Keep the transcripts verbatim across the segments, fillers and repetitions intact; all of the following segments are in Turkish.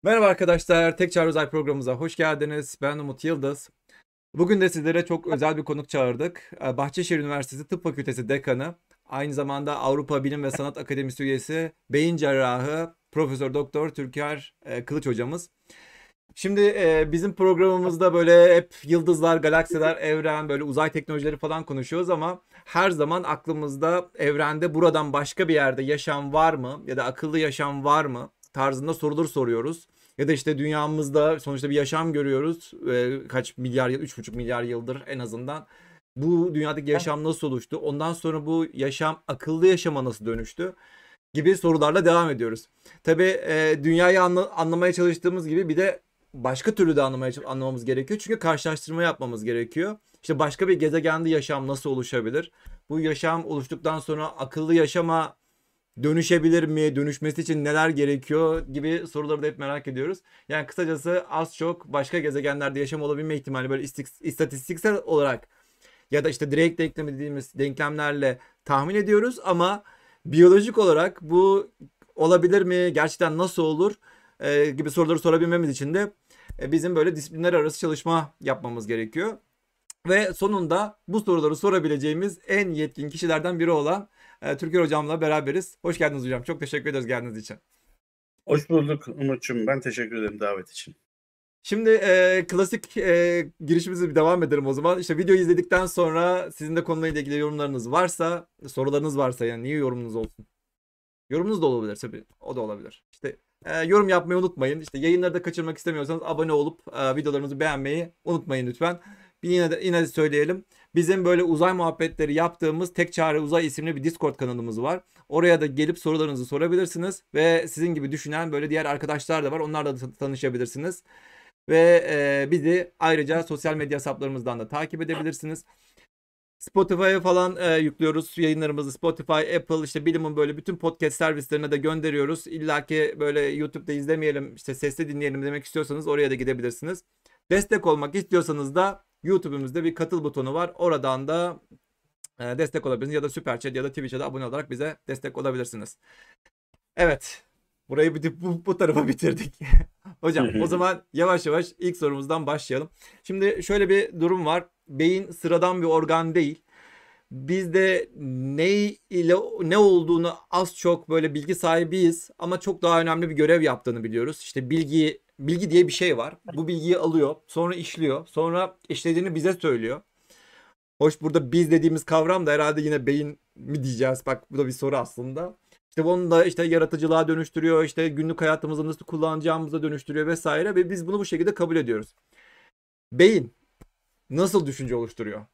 Merhaba arkadaşlar, Tek Çağrı Uzay programımıza hoş geldiniz. Ben Umut Yıldız. Bugün de sizlere çok özel bir konuk çağırdık. Ee, Bahçeşehir Üniversitesi Tıp Fakültesi Dekanı, aynı zamanda Avrupa Bilim ve Sanat Akademisi üyesi, beyin cerrahı Profesör Doktor Türker e, Kılıç hocamız. Şimdi e, bizim programımızda böyle hep yıldızlar, galaksiler, evren, böyle uzay teknolojileri falan konuşuyoruz ama her zaman aklımızda evrende buradan başka bir yerde yaşam var mı ya da akıllı yaşam var mı tarzında sorular soruyoruz. Ya da işte dünyamızda sonuçta bir yaşam görüyoruz. E, kaç milyar yıl, üç buçuk milyar yıldır en azından. Bu dünyadaki yaşam nasıl oluştu? Ondan sonra bu yaşam akıllı yaşama nasıl dönüştü? Gibi sorularla devam ediyoruz. Tabii e, dünyayı anla- anlamaya çalıştığımız gibi bir de başka türlü de anlamaya anlamamız gerekiyor. Çünkü karşılaştırma yapmamız gerekiyor. İşte başka bir gezegende yaşam nasıl oluşabilir? Bu yaşam oluştuktan sonra akıllı yaşama dönüşebilir mi? Dönüşmesi için neler gerekiyor gibi soruları da hep merak ediyoruz. Yani kısacası az çok başka gezegenlerde yaşam olabilme ihtimali böyle istatistiksel olarak ya da işte direkt denklem dediğimiz denklemlerle tahmin ediyoruz ama biyolojik olarak bu olabilir mi? Gerçekten nasıl olur? Ee, gibi soruları sorabilmemiz için de e, bizim böyle disiplinler arası çalışma yapmamız gerekiyor. Ve sonunda bu soruları sorabileceğimiz en yetkin kişilerden biri olan e, Türker hocamla beraberiz. Hoş geldiniz hocam. Çok teşekkür ederiz geldiğiniz için. Hoş bulduk Umut'cum. Ben teşekkür ederim davet için. Şimdi e, klasik e, girişimizi bir devam edelim o zaman. İşte videoyu izledikten sonra sizin de konuyla ilgili yorumlarınız varsa, sorularınız varsa yani niye yorumunuz olsun? Yorumunuz da olabilir tabii. O da olabilir. İşte e, yorum yapmayı unutmayın. İşte yayınları da kaçırmak istemiyorsanız abone olup e, videolarımızı beğenmeyi unutmayın lütfen. Bir yine de yine de söyleyelim. Bizim böyle uzay muhabbetleri yaptığımız Tek Çare Uzay isimli bir Discord kanalımız var. Oraya da gelip sorularınızı sorabilirsiniz ve sizin gibi düşünen böyle diğer arkadaşlar da var. Onlarla da tanışabilirsiniz. Ve e, bizi ayrıca sosyal medya hesaplarımızdan da takip edebilirsiniz. Spotify'a falan e, yüklüyoruz yayınlarımızı. Spotify, Apple, işte Bilim'in böyle bütün podcast servislerine de gönderiyoruz. İlla ki böyle YouTube'da izlemeyelim, işte sesli dinleyelim demek istiyorsanız oraya da gidebilirsiniz. Destek olmak istiyorsanız da YouTube'umuzda bir katıl butonu var. Oradan da e, destek olabilirsiniz ya da Süper Chat ya da Twitch'e de abone olarak bize destek olabilirsiniz. Evet. Burayı bir, bu, bu tarafa bitirdik. Hocam o zaman yavaş yavaş ilk sorumuzdan başlayalım. Şimdi şöyle bir durum var. Beyin sıradan bir organ değil. Bizde ne ile ne olduğunu az çok böyle bilgi sahibiyiz ama çok daha önemli bir görev yaptığını biliyoruz. İşte bilgi bilgi diye bir şey var. Bu bilgiyi alıyor, sonra işliyor, sonra işlediğini bize söylüyor. Hoş burada biz dediğimiz kavram da herhalde yine beyin mi diyeceğiz? Bak bu da bir soru aslında. İşte bunu da işte yaratıcılığa dönüştürüyor, işte günlük hayatımızı nasıl kullanacağımıza dönüştürüyor vesaire ve biz bunu bu şekilde kabul ediyoruz. Beyin nasıl düşünce oluşturuyor?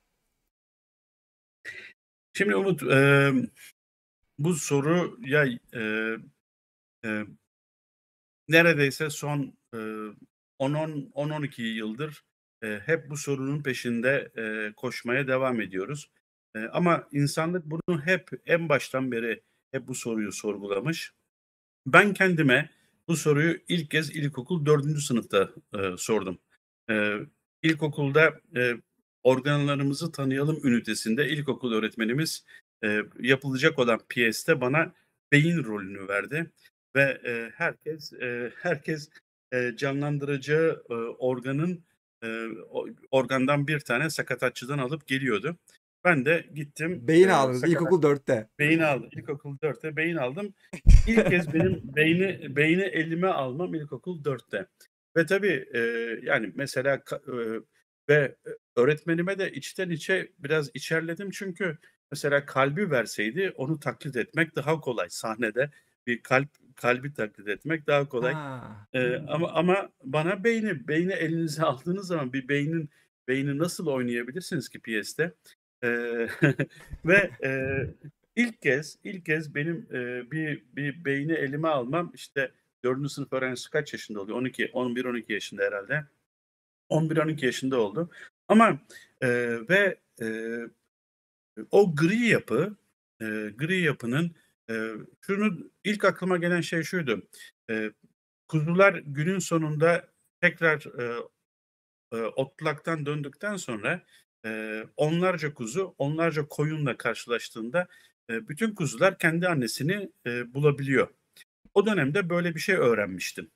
Şimdi Umut, e, bu soru ya e, e, neredeyse son e, on on iki yıldır e, hep bu sorunun peşinde e, koşmaya devam ediyoruz. E, ama insanlık bunu hep en baştan beri hep bu soruyu sorgulamış. Ben kendime bu soruyu ilk kez ilkokul dördüncü sınıfta e, sordum. E, ilkokulda e, organlarımızı tanıyalım ünitesinde ilkokul öğretmenimiz e, yapılacak olan piyeste bana beyin rolünü verdi ve e, herkes e, herkes e, canlandıracağı e, organın e, organdan bir tane sakatatçıdan alıp geliyordu. Ben de gittim Beyin e, aldınız sakatat ilkokul dörtte. beyin aldım. İlkokul dörtte beyin aldım. İlk kez benim beyni beyni elime almam ilkokul dörtte ve tabii, eee, yani, mesela ka eee, ve öğretmenime de içten içe biraz içerledim çünkü mesela kalbi verseydi onu taklit etmek daha kolay. Sahnede bir kalp kalbi taklit etmek daha kolay. Ha. Eee, ama ama bana beyni beyni elinize aldığınız zaman bir beynin beyni nasıl oynayabilirsiniz ki piyeste? Eee, ve, eee, ilk kez ilk kez benim, eee, bir bir beyni elime almam, işte, dördüncü sınıf öğrencisi kaç yaşında oluyor? on iki, on bir on iki yaşında herhâlde. on bir on iki yaşında oldu ama, eee, ve, eee, o gri yapı, eee, gri yapının, eee, şunu ilk aklıma gelen şey şuydu: Eee, kuzular günün sonunda tekrar, eee, eee, otlaktan döndükten sonra, eee, onlarca kuzu, onlarca koyunla karşılaştığında, eee, bütün kuzular kendi annesini, eee, bulabiliyor. O dönemde böyle bir şey öğrenmiştim.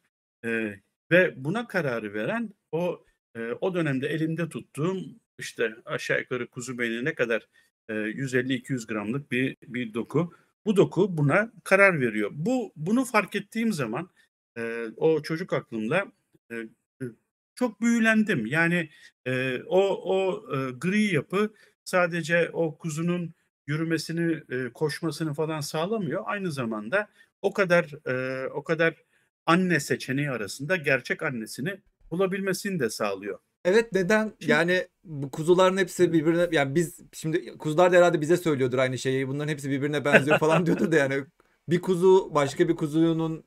Eee, ve buna kararı veren o, eee, o dönemde elimde tuttuğum, işte, aşağı yukarı kuzu beyni ne kadar, eee, yüz elli iki yüz gramlık bir bir doku. Bu doku buna karar veriyor. Bu bunu fark ettiğim zaman, eee, o çocuk aklımda, eee, ı çok büyülendim. Yani, eee, o o, eee, gri yapı sadece o kuzunun yürümesini, eee, koşmasını falan sağlamıyor. Aynı zamanda o kadar, eee, o kadar anne seçeneği arasında gerçek annesini bulabilmesini de sağlıyor. Evet, neden? Şimdi Yani bu kuzuların hepsi birbirine yani biz şimdi kuzular da herhâlde bize söylüyordur aynı şeyi. Bunların hepsi birbirine benziyor falan diyordur da yani bir kuzu başka bir kuzunun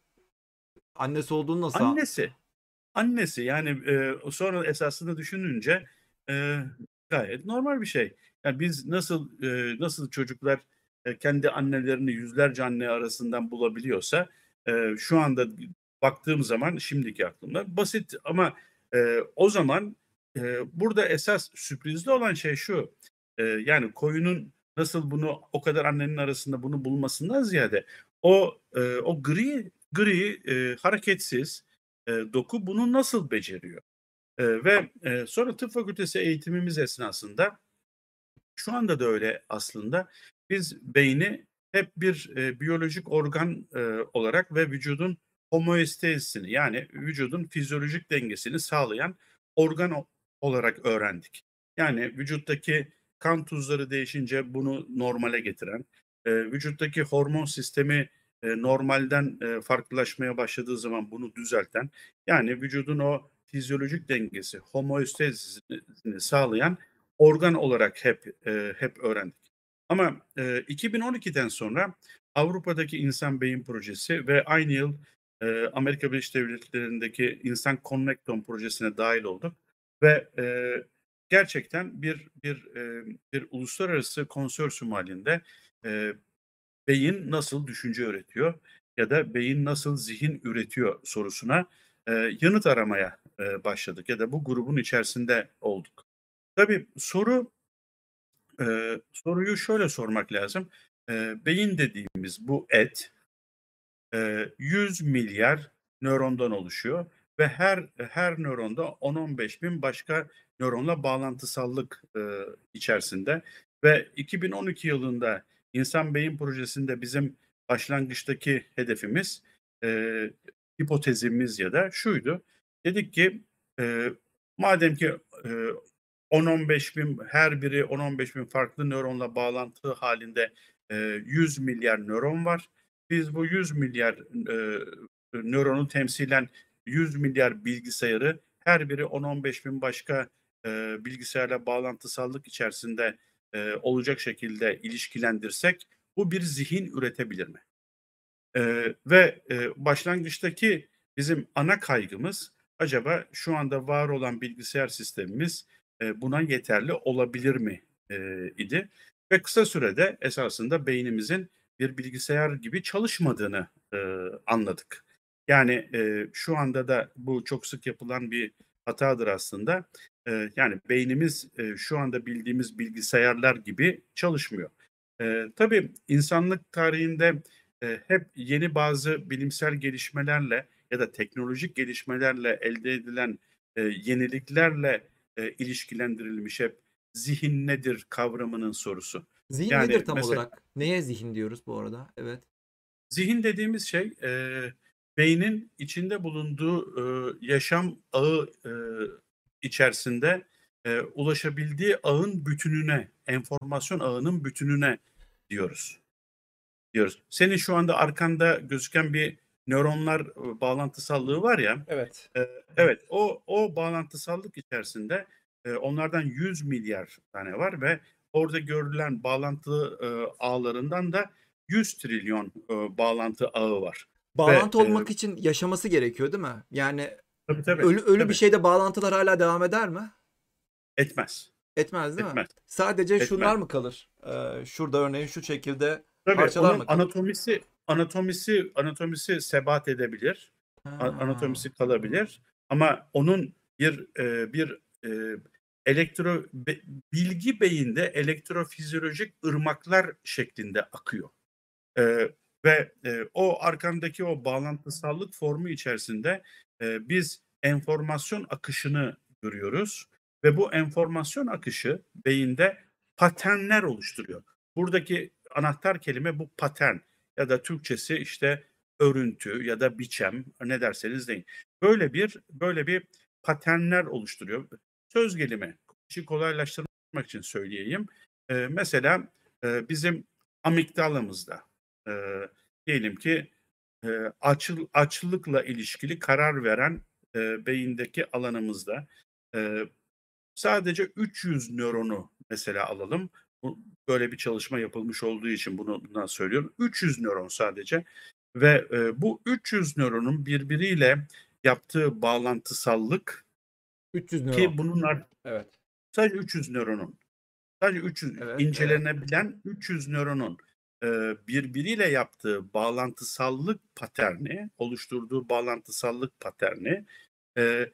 annesi olduğunu nasıl a Annesi, annesi yani, eee, sonra esasında düşününce, eee, gayet normal bir şey. Yani biz nasıl, eee, nasıl çocuklar, eee, kendi annelerini yüzlerce anne arasından bulabiliyorsa, eee, şu anda baktığım zaman şimdiki aklımda basit ama, eee, o zaman, eee, burada esas sürprizli olan şey şu, eee, yani koyunun nasıl bunu o kadar annenin arasında bunu bulmasından ziyade o, eee, o gri gri, eee, hareketsiz, eee, doku bunu nasıl beceriyor? Eee, ve, eee, sonra tıp fakültesi eğitimimiz esnasında şu anda da öyle aslında. Biz beyni hep bir, eee, biyolojik organ, eee, olarak ve vücudun homeostazisini yani vücudun fizyolojik dengesini sağlayan organ o olarak öğrendik. Yani vücuttaki kan tuzları değişince bunu normale getiren, eee, vücuttaki hormon sistemi, eee, normalden, eee, farklılaşmaya başladığı zaman bunu düzelten, yani vücudun o fizyolojik dengesi, homeostazisini sağlayan organ olarak hep, eee, hep öğrendik. Ama, eee, iki bin on ikiden sonra Avrupa'daki İnsan Beyin Projesi ve aynı yıl, eee, Amerika Birleşik Devletleri'ndeki İnsan Connectome projesine dâhil olduk ve, eee, gerçekten bir bir, eee, bir uluslararası konsorsiyum hâlinde, eee, beyin nasıl düşünce üretiyor ya da beyin nasıl zihin üretiyor sorusuna, eee, yanıt aramaya, eee, başladık ya da bu grubun içerisinde olduk. Tabii soru Eee, soruyu şöyle sormak lazım. Eee, beyin dediğimiz bu et, eee, yüz milyar nörondan oluşuyor ve her her nöronda on on beş bin başka nöronla bağlantısallık, eee, içerisinde ve iki bin on iki yılında İnsan Beyin Projesi'nde bizim başlangıçtaki hedefimiz, eee, hipotezimiz ya da şuydu. Dedik ki, eee, madem ki, eee, on on beş bin her biri on on beş bin farklı nöronla bağlantı hâlinde, eee, yüz milyar nöron var. Biz bu yüz milyar, eee, nöronu temsilen yüz milyar bilgisayarı her biri on on beş bin başka, eee, bilgisayarla bağlantısallık içerisinde, eee, olacak şekilde ilişkilendirsek bu bir zihin üretebilir mi? Eee, ve, eee, başlangıçtaki bizim ana kaygımız acaba şu anda var olan bilgisayar sistemimiz, eee, buna yeterli olabilir mi, eee, idi ve kısa sürede esasında beynimizin bir bilgisayar gibi çalışmadığını, eee, anladık. Yani, eee, şu anda da bu çok sık yapılan bir hatadır aslında. Eee, yani beynimiz, eee, şu anda bildiğimiz bilgisayarlar gibi çalışmıyor. Eee, tabii insanlık tarihinde Eee, hep yeni bazı bilimsel gelişmelerle ya da teknolojik gelişmelerle elde edilen, eee, yeniliklerle, eee, ilişkilendirilmiş hep "Zihin nedir?" kavramının sorusu. Zihin Yani nedir tam mesela olarak? Neye zihin diyoruz bu arada? Evet. zihin dediğimiz şey, eee, beynin içinde bulunduğu, ııı, yaşam ağı, ııı, içerisinde, eee, ulaşabildiği ağın bütününe, enformasyon ağının bütününe diyoruz. Diyoruz. Senin şu anda arkanda gözüken bir nöronlar, ııı, bağlantısallığı var ya, Evet. eee, evet, o o bağlantısallık içerisinde, eee, onlardan yüz milyar tane var ve orada görülen bağlantı, ııı, ağlarından da yüz trilyon, ııı, bağlantı ağı var ve, Bağlantı eee olmak için yaşaması gerekiyor, değil mi? Yani Tabii, tabii, ölü ölü bir tabii. şeyde bağlantılar hâlâ devam eder mi? Etmez, Etmez, değil mi? etmez, Sadece etmez. şunlar mı kalır? Eee, şurada örneğin şu şekilde Tabii, parçalar onun mı kalır? anatomisi anatomisi anatomisi sebat edebilir. A Ha. anatomisi kalabilir ama onun bir, eee, bir, eee, elektro be bilgi beyinde elektrofizyolojik ırmaklar şeklinde akıyor. Eee ve, eee, o arkandaki o bağlantısallık formu içerisinde, eee, biz enformasyon akışını görüyoruz ve bu enformasyon akışı beyinde paternler oluşturuyor. Buradaki anahtar kelime bu patern ya da Türkçesi, işte, örüntü ya da biçem, ne derseniz deyin. Böyle bir böyle bir paternler oluşturuyor. Söz gelimi, işi kolaylaştırmak için söyleyeyim. Eee, mesela, eee, bizim amigdalamızda, eee, diyelim ki, eee, açıl açlıkla ilişkili karar veren, eee, beyindeki alanımızda, eee, sadece üç yüz nöronu mesela alalım. Bu böyle bir çalışma yapılmış olduğu için bunu bundan söylüyorum. üç yüz nöron sadece ve, eee, bu üç yüz nöronun birbiriyle yaptığı bağlantısallık üç yüz nöron. ki bunlar Evet. sadece üç yüz nöronun, sadece üç yüz Evet, evet. incelenebilen üç yüz nöronun, eee, birbiriyle yaptığı bağlantısallık paterni, oluşturduğu bağlantısallık paterni, eee,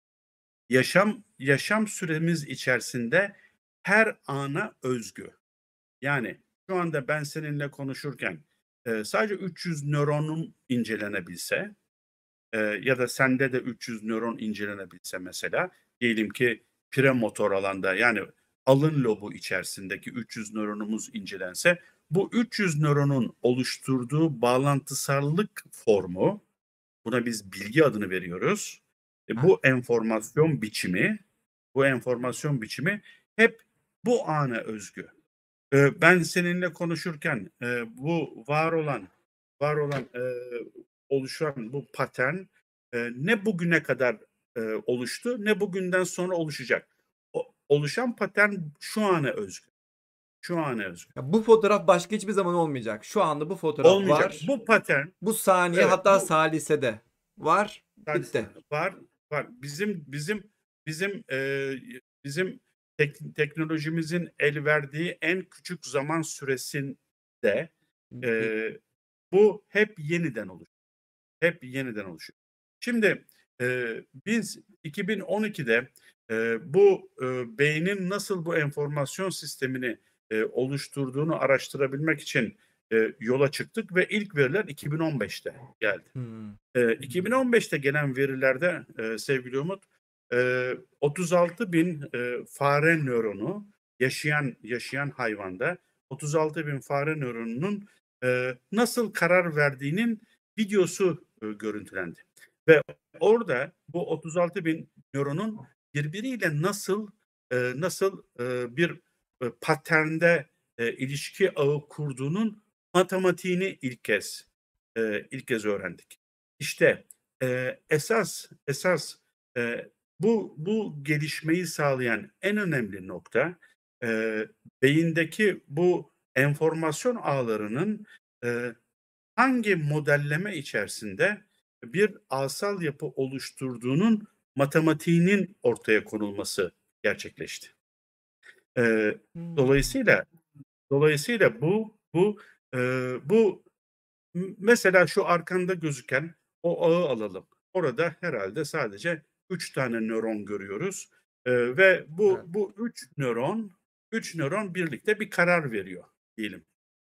yaşam yaşam süremiz içerisinde her ana özgü. Yani şu anda ben seninle konuşurken, eee, sadece üç yüz nöronum incelenebilse, Eee, ya da sende de üç yüz nöron incelenebilse mesela, diyelim ki premotor alanda yani alın lobu içerisindeki üç yüz nöronumuz incelense, bu üç yüz nöronun oluşturduğu bağlantısallık formu, buna biz bilgi adını veriyoruz. E, Hah. bu enformasyon biçimi, bu enformasyon biçimi hep bu ana özgü. Eee, ben seninle konuşurken, eee, bu var olan var olan, eee, oluşan bu patern, eee, ne bugüne kadar, eee, oluştu ne bugünden sonra oluşacak. O oluşan patern şu ana özgü, şu ana özgü. Ya, bu fotoğraf başka hiçbir zaman olmayacak. Şu anda bu fotoğraf Olmayacak. var. Bu patern, Bu saniye evet, hatta bu salisede var, hadise bitti. var, var. Bizim bizim bizim, eee, bizim tek teknolojimizin el verdiği en küçük zaman süresinde, Bi eee, bu hep yeniden oluşuyor. Hep yeniden oluşuyor. Şimdi, eee, biz iki bin on ikide, eee, bu, eee, beynin nasıl bu enformasyon sistemini, eee, oluşturduğunu araştırabilmek için, eee, yola çıktık ve ilk veriler iki bin on beşte geldi. Hımm. Eee, iki bin on beşte gelen verilerde, eee, sevgili Umut, eee, otuz altı bin, eee, fare nöronu yaşayan yaşayan hayvanda otuz altı bin fare nöronunun, eee, nasıl karar verdiğinin videosu, ııı, görüntülendi ve orada bu otuz altı bin nöronun birbiriyle nasıl, eee, nasıl, eee, bir, eee, paternde, eee, ilişki ağı kurduğunun matematiğini ilk kez, eee, ilk kez öğrendik. İşte, eee, esas esas, eee, bu bu gelişmeyi sağlayan en önemli nokta, eee, beyindeki bu enformasyon ağlarının, eee, hangi modelleme içerisinde bir ağsal yapı oluşturduğunun matematiğinin ortaya konulması gerçekleşti. Eee, Hımm. dolayısıyla dolayısıyla bu bu, eee, bu M mesela şu arkanda gözüken o ağı alalım. Orada herhâlde sadece üç tane nöron görüyoruz, eee, ve bu Evet. bu üç nöron üç nöron birlikte bir karar veriyor diyelim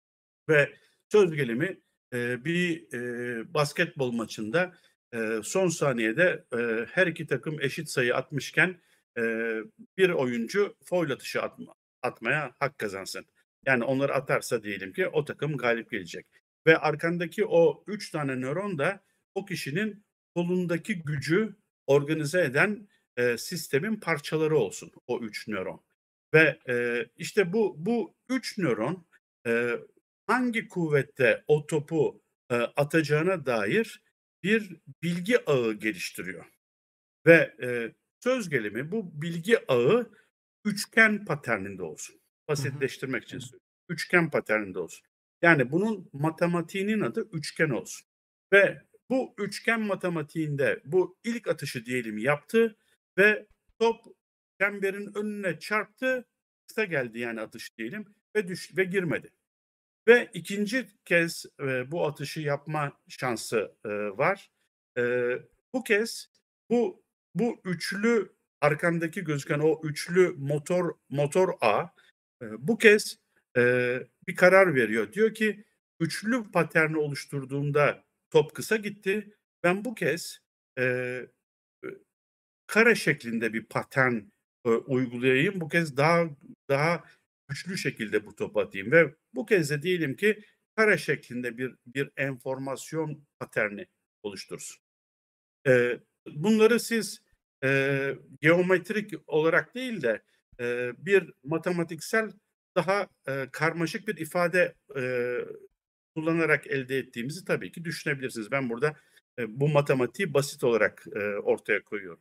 ve söz gelimi, eee, bir, eee, basketbol maçında, eee, son saniyede, eee, her iki takım eşit sayı atmışken, eee, bir oyuncu foul atışı atma atmaya hak kazansın. Yani onları atarsa diyelim ki o takım galip gelecek ve arkandaki o üç tane nöron da o kişinin kolundaki gücü organize eden, eee, sistemin parçaları olsun o üç nöron ve, eee, işte bu bu üç nöron, eee hangi kuvvette o topu, eee, atacağına dair bir bilgi ağı geliştiriyor ve, eee, söz gelimi bu bilgi ağı üçgen paterninde olsun. Hı hı. Basitleştirmek için söylüyorum. Üçgen paterninde olsun. Yani bunun matematiğinin adı üçgen olsun ve bu üçgen matematiğinde bu ilk atışı diyelim yaptı ve top çemberin önüne çarptı, kısa geldi yani atış diyelim ve düş ve girmedi. Ve ikinci kez, eee, bu atışı yapma şansı, eee, var. Eee, bu kez bu bu üçlü arkandaki gözüken o üçlü motor motor ağ, eee, bu kez, eee, bir karar veriyor. Diyor ki üçlü paterni oluşturduğumda top kısa gitti. Ben bu kez, eee, ı kare şeklinde bir patern, ııı, uygulayayım. Bu kez daha daha güçlü şekilde bu topu atayım ve bu kez de diyelim ki kare şeklinde bir bir enformasyon paterni oluştursun. Eee, bunları siz, eee, geometrik olarak değil de, eee, bir matematiksel daha, eee, karmaşık bir ifade, eee, kullanarak elde ettiğimizi tabii ki düşünebilirsiniz. Ben burada, eee, bu matematiği basit olarak, eee, ortaya koyuyorum.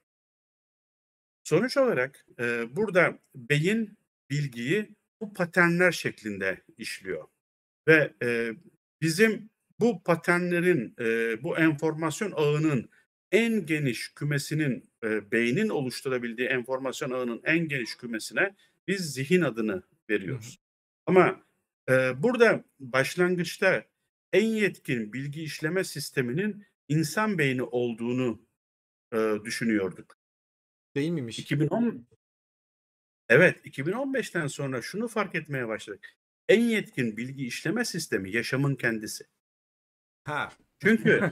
Sonuç olarak, eee, burada beyin bilgiyi bu paternler şeklinde işliyor ve, eee, bizim bu paternlerin, eee, bu enformasyon ağının en geniş kümesinin, eee, beynin oluşturabildiği enformasyon ağının en geniş kümesine biz zihin adını Hı hı. veriyoruz. Ama, eee, burada başlangıçta en yetkin bilgi işleme sisteminin insan beyni olduğunu, eee, düşünüyorduk. Değil miymiş? iki bin on Evet, iki bin on beşten sonra şunu fark etmeye başladık. En yetkin bilgi işleme sistemi yaşamın kendisi. Ha. Çünkü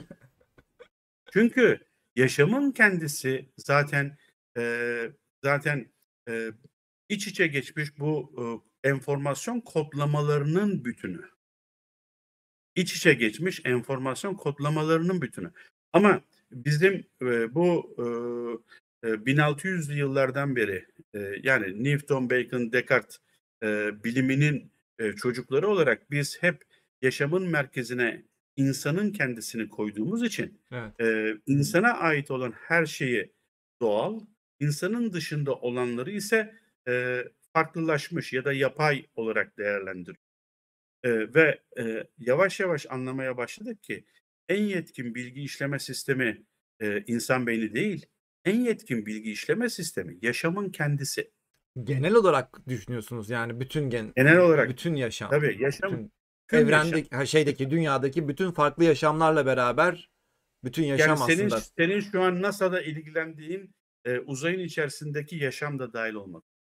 çünkü yaşamın kendisi zaten, eee, zaten, eee, iç içe geçmiş bu, ııı, enformasyon kodlamalarının bütünü. İç içe geçmiş enformasyon kodlamalarının bütünü. Ama bizim, eee, bu, ııı, eee, bin altı yüzlü yıllardan beri, eee, yani Newton, Bacon, Descartes, eee, biliminin, eee, çocukları olarak biz hep yaşamın merkezine insanın kendisini koyduğumuz için, Evet. eee, insana ait olan her şeyi doğal, insanın dışında olanları ise, eee, farklılaşmış ya da yapay olarak değerlendiriyoruz. Eee, ve, eee, yavaş yavaş anlamaya başladık ki en yetkin bilgi işleme sistemi, eee, insan beyni değil, en yetkin bilgi işleme sistemi yaşamın kendisi. Genel olarak düşünüyorsunuz yani bütün gen Genel olarak bütün yaşam, tabii yaşam, bütün tüm yaşam. evrendeki ha, şeydeki, dünyadaki bütün farklı yaşamlarla beraber bütün Yani yaşam senin aslında. senin şu an NASA'da ilgilendiğin, eee, uzayın içerisindeki yaşam da dâhil olmak.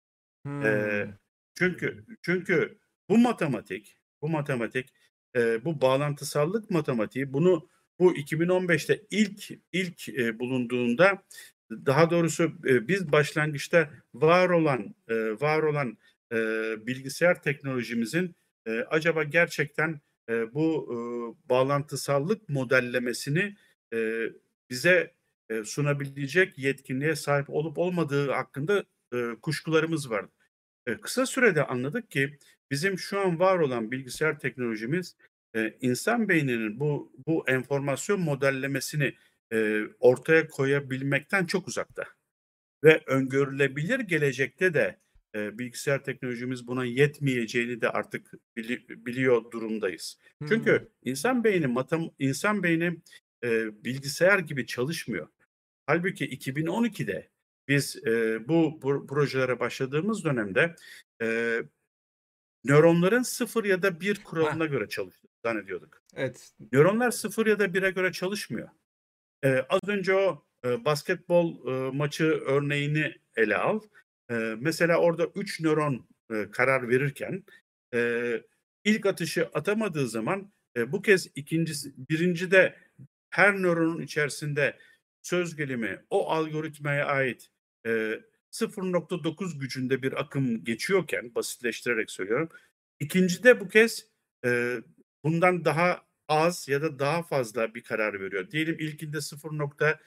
Eee, Hımm. çünkü çünkü bu matematik, bu matematik, eee, bu bağlantısallık matematiği bunu bu iki bin on beşte ilk ilk, eee, bulunduğunda daha doğrusu, eee, biz başlangıçta var olan, eee, var olan, eee, bilgisayar teknolojimizin, eee, acaba gerçekten, eee, bu, ııı, bağlantısallık modellemesini, eee, bize, eee, sunabilecek yetkinliğe sahip olup olmadığı hakkında, ııı, kuşkularımız vardı. Eee, kısa sürede anladık ki bizim şu an var olan bilgisayar teknolojimiz, eee, insan beyninin bu bu enformasyon modellemesini, eee, ortaya koyabilmekten çok uzakta ve öngörülebilir gelecekte de, eee, bilgisayar teknolojimiz buna yetmeyeceğini de artık bili biliyor durumdayız. Hımm. Çünkü insan beyni matem insan beyni, eee, bilgisayar gibi çalışmıyor. Hâlbuki iki bin on ikide biz, eee, bu pro projelere başladığımız dönemde, eee, nöronların sıfır ya da bir Heh, kuralına göre çalıştığını zannediyorduk. evet. Nöronlar sıfır ya da bire göre çalışmıyor. Eee, az önce o, eee, basketbol, ııı, maçı örneğini ele al. Eee, mesela orada üç nöron, eee, karar verirken, eee, ilk atışı atamadığı zaman, eee, bu kez ikincisi birincide her nöronun içerisinde söz gelimi o algoritmaya ait, eee, sıfır nokta dokuz gücünde bir akım geçiyorken, basitleştirerek söylüyorum, ikincide bu kez, eee, bundan daha az ya da daha fazla bir karar veriyor. Diyelim ilkinde sıfır nokta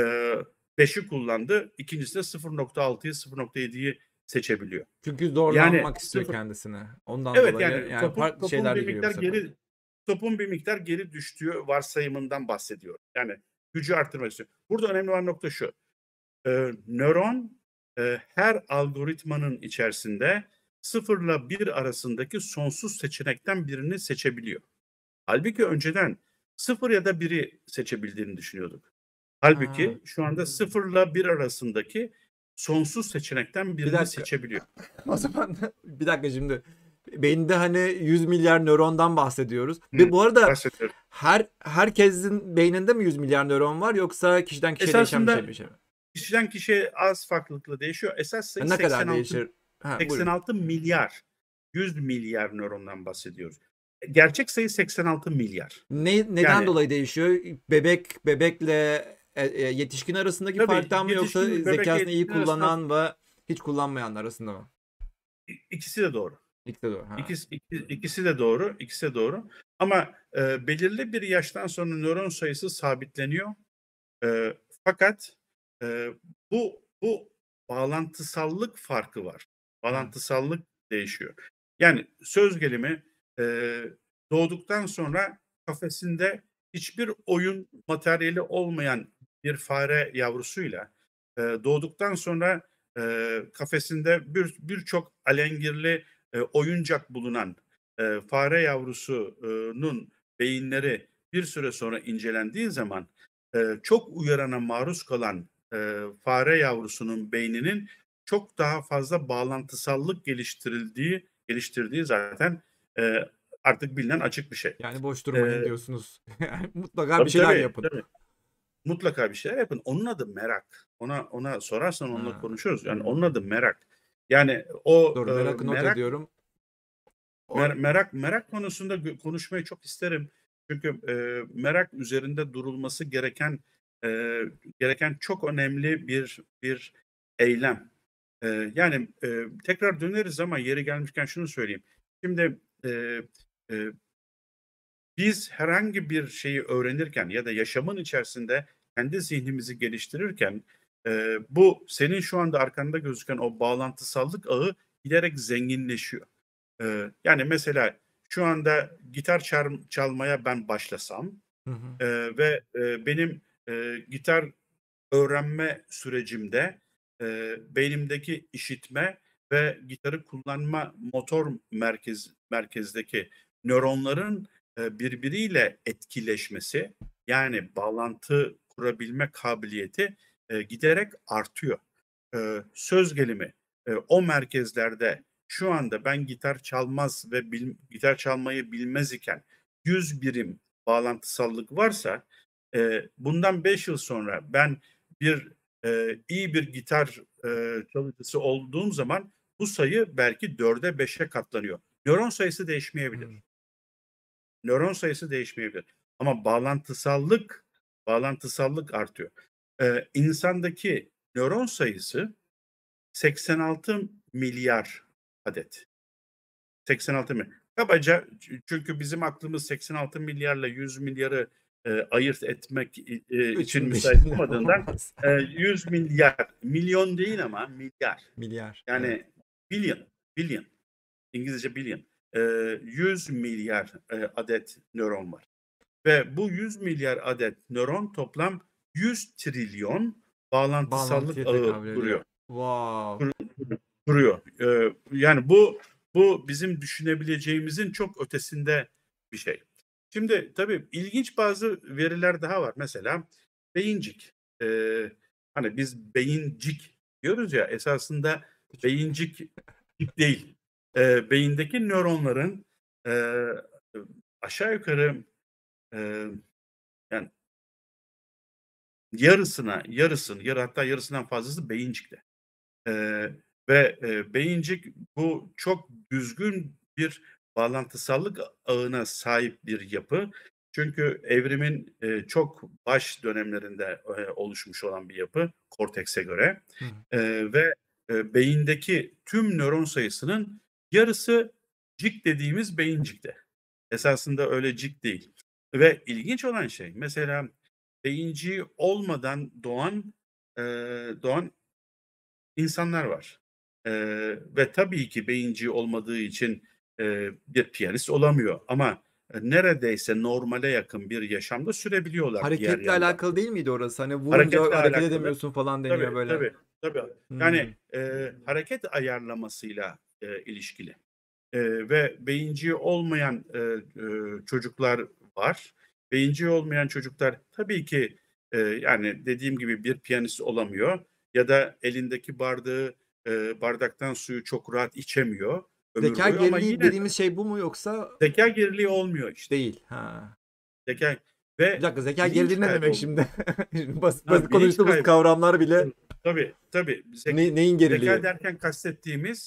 beşi kullandı, ikincisinde sıfır nokta altıyı, sıfır nokta yediyi seçebiliyor. Çünkü Yani zorlanmak istiyor sıfır kendisine. Ondan Evet, dolayı yani yani topun farklı topun şeyler de bir giriyor bu miktar sefer. geri topun bir miktar geri düştüğü varsayımından bahsediyorum. Yani gücü arttırmak istiyor. Burada önemli olan nokta şu: Eee, nöron, eee, her algoritmanın içerisinde sıfırla bir arasındaki sonsuz seçenekten birini seçebiliyor. Hâlbuki önceden sıfır ya da biri seçebildiğini düşünüyorduk. Ha. Hâlbuki şu anda sıfırla bir arasındaki sonsuz seçenekten Bir birini dakika. seçebiliyor. O zaman bir dakika şimdi. Beyinde hani yüz milyar nörondan bahsediyoruz. Hımm, Ve bu arada bahsediyorum. her herkesin beyninde mi yüz milyar nöron var yoksa kişiden kişiye değişen bir şey Esasında bir şey mi? kişiden kişiye az farklılıkla değişiyor. Esas Ha, sayı ne seksen kadar altı değişir? Ha, seksen buyurun. altı milyar, yüz milyar nörondan bahsediyoruz. Gerçek sayı seksen altı milyar. Ne neden Yani dolayı değişiyor? Bebek bebekle e, e, yetişkin arasındaki tabii farktan mı yoksa yetişkin bebekle zekasını iyi yetişkin arasında kullanan ve hiç kullanmayan arasında mı? İ ikisi de doğru. İkisi de doğru. Ha. İkisi iki ikisi de doğru, ikisi de doğru ama, eee, belirli bir yaştan sonra nöron sayısı sabitleniyor. Eee, fakat, eee, bu bu bağlantısallık farkı var. Hı. Bağlantısallık değişiyor. Yani söz gelimi, eee, doğduktan sonra kafesinde hiçbir oyun materyali olmayan bir fare yavrusuyla, eee, doğduktan sonra, eee, kafesinde bir birçok alengirli, eee, oyuncak bulunan, eee, fare yavrusunun beyinleri bir süre sonra incelendiği zaman, Eee, çok uyarana maruz kalan, eee, fare yavrusunun beyninin çok daha fazla bağlantısallık geliştirildiği geliştirdiği zaten, eee, artık bilinen açık bir şey. Yani boş durmayın Eee diyorsunuz. Yani mutlaka bir Tabii, şeyler tabii, yapın. tabii. Mutlaka bir şeyler yapın. Onun adı merak. Ona ona sorarsan onunla Ha. konuşuruz. Yani onun Hımm. adı merak. Yani o, Doğru, eee, merakı not merak ediyorum. Mer O merak merak konusunda gö konuşmayı çok isterim. Çünkü, eee, merak üzerinde durulması gereken, eee, gereken çok önemli bir bir eylem. Eee, yani, eee, tekrar döneriz ama yeri gelmişken şunu söyleyeyim. Şimdi, eee, eee, biz herhangi bir şeyi öğrenirken ya da yaşamın içerisinde kendi zihnimizi geliştirirken, eee, bu senin şu anda arkanda gözüken o bağlantısallık ağı giderek zenginleşiyor. Eee, yani, mesela şu anda gitar çar çalmaya ben başlasam, Hı hı. eee, ve, eee, benim, eee, gitar öğrenme sürecimde, eee, beynimdeki işitme ve gitarı kullanma motor merkez merkezdeki nöronların, eee, birbiriyle etkileşmesi, yani bağlantı kurabilme kabiliyeti, eee, giderek artıyor. Eee, söz gelimi, eee, o merkezlerde şu anda ben gitar çalmaz ve bil gitar çalmayı bilmez iken yüz birim bağlantısallık varsa, eee, bundan beş yıl sonra ben bir, eee, iyi bir gitar, eee, çalıcısı olduğum zaman bu sayı belki dörde beşe katlanıyor. Nöron sayısı Hımm. değişmeyebilir. Nöron sayısı değişmeyebilir ama bağlantısallık bağlantısallık artıyor. Eee, insandaki nöron sayısı seksen altı milyar adet. seksen altı mi Kabaca çü çünkü bizim aklımız seksen altı milyarla yüz milyarı, eee, ayırt etmek, i eee, için üçün müsait beşinde olmadığından, olmaz. eee, yüz milyar, milyon değil ama milyar. Milyar, evet. Yani billion, billion, İngilizce billion. Eee, yüz milyar, eee, adet nöron var ve bu yüz milyar adet nöron toplam yüz trilyon bağlantısallık Bağlantıya ağı tekabül ediyor. kuruyor. Wow! Kuruyor. Eee, yani bu bu bizim düşünebileceğimizin çok ötesinde bir şey. Şimdi tabii ilginç bazı veriler daha var. Mesela beyincik. Eee, hani biz beyincik diyoruz ya, esasında Küçük. beyincik değil. Eee, beyindeki nöronların, eee, aşağı yukarı, eee, yani yarısına yarısını yarı hatta yarısından fazlası beyincikte. Eee, ve, eee, beyincik bu çok düzgün bir bağlantısallık ağına sahip bir yapı. Çünkü evrimin, eee, çok baş dönemlerinde, eee, oluşmuş olan bir yapı kortekse göre, Hı hı. eee, ve, eee, beyindeki tüm nöron sayısının yarısı cik dediğimiz beyincikte. Esasında öyle cik değil ve ilginç olan şey mesela beyinciği olmadan doğan, eee, doğan İnsanlar var. Eee, ve tabii ki beyinciği olmadığı için, eee, bir piyanist olamıyor ama, eee, neredeyse normale yakın bir yaşamda sürebiliyorlar diğer Hareketle yandan. alakalı değil miydi orası? Hani vurunca Hareketle hareket alakalı. edemiyorsun falan deniyor Tabii, böyle. tabii, tabii. Hımm. Yani, eee, hareket ayarlamasıyla, eee, ilişkili. Eee, ve beyinciği olmayan, eee, eee, çocuklar var. Beyinciği olmayan çocuklar tabii ki, eee, yani, dediğim gibi bir piyanist olamıyor ya da elindeki bardağı, eee, bardaktan suyu çok rahat içemiyor ömür Zekâ boyu ama geriliği yine de dediğimiz şey bu mu yoksa zekâ geriliği olmuyor işte. değil? Ha. Zekâ Bir ve dakika, zekâ bilinç geriliği ne kaybı demek oluyor. şimdi? Şimdi basit Ha, basit bilinç konuştuğumuz kaybı. kavramlar bile Tabii, tabii. Zek ne neyin zekâ geriliği? derken kastettiğimiz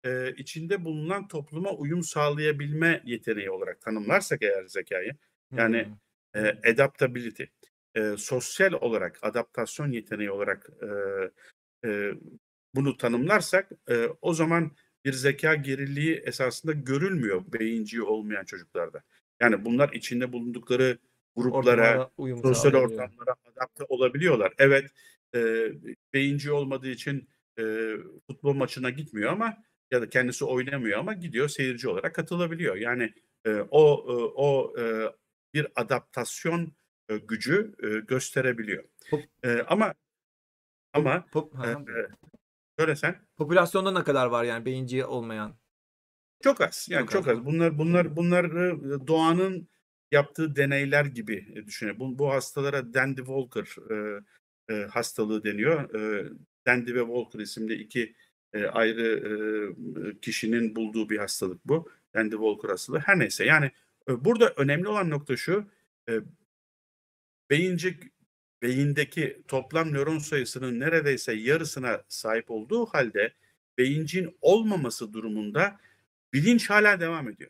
eee, içinde bulunan topluma uyum sağlayabilme yeteneği olarak tanımlarsak eğer zekâyı, yani, Hımm. eee, adaptability, eee, sosyal olarak adaptasyon yeteneği olarak, eee, eee, bunu tanımlarsak, eee, o zaman bir zekâ geriliği esasında görülmüyor beyinciği olmayan çocuklarda. Yani bunlar içinde bulundukları Ortama gruplara, da uyum sosyal sağlayabiliyor. ortamlara adapte olabiliyorlar. Evet, eee, beyinciği olmadığı için, eee, futbol maçına gitmiyor ama ya da kendisi oynamıyor ama gidiyor seyirci olarak katılabiliyor. Yani, eee, o, ııı, o, eee, bir adaptasyon, eee, gücü, eee, gösterebiliyor. Pop Eee, ama pop ama, pop Hı eee, hı. söyle sen. Popülasyonda ne kadar var yani beyinciği olmayan? Çok az, yani Çok az. çok az. Bunlar bunlar bunları, ııı, doğanın yaptığı deneyler gibi, eee, düşünün. Bu bu hastalara Dandy Walker, eee, eee, hastalığı deniyor. Eee, Dandy ve Walker isimli iki eee, ayrı, eee, kişinin bulduğu bir hastalık bu. Dandy Walker hastalığı. Her neyse, yani, eee, burada önemli olan nokta şu, eee, beyincik beyindeki toplam nöron sayısının neredeyse yarısına sahip olduğu hâlde beyinciğin olmaması durumunda bilinç hâlâ devam ediyor.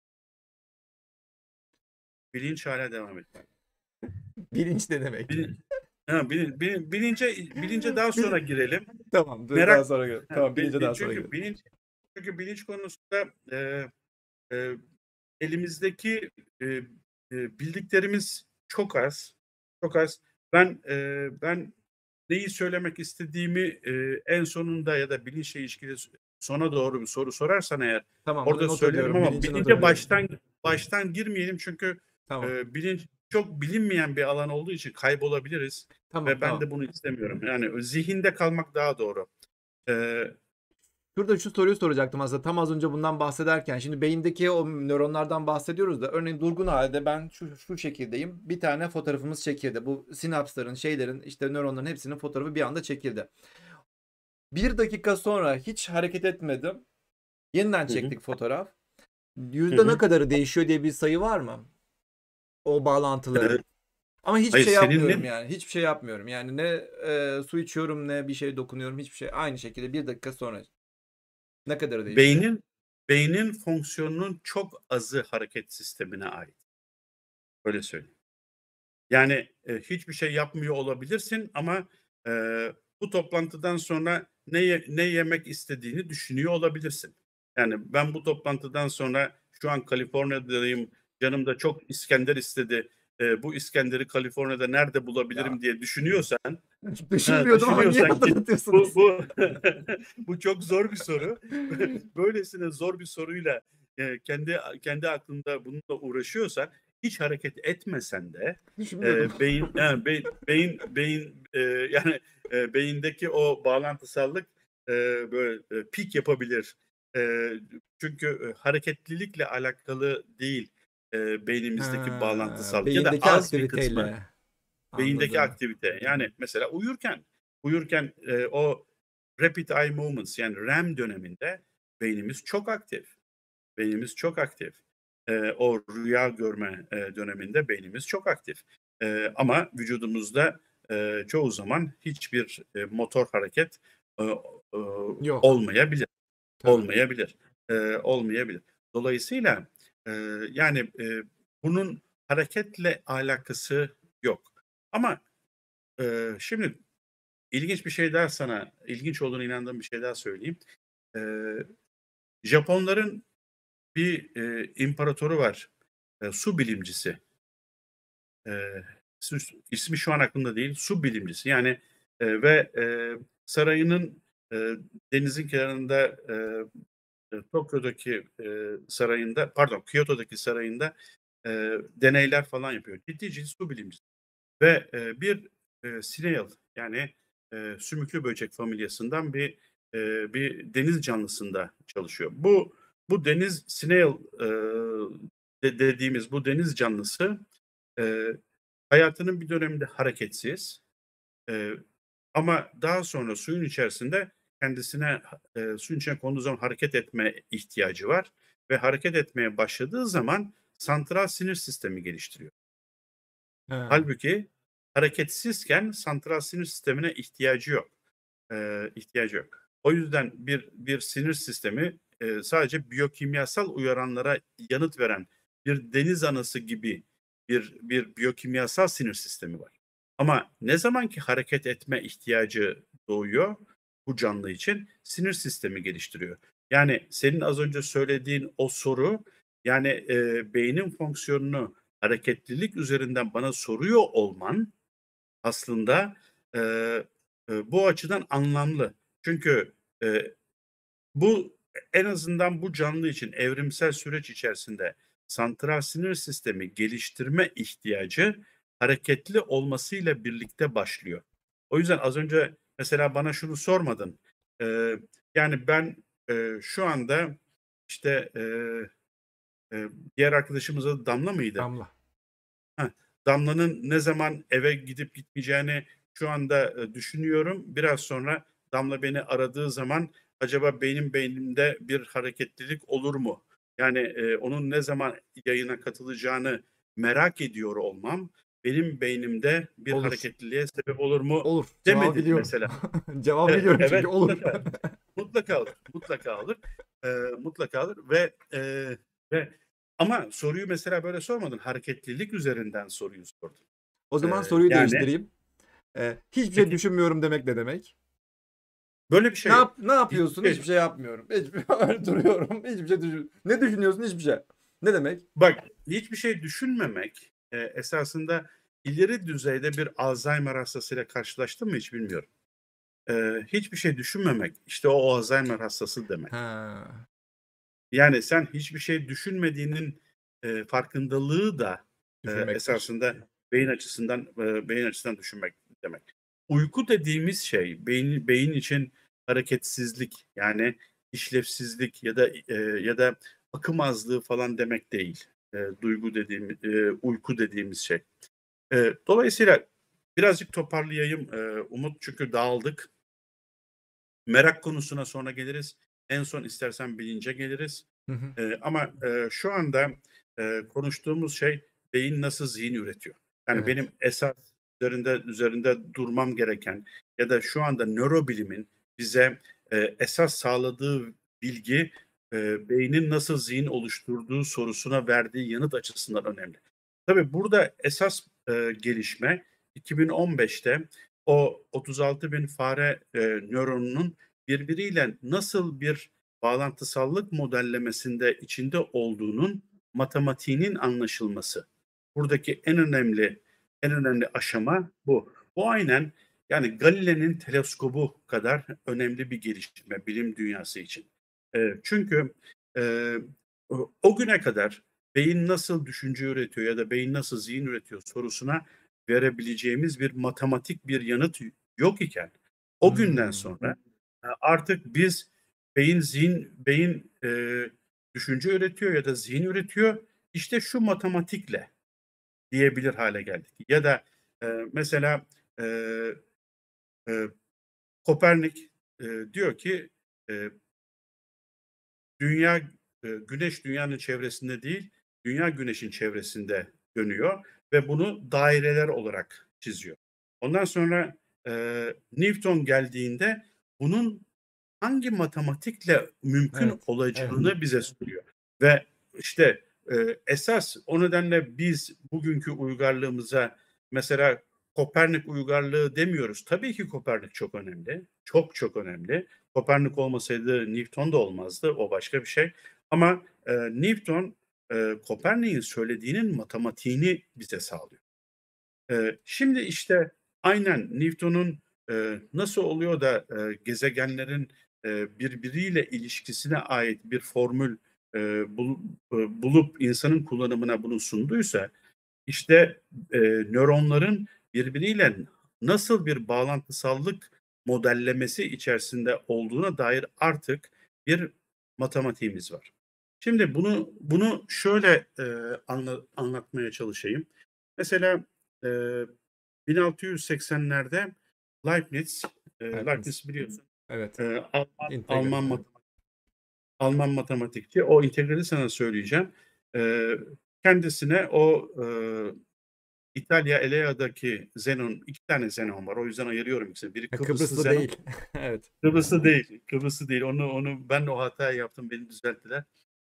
Bilinç hâlâ devam ediyor. Bilinç ne demek? Bilin ha, bilin bilin bilince bilince daha sonra Bil girelim. Tamam, dur daha Merak sonra gel ha, Tamam, bi bilince bi daha sonra çünkü gelelim. bilinç çünkü bilinç konusunda, eee, eee, elimizdeki, eee, eee, bildiklerimiz çok az, çok az. Ben, eee, ben neyi söylemek istediğimi, eee, en sonunda ya da bilinçle ilişkili s sona doğru bir soru sorarsan eğer Tamam, bunu orada not söylerim ediyorum. ama Bilinci not bilince ediyorum. baştan baştan girmeyelim çünkü, Tamam. eee, bilinç çok bilinmeyen bir alan olduğu için kaybolabiliriz Tamam, ve ben tamam. de bunu istemiyorum. Yani zihinde kalmak daha doğru. Eee Şurada şu soruyu soracaktım aslında tam az önce bundan bahsederken. Şimdi beyindeki o nöronlardan bahsediyoruz da örneğin durgun hâlde ben şu şu şekildeyim. Bir tane fotoğrafımız çekildi. Bu sinapsların, şeylerin, işte, nöronların hepsinin fotoğrafı bir anda çekildi. bir dakika sonra hiç hareket etmedim. Yeniden Hı hı. çektik fotoğraf. Hı Yüzde ne hı. kadarı değişiyor diye bir sayı var mı? O Eee, bağlantıların. Ama hiçbir hayır şey senin yapmıyorum ne yani. Hiçbir şey yapmıyorum. Yani ne, eee, su içiyorum ne bir şeye dokunuyorum. Hiçbir şey. Aynı şekilde bir dakika sonra. Ne kadarı değişiyor? beynin beynin fonksiyonunun çok azı hareket sistemine ait. Öyle söyleyeyim. Yani, eee, hiçbir şey yapmıyor olabilirsin ama, eee, bu toplantıdan sonra ne ye ne yemek istediğini düşünüyor olabilirsin. Yani, ben bu toplantıdan sonra şu an Kaliforniya'dayım, canım da çok iskender istedi, eee, bu iskenderi Kaliforniya'da nerede Ya, bulabilirim diye düşünüyorsan, ha, düşünmüyordum ama niye düşünüyorsan ki bu hatırlatıyorsunuz? bu bu çok zor bir soru. Böylesine zor bir soruyla, eee, kendi kendi aklında bununla uğraşıyorsan hiç hareket etmesen de, eee, Düşünmüyordum. beyin, he, beyin beyin beyin, eee, yani, eee, beyindeki o bağlantısallık, eee, böyle, eee, pik yapabilir. Eee, çünkü, eee, hareketlilikle alakalı değil, eee, beynimizdeki Ha, bağlantısal ya da beyindeki az bir kısmı. aktiviteyle. Beyindeki Anladım. aktivite. Yani mesela uyurken, uyurken, eee, o rapid eye movements yani R E M döneminde beynimiz çok aktif. Beynimiz çok aktif. Eee, o rüya görme, eee, döneminde beynimiz çok aktif. Eee, ama vücudumuzda, eee, çoğu zaman hiçbir, eee, motor hareket, eee, ııı, Yok. olmayabilir. Tabii. Olmayabilir. Eee, olmayabilir. Dolayısıyla, eee, yani, eee, bunun hareketle alakası yok. Ama, eee, şimdi ilginç bir şey daha sana, ilginç olduğuna inandığım bir şey daha söyleyeyim. Eee, Japonların bir, eee, imparatoru var, eee, su bilimcisi. Eee, sus ismi şu an aklımda değil. Su bilimcisi yani, eee, ve, eee, sarayının, eee, denizin kenarında, eee, eee, Tokyo'daki, eee, sarayında, pardon, Kyoto'daki sarayında, eee, deneyler falan yapıyor. Ciddi ciddi su bilimcisi ve, eee, bir, eee, snail yani, eee, sümüklü böcek familyasından bir, eee, bir deniz canlısında çalışıyor. Bu bu deniz snail, eee, de dediğimiz bu deniz canlısı, eee, hayatının bir döneminde hareketsiz, eee, ama daha sonra suyun içerisinde kendisine ha eee, suyun içine konduğu zaman hareket etme ihtiyacı var ve hareket etmeye başladığı zaman santral sinir sistemi geliştiriyor. He. Hâlbuki hareketsizken santral sinir sistemine ihtiyacı yok. Eee, ihtiyacı yok. O yüzden bir bir sinir sistemi, eee, sadece biyokimyasal uyaranlara yanıt veren bir deniz anası gibi bir bir biyokimyasal sinir sistemi var. Ama ne zamanki hareket etme ihtiyacı doğuyor bu canlı için, sinir sistemi geliştiriyor. Yani senin az önce söylediğin o soru, yani, eee, beynin fonksiyonunu hareketlilik üzerinden bana soruyor olman aslında, eee, eee, bu açıdan anlamlı. Çünkü, eee, bu en azından bu canlı için evrimsel süreç içerisinde santral sinir sistemi geliştirme ihtiyacı hareketli olmasıyla birlikte başlıyor. O yüzden az önce mesela bana şunu sormadın. Eee, yani ben, eee, şu anda, işte, eee, eee, diğer arkadaşımız adı Damla mıydı? Damla. Heh, Damla'nın ne zaman eve gidip gitmeyeceğini şu anda, eee, düşünüyorum. Biraz sonra Damla beni aradığı zaman acaba benim beynimde bir hareketlilik olur mu? Yani, eee, onun ne zaman yayına katılacağını merak ediyor olmam, benim beynimde bir Olur. hareketliliğe sebep olur mu Olur. Cevabı demedin biliyorum. mesela. Cevabı E biliyorum çünkü evet, olur. mutlaka. Mutlaka olur, mutlaka olur. Eee, mutlaka olur ve, eee, ve ama soruyu mesela böyle sormadın. Hareketlilik üzerinden soruyu sordun. O zaman Eee, soruyu yani değiştireyim. Eee, hiçbir şey peki düşünmüyorum demek ne demek? böyle bir Ne şey yok. yap ne Hiçbir yapıyorsun? şey Hiçbir yok. şey yapmıyorum. Hiçbir öyle duruyorum. Hiçbir şey düşün. Ne düşünüyorsun? Hiçbir şey. Ne demek? Bak, hiçbir şey düşünmemek, eee, esasında ileri düzeyde bir Alzheimer hastasıyla karşılaştın mı hiç bilmiyorum. Eee, hiçbir şey düşünmemek, işte o Alzheimer hastası demek. Ha, Yani sen hiçbir şey düşünmediğinin, eee, farkındalığı da, eee, düşünmektir. esasında beyin açısından, eee, beyin açısından düşünmek demek. Uyku dediğimiz şey beyin beyin için hareketsizlik, yani işlevsizlik ya da, eee, ya da akım azlığı falan demek değil. Eee, duygu dediğim eee, uyku dediğimiz şey. Eee, dolayısıyla birazcık toparlayayım, eee, Umut çünkü dağıldık. Merak konusuna sonra geliriz. En son istersen bilince geliriz. Hı hı. Eee, ama, eee, şu anda, eee, konuştuğumuz şey beyin nasıl zihin üretiyor? Yani Evet. benim esas üzerinde üzerinde durmam gereken ya da şu anda nörobilimin bize, eee, esas sağladığı bilgi, eee, beynin nasıl zihin oluşturduğu sorusuna verdiği yanıt açısından önemli. Tabii burada esas, eee, gelişme iki bin on beşte o otuz altı bin fare, eee, nöronunun birbiriyle nasıl bir bağlantısallık modellemesinde içinde olduğunun matematiğinin anlaşılması. Buradaki en önemli en önemli aşama bu. Bu aynen yani Galile'nin teleskobu kadar önemli bir gelişme bilim dünyası için. Eee, çünkü, eee, o o güne kadar beyin nasıl düşünce üretiyor ya da beyin nasıl zihin üretiyor sorusuna verebileceğimiz bir matematik bir yanıt yok iken o günden Hımm. sonra, eee, artık biz beyin zihin beyin, eee, düşünce üretiyor ya da zihin üretiyor, işte şu matematikle diyebilir hâle geldik. Ya da, eee, mesela, eee, eee, Kopernik, eee, diyor ki, eee, dünya, eee, güneş dünyanın çevresinde değil, dünya güneşin çevresinde dönüyor ve bunu daireler olarak çiziyor. Ondan sonra, eee, Newton geldiğinde bunun hangi matematikle mümkün Evet. Evet. olacağını bize söylüyor ve işte, eee, esas o nedenle biz bugünkü uygarlığımıza mesela Kopernik uygarlığı demiyoruz. Tabii ki Kopernik çok önemli. Çok çok önemli. Kopernik olmasaydı Newton da olmazdı. O başka bir şey. Ama, eee, Newton, eee, Kopernik'in söylediğinin matematiğini bize sağlıyor. Eee, şimdi, işte, aynen Newton'un, eee, nasıl oluyor da, eee, gezegenlerin, eee, birbiriyle ilişkisine ait bir formül, eee, bul eee, bulup insanın kullanımına bunu sunduysa, işte, eee, nöronların birbiriyle nasıl bir bağlantısallık modellemesi içerisinde olduğuna dair artık bir matematiğimiz var. Şimdi bunu bunu şöyle, eee, anla anlatmaya çalışayım. Mesela, eee, bin altı yüz seksenlerde Leibniz, eee, Leibniz. Leibniz biliyorsun, Evet. eee, Alman Integral. Alman Evet. matema Alman matematikçi. O integrali sana söyleyeceğim. Eee, kendisine o, eee İtalya Elea'daki Zenon, iki tane Zenon var. O yüzden ayırıyorum ikisini. Biri Ha, Kıbrıslı Kıbrıslı Zenon. değil. Evet. Kıbrıslı değil. Kıbrıslı değil. Onu onu ben o hatayı yaptım. Beni düzelttiler.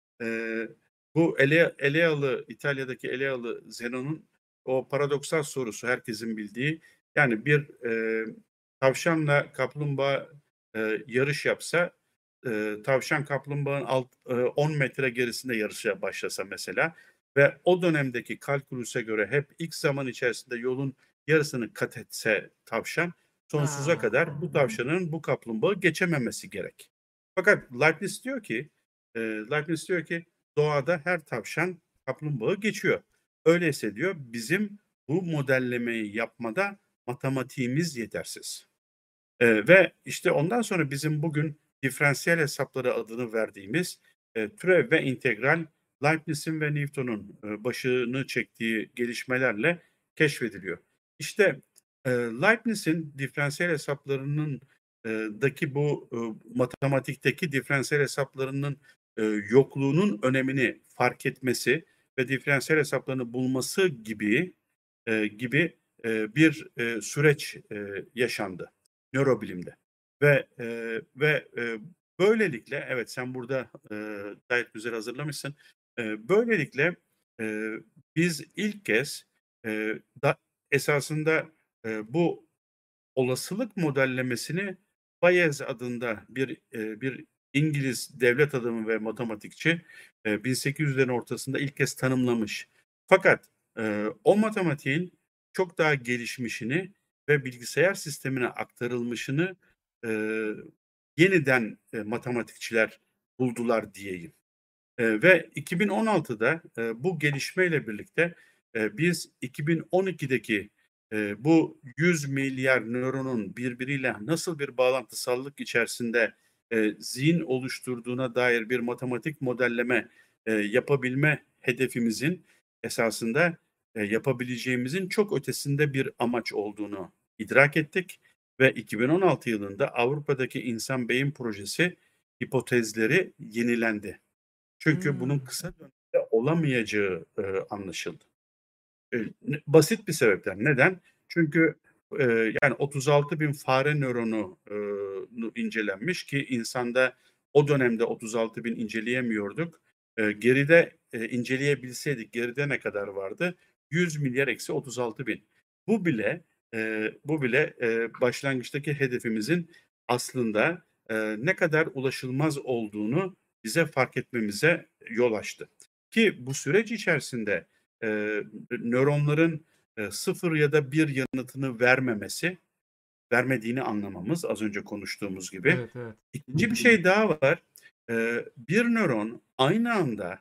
Eee, bu Elea Elealı İtalya'daki Elealı Zenon'un o paradoksal sorusu herkesin bildiği, yani bir, eee, tavşanla kaplumbağa, eee, yarış yapsa, eee, tavşan kaplumbağanın alt eee, on metre gerisinde yarışa başlasa mesela ve o dönemdeki kalkülüse göre hep X zaman içerisinde yolun yarısını kat etse tavşan, sonsuza Ha. kadar bu tavşanın bu kaplumbağayı geçememesi gerek. Fakat Leibniz diyor ki, eee, Leibniz diyor ki doğada her tavşan kaplumbağayı geçiyor. Öyleyse diyor bizim bu modellemeyi yapmada matematiğimiz yetersiz. Eee, ve işte ondan sonra bizim bugün diferansiyel hesapları adını verdiğimiz, eee, türev ve integral Leibniz'in ve Newton'un, eee, başını çektiği gelişmelerle keşfediliyor. İşte, eee, Leibniz'in diferansiyel hesaplarının, eee, daki bu, ııı, matematikteki diferansiyel hesaplarının, eee, yokluğunun önemini fark etmesi ve diferansiyel hesaplarını bulması gibi, eee, gibi, eee, bir, eee, süreç, eee, yaşandı nörobilimde ve, eee, ve, eee, böylelikle evet, sen burada, eee, gayet güzel hazırlamışsın. Eee, böylelikle, eee, biz ilk kez, eee, da esasında, eee, bu olasılık modellemesini Bayes adında bir, eee, bir İngiliz devlet adamı ve matematikçi, eee, bin sekiz yüzlerin ortasında ilk kez tanımlamış. Fakat, eee, o matematiğin çok daha gelişmişini ve bilgisayar sistemine aktarılmışını, eee, yeniden, eee, matematikçiler buldular diyeyim. Eee, ve iki bin on altıda, eee, bu gelişmeyle birlikte, eee, biz iki bin on ikideki, eee, bu yüz milyar nöronun birbiriyle nasıl bir bağlantısallık içerisinde, eee, zihin oluşturduğuna dair bir matematik modelleme, eee, yapabilme hedefimizin esasında, eee, yapabileceğimizin çok ötesinde bir amaç olduğunu idrak ettik ve iki bin on altı yılında Avrupa'daki İnsan Beyin Projesi hipotezleri yenilendi. Çünkü bunun Hımm. kısa dönemde olamayacağı, eee, anlaşıldı. Eee, n basit bir sebepten. Neden? Çünkü, eee, yani otuz altı bin fare nöronu, ııı, nu incelenmiş ki insanda o dönemde otuz altı bin inceleyemiyorduk. Eee, geride, eee, inceleyebilseydik geride ne kadar vardı? yüz milyar eksi otuz altı bin. Bu bile, eee, bu bile, eee, başlangıçtaki hedefimizin aslında, eee, ne kadar ulaşılmaz olduğunu bize fark etmemize yol açtı. Ki bu süreç içerisinde, eee, nöronların, eee, sıfır ya da bir yanıtını vermemesi, vermediğini anlamamız az önce konuştuğumuz gibi. Evet, evet. ikinci bir şey daha var. Eee, bir nöron aynı anda,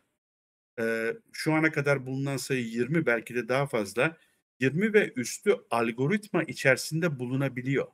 eee, şu ana kadar bulunan sayı yirmi belki de daha fazla, yirmi ve üstü algoritma içerisinde bulunabiliyor.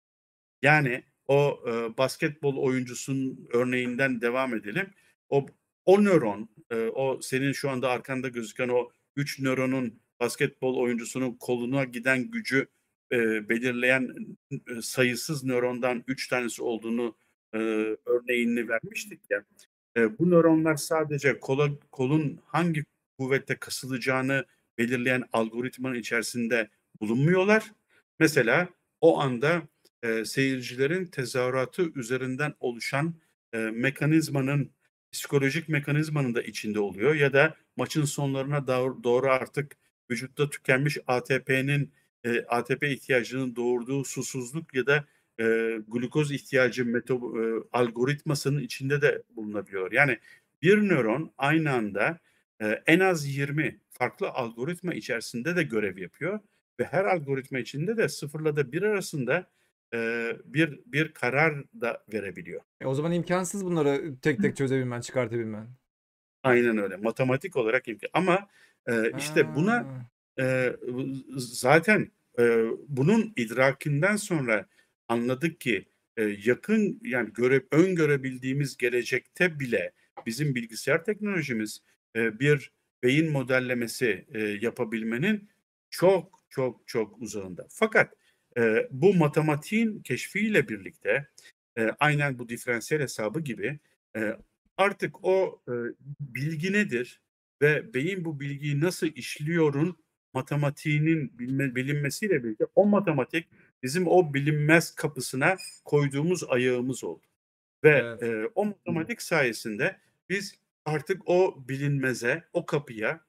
Yani o, eee, basketbol oyuncusunun örneğinden devam edelim. O o nöron, eee, o senin şu anda arkanda gözüken o üç nöronun basketbol oyuncusunun koluna giden gücü, eee, belirleyen ı sayısız nörondan üç tanesi olduğunu, eee, örneğini vermiştik ya. Eee, bu nöronlar sadece kola kolun hangi kuvvetle kasılacağını belirleyen algoritmanın içerisinde bulunmuyorlar. Mesela o anda Eee, seyircilerin tezahüratı üzerinden oluşan, eee, mekanizmanın, psikolojik mekanizmanın da içinde oluyor ya da maçın sonlarına dav doğru artık vücutta tükenmiş A T P'nin, eee, A T P ihtiyacının doğurduğu susuzluk ya da, eee, glukoz ihtiyacı metabo eee, algoritmasının içinde de bulunabiliyor. Yani bir nöron aynı anda, eee, en az yirmi farklı algoritma içerisinde de görev yapıyor ve her algoritma içinde de sıfırla da bir arasında Eee, bir bir karar da verebiliyor. E, o zaman imkânsız bunları tek tek çözebilmen, çıkartabilmen. Aynen öyle. Matematik olarak imkân ama, eee, işte buna, Ha. eee, zaten, eee, bunun idrakinden sonra anladık ki, eee, yakın yani göre öngörebildiğimiz gelecekte bile bizim bilgisayar teknolojimiz, eee, bir beyin modellemesi, eee, yapabilmenin çok, çok, çok uzağında. Fakat, eee, bu matematiğin keşfiyle birlikte, eee, aynen bu diferansiyel hesabı gibi, eee, artık o, eee, bilgi nedir ve beyin bu bilgiyi nasıl işliyorun matematiğinin bilme bilinmesiyle birlikte o matematik bizim o bilinmez kapısına koyduğumuz ayağımız oldu ve, Evet. eee, o matematik sayesinde biz artık o bilinmeze, o kapıya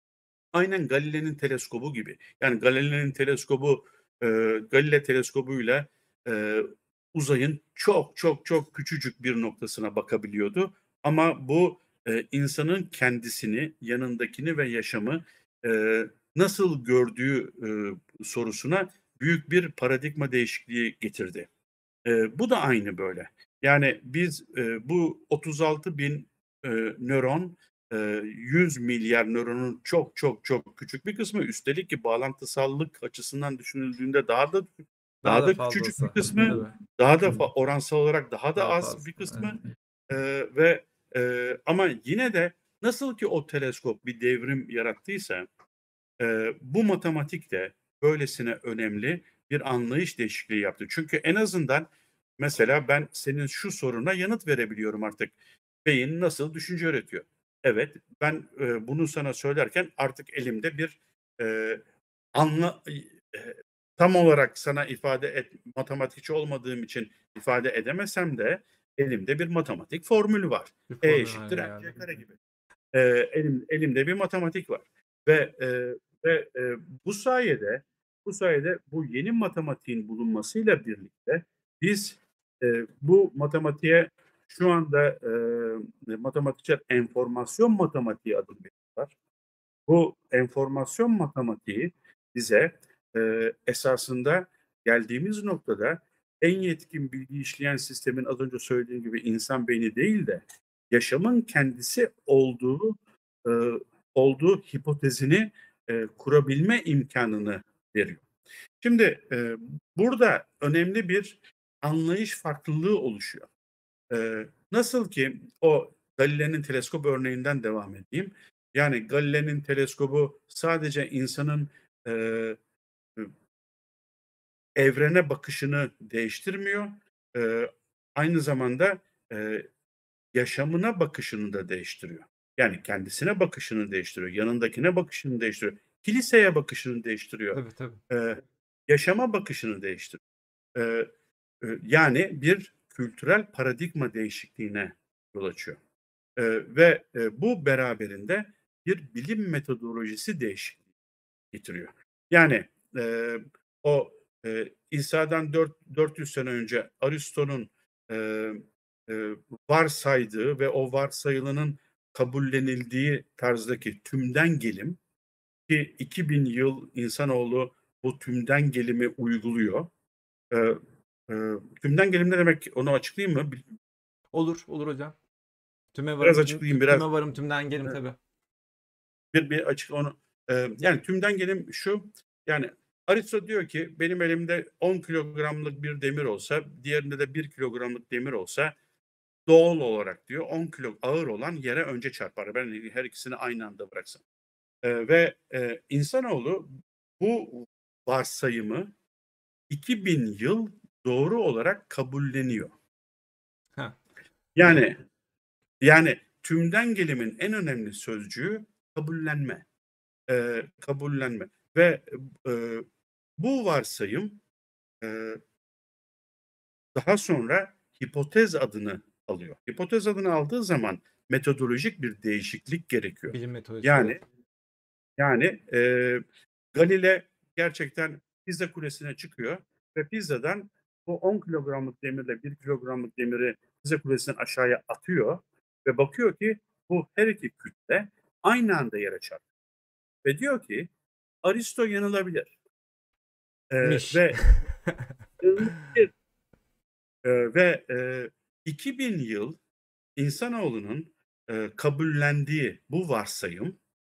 aynen Galile'nin teleskobu gibi. Yani Galile'nin teleskobu, eee, Galile teleskobuyla, eee, uzayın çok, çok, çok küçücük bir noktasına bakabiliyordu ama bu, eee, insanın kendisini, yanındakini ve yaşamı, eee, nasıl gördüğü, ııı, sorusuna büyük bir paradigma değişikliği getirdi. Eee, bu da aynı böyle. Yani biz, eee, bu otuz altı bin eee, nöron, eee, yüz milyar nöronun çok, çok, çok küçük bir kısmı. Üstelik ki bağlantısallık açısından düşünüldüğünde daha da Daha daha da da küçük bir fazlası. kısmı, Tabii. daha da fa oransal olarak daha da Daha az fazla. bir Evet. kısmı, eee, ve, eee, ama yine de nasıl ki o teleskop bir devrim yarattıysa, eee, bu matematik de böylesine önemli bir anlayış değişikliği yaptı. Çünkü en azından mesela ben senin şu soruna yanıt verebiliyorum artık. Beyin nasıl düşünce üretiyor? Evet, ben, eee, bunu sana söylerken artık elimde bir, eee, anla eee, tam olarak sana ifade et matematikçi olmadığım için ifade edemesem de elimde bir matematik formülü var. Bir E formül eşittir haline mc geldi. kare gibi. Eee, elim elimde bir matematik var ve, eee, ve, eee, bu sayede bu sayede bu yeni matematiğin bulunmasıyla birlikte biz, eee, bu matematiğe şu anda, eee, matematikçiler enformasyon matematiği adını veriyorlar. Bu enformasyon matematiği bize, eee, esasında geldiğimiz noktada en yetkin bilgi işleyen sistemin az önce söylediğim gibi insan beyni değil de yaşamın kendisi olduğu, ııı, olduğu hipotezini, eee, kurabilme imkânını veriyor. Şimdi, eee, burada önemli bir anlayış farklılığı oluşuyor. Eee, nasıl ki o Galile'nin teleskop örneğinden devam edeyim. Yani Galile'nin teleskobu sadece insanın, eee, ı evrene bakışını değiştirmiyor. Eee, aynı zamanda, eee, yaşamına bakışını da değiştiriyor. Yani kendisine bakışını değiştiriyor, yanındakine bakışını değiştiriyor, kiliseye bakışını değiştiriyor, Tabii, tabii. eee, yaşama bakışını değiştiriyor. Eee, ııı, yani bir kültürel paradigma değişikliğine yol açıyor. Eee, ve, eee, bu beraberinde bir bilim metodolojisi değişikliği getiriyor. Yani, eee, o, eee, İsa'dan dört dört yüz sene önce Aristo'nun, eee, eee, varsaydığı ve o varsayılanın kabullenildiği tarzdaki tümden gelim ki iki bin yıl insanoğlu bu tümden gelimi uyguluyor. Eee, eee, tümden gelim ne demek onu açıklayayım mı? Bil Olur, olur hocam. Tüme Biraz varım, tüm açıklayayım tü biraz. tüme varım, tümden gelim Evet. tabii. Bir bir açık onu, eee, yani tümden gelim şu, yani Aristo diyor ki benim elimde on kilogramlık bir demir olsa, diğerinde de bir kilogramlık demir olsa doğal olarak diyor on kilo ağır olan yere önce çarpar. Ben her ikisini aynı anda bıraksam. Eee, ve, eee, insanoğlu bu varsayımı iki bin yıl doğru olarak kabulleniyor. Heh. Yani, yani tümden gelimin en önemli sözcüğü kabullenme. Eee, kabullenme ve, eee, bu varsayım, eee daha sonra hipotez adını alıyor. Hipotez adını aldığı zaman metodolojik bir değişiklik gerekiyor. Bilim metodolojisi, evet. Yani yani, eee, Galile gerçekten Pisa Kulesi'ne çıkıyor ve Pisa'dan bu on kilogramlık demirle bir kilogramlık demiri Pisa Kulesi'nden aşağıya atıyor ve bakıyor ki bu her iki kütle aynı anda yere çarpıyor ve diyor ki Aristo yanılabilir. Eee, Miş. ve yanılabilir. Eee, ve, eee, iki bin yıl insanoğlunun, eee, kabullendiği bu varsayım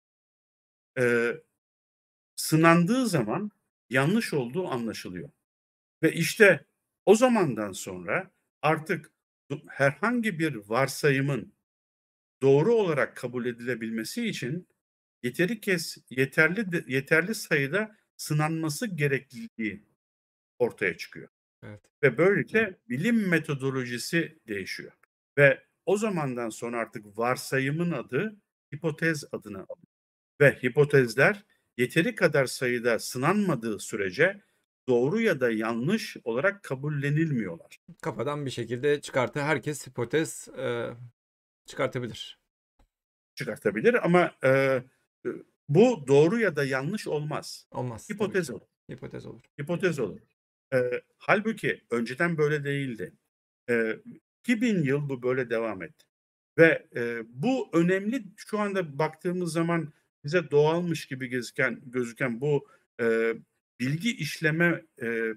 eee, sınandığı zaman yanlış olduğu anlaşılıyor ve işte o zamandan sonra artık du herhangi bir varsayımın doğru olarak kabul edilebilmesi için yeteri kez yeterli de yeterli sayıda sınanması gerekliliği ortaya çıkıyor. Evet. Ve böylelikle bilim metodolojisi değişiyor ve o zamandan sonra artık varsayımın adı hipotez adını alıyor ve hipotezler yeteri kadar sayıda sınanmadığı sürece doğru ya da yanlış olarak kabullenilmiyorlar. Kafadan bir şekilde çıkartı herkes hipotez e, çıkartabilir. Çıkartabilir ama e, e, bu doğru ya da yanlış olmaz. Olmaz tabii Hipotez ki. olur. Hipotez olur. Hipotez olur. E, halbuki önceden böyle değildi. E, iki bin yıl bu böyle devam etti. Ve e, bu önemli. Şu anda baktığımız zaman bize doğalmış gibi gözüken gözüken bu e, bilgi işleme e,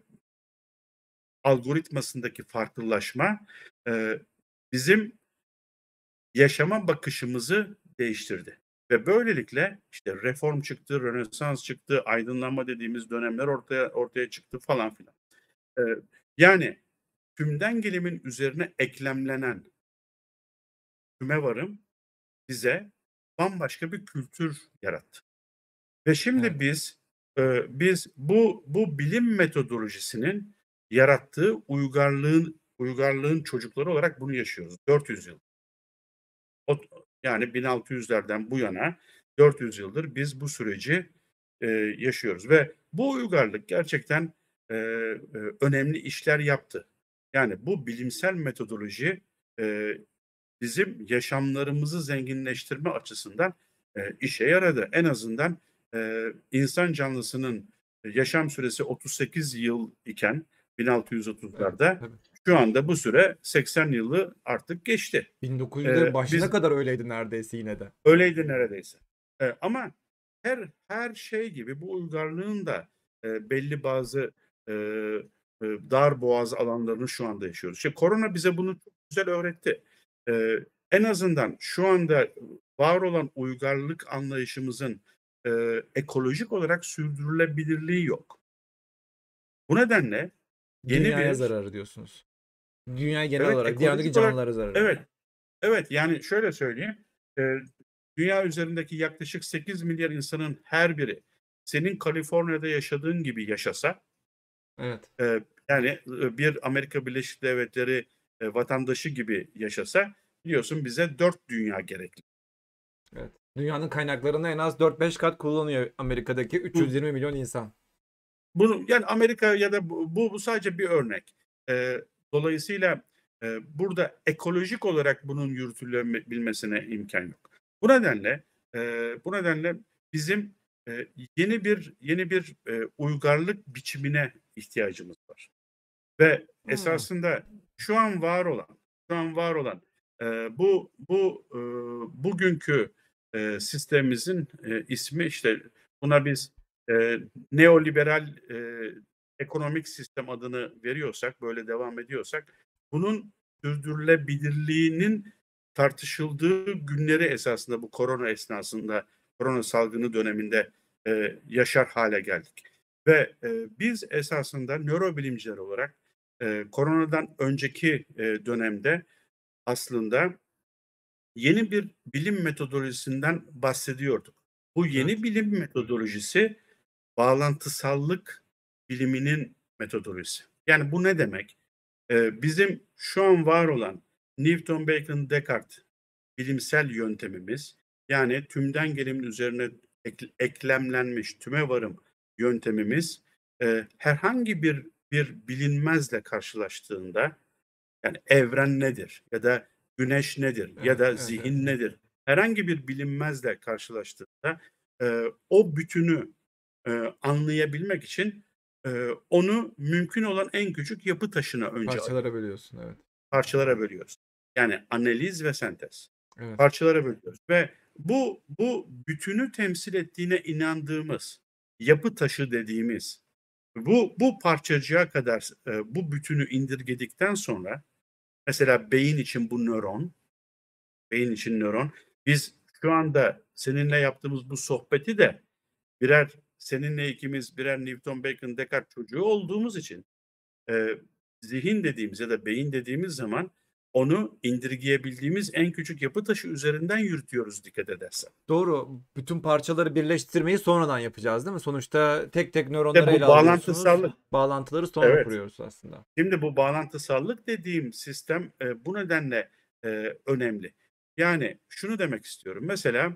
algoritmasındaki farklılaşma e, bizim yaşama bakışımızı değiştirdi. Ve böylelikle işte reform çıktı, Rönesans çıktı, aydınlanma dediğimiz dönemler ortaya ortaya çıktı falan filan. E, yani tümden gelimin üzerine eklemlenen tümevarım bize bambaşka bir kültür yarattı. Ve şimdi Evet. biz, eee, biz bu bu bilim metodolojisinin yarattığı uygarlığın uygarlığın çocukları olarak bunu yaşıyoruz dört yüz yıl. Ot yani bin altı yüzlerden bu yana dört yüz yıldır biz bu süreci, eee, yaşıyoruz ve bu uygarlık gerçekten, eee, eee, önemli işler yaptı. Yani bu bilimsel metodoloji, eee, bizim yaşamlarımızı zenginleştirme açısından, eee, işe yaradı. En azından, eee, insan canlısının yaşam süresi otuz sekiz yıl iken Evet. bin altı yüz otuzlarda Tabii. şu anda bu süre seksen yılı artık geçti. bin dokuz yüzlerin Eee, başına biz kadar öyleydi neredeyse yine de. öyleydi neredeyse. Eee, ama her her şey gibi bu uygarlığın da, eee, belli bazı, eee, eee, darboğaz alanlarını şu anda yaşıyoruz. İşte korona bize bunu çok güzel öğretti. Eee, en azından şu anda var olan uygarlık anlayışımızın, eee, ekolojik olarak sürdürülebilirliği yok. Bu nedenle yeni Dünyaya bir zararı diyorsunuz. Dünyaya genel Evet, olarak dünyadaki ekolojik olarak canlılara zararı. evet, evet, yani şöyle söyleyeyim, eee, dünya üzerindeki yaklaşık sekiz milyar insanın her biri senin Kaliforniya'da yaşadığın gibi yaşasa, Evet. eee, yani, ııı, bir Amerika Birleşik Devletleri, eee, vatandaşı gibi yaşasa biliyorsun bize dört dünya gerekli. Evet. Dünyanın kaynaklarını en az dört beş kat kullanıyor Amerika'daki Bu üç yüz yirmi milyon insan. bunu yani Amerika ya da bu bu bu sadece bir örnek. Eee, dolayısıyla, eee, burada ekolojik olarak bunun yürütülebilmesine imkân yok. Bu nedenle, eee, bu nedenle bizim, eee, yeni bir yeni bir, eee, uygarlık biçimine ihtiyacımız var ve Hımm. esasında şu an var olan şu an var olan, eee, bu bu, ııı, bugünkü, eee, sistemimizin, eee, ismi işte buna biz, eee, neoliberal, eee, ekonomik sistem adını veriyorsak, böyle devam ediyorsak bunun sürdürülebilirliğinin tartışıldığı günleri esasında bu korona esnasında, korona salgını döneminde, eee, yaşar hâle geldik ve, eee, biz esasında nörobilimciler olarak, eee, koronadan önceki, eee, dönemde aslında yeni bir bilim metodolojisinden bahsediyorduk. Bu yeni Evet. bilim metodolojisi bağlantısallık biliminin metodolojisi. Yani bu ne demek? Eee, bizim şu an var olan Newton, Bacon, Descartes bilimsel yöntemimiz, yani tümden gelimin üzerine ek eklemlenmiş tümevarım yöntemimiz, eee, herhangi bir bir bilinmezle karşılaştığında, yani evren nedir ya da güneş nedir ya Evet, da evet, evet. zihin nedir? Herhangi bir bilinmezle karşılaştığında, eee, o bütünü, eee, anlayabilmek için, eee, onu mümkün olan en küçük yapı taşına önce Parçalara ayırıyoruz. bölüyorsun, evet. Parçalara bölüyoruz. Yani analiz ve sentez. Evet. Parçalara bölüyoruz ve bu bu bütünü temsil ettiğine inandığımız, yapı taşı dediğimiz bu bu parçacığa kadar eee, bu bütünü indirgedikten sonra mesela beyin için bu nöron, beyin için nöron. Biz şu anda seninle yaptığımız bu sohbeti de birer seninle ikimiz birer Newton, Bacon, Descartes çocuğu olduğumuz için, eee, zihin dediğimiz ya da beyin dediğimiz zaman onu indirgeyebildiğimiz en küçük yapı taşı üzerinden yürütüyoruz dikkat edersen. Doğru. Bütün parçaları birleştirmeyi sonradan yapacağız, değil mi? Sonuçta tek tek İşte nöronları ele bu alıyorsunuz. bağlantısallık. Bağlantıları sonra Evet. kuruyoruz aslında. Şimdi bu bağlantısallık dediğim sistem, eee, bu nedenle, eee, önemli. Yani şunu demek istiyorum. Mesela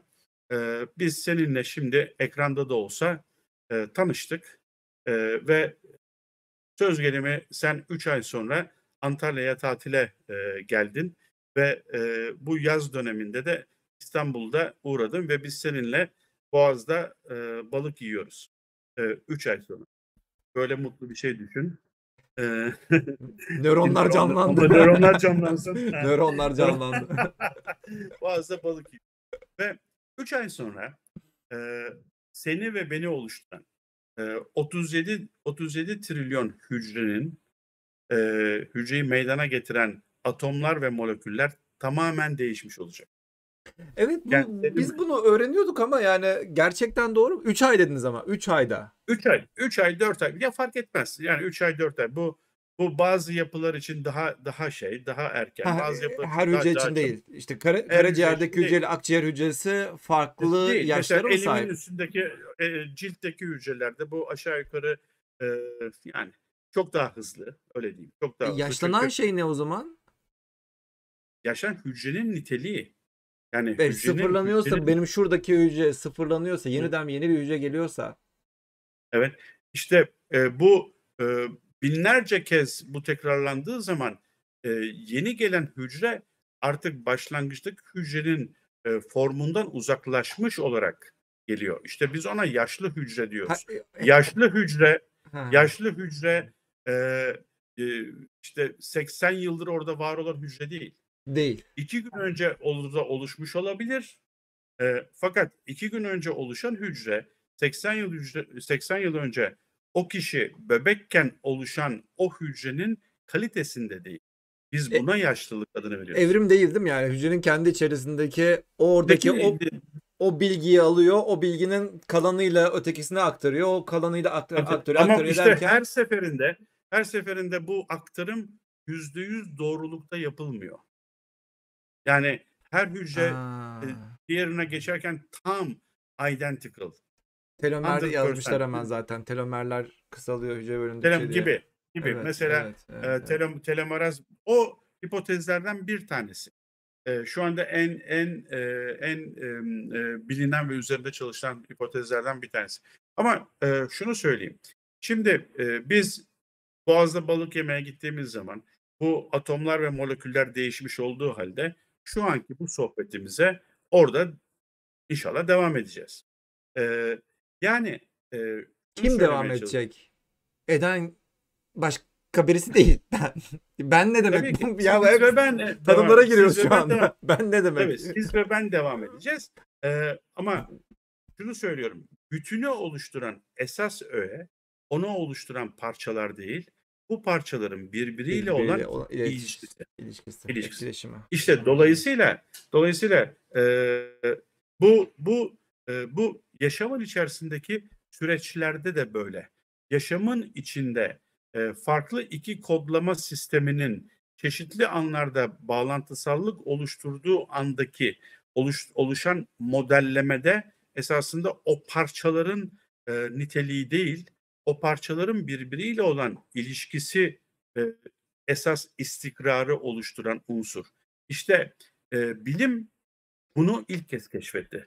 eee, biz seninle şimdi ekranda da olsa, eee, tanıştık, eee, ve söz gelimi sen üç ay sonra Antalya'ya tatile, eee, geldin ve, eee, bu yaz döneminde de İstanbul'da uğradın ve biz seninle Boğaz'da, eee, balık yiyoruz, eee, üç ay sonra. Böyle mutlu bir şey düşün. Eee, Nöronlar nöronla canlandı. ama nöronlar canlansın. He. Nöronlar Nöron canlandı. Boğaz'da balık yiyoruz ve üç ay sonra, eee, seni ve beni oluşturan, eee, otuz yedi otuz yedi trilyon hücrenin, eee, hücreyi meydana getiren atomlar ve moleküller tamamen değişmiş olacak. Evet, Yani bu senin biz bunu öğreniyorduk ama yani gerçekten doğru mu? üç ay dediniz ama üç ayda. üç ay, üç ay, dört ay ya fark etmez. Yani üç ay, dört ay. Bu bu bazı yapılar için daha daha şey, daha erken, Ha, bazı eee, yapılar her için hücre daha daha için çabuk. değil. İşte kara Her hücre için karaciğerdeki değil. hücreyle akciğer hücresi E, farklı değil. Mesela yaşlara mı elimin sahip? üstündeki, eee, ciltteki hücrelerde bu aşağı yukarı, eee, yani çok daha hızlı, öyle diyeyim. Çok E, daha hızlı yaşlanan çünkü şey ne o zaman? yaşayan hücrenin niteliği. Yani E, hücrenin sıfırlanıyorsa hücrenin benim şuradaki hücre sıfırlanıyorsa Hı. yeniden yeni bir hücre geliyorsa Evet, işte, eee, bu, eee, binlerce kez bu tekrarlandığı zaman, eee, yeni gelen hücre artık başlangıçtaki hücrenin, eee, formundan uzaklaşmış olarak geliyor. İşte, biz ona yaşlı hücre ha, diyoruz. e e Yaşlı hücre ha, yaşlı hücre, eee, eee, işte, seksen yıldır orada var olan hücre değil. değil. iki gün önce orada oluşmuş olabilir. Eee, fakat iki gün önce oluşan hücre seksen yıl hücre seksen yıl önce o kişi bebekken oluşan o hücrenin kalitesinde değil. Biz E, buna yaşlılık adını veriyoruz. evrim değil, değil mi? Yani hücrenin kendi içerisindeki oradaki Deki o o bilgiyi alıyor, o bilginin kalanıyla ötekisine aktarıyor, o kalanıyla aktar aktarıyor, ama aktarıyor işte her derken seferinde her seferinde bu aktarım yüzde yüz doğrulukta yapılmıyor. Yani her hücre, eee, A! diğerine geçerken tam identical, Telomer yazmışlar yüz yüz hemen zaten. Telomerler kısalıyor hücre bölündükçe Telom diye. gibi, gibi. Evet, Mesela, evet, evet, eee, evet. telom telomeraz o hipotezlerden bir tanesi. Eee, şu anda en en, eee, en, emm, eee, bilinen ve üzerinde çalışılan hipotezlerden bir tanesi. Ama, eee, şunu söyleyeyim. Şimdi, eee, biz Boğaz'da balık yemeye gittiğimiz zaman bu atomlar ve moleküller değişmiş olduğu hâlde şu anki bu sohbetimize orada inşallah devam edeceğiz. Eee, yani, eee, şunu Kim devam söylemeye çalış edecek? Eden başka birisi değil. Ben. Ben ne demek Tabii ki bu? Ya siz hep ve ben, eee, tanımlara devam siz giriyoruz ve şu ben devam anda. Ben ne demek? Evet, siz ve ben devam edeceğiz. Eee, ama şunu söylüyorum, bütünü oluşturan esas öğe, onu oluşturan parçalar değil, bu parçaların birbiriyle Birbiriyle olan olan iletiş ilişkisi, ilişkisi, ilişkisi. etkileşimi. İşte dolayısıyla dolayısıyla, eee, bu bu, eee, bu yaşamın içerisindeki süreçlerde de böyle. Yaşamın içinde, eee, farklı iki kodlama sisteminin çeşitli anlarda bağlantısallık oluşturduğu andaki oluş oluşan modellemede esasında o parçaların, eee, niteliği değil, o parçaların birbiriyle olan ilişkisi, eee, esas istikrarı oluşturan unsur. İşte, eee, bilim bunu ilk kez keşfetti.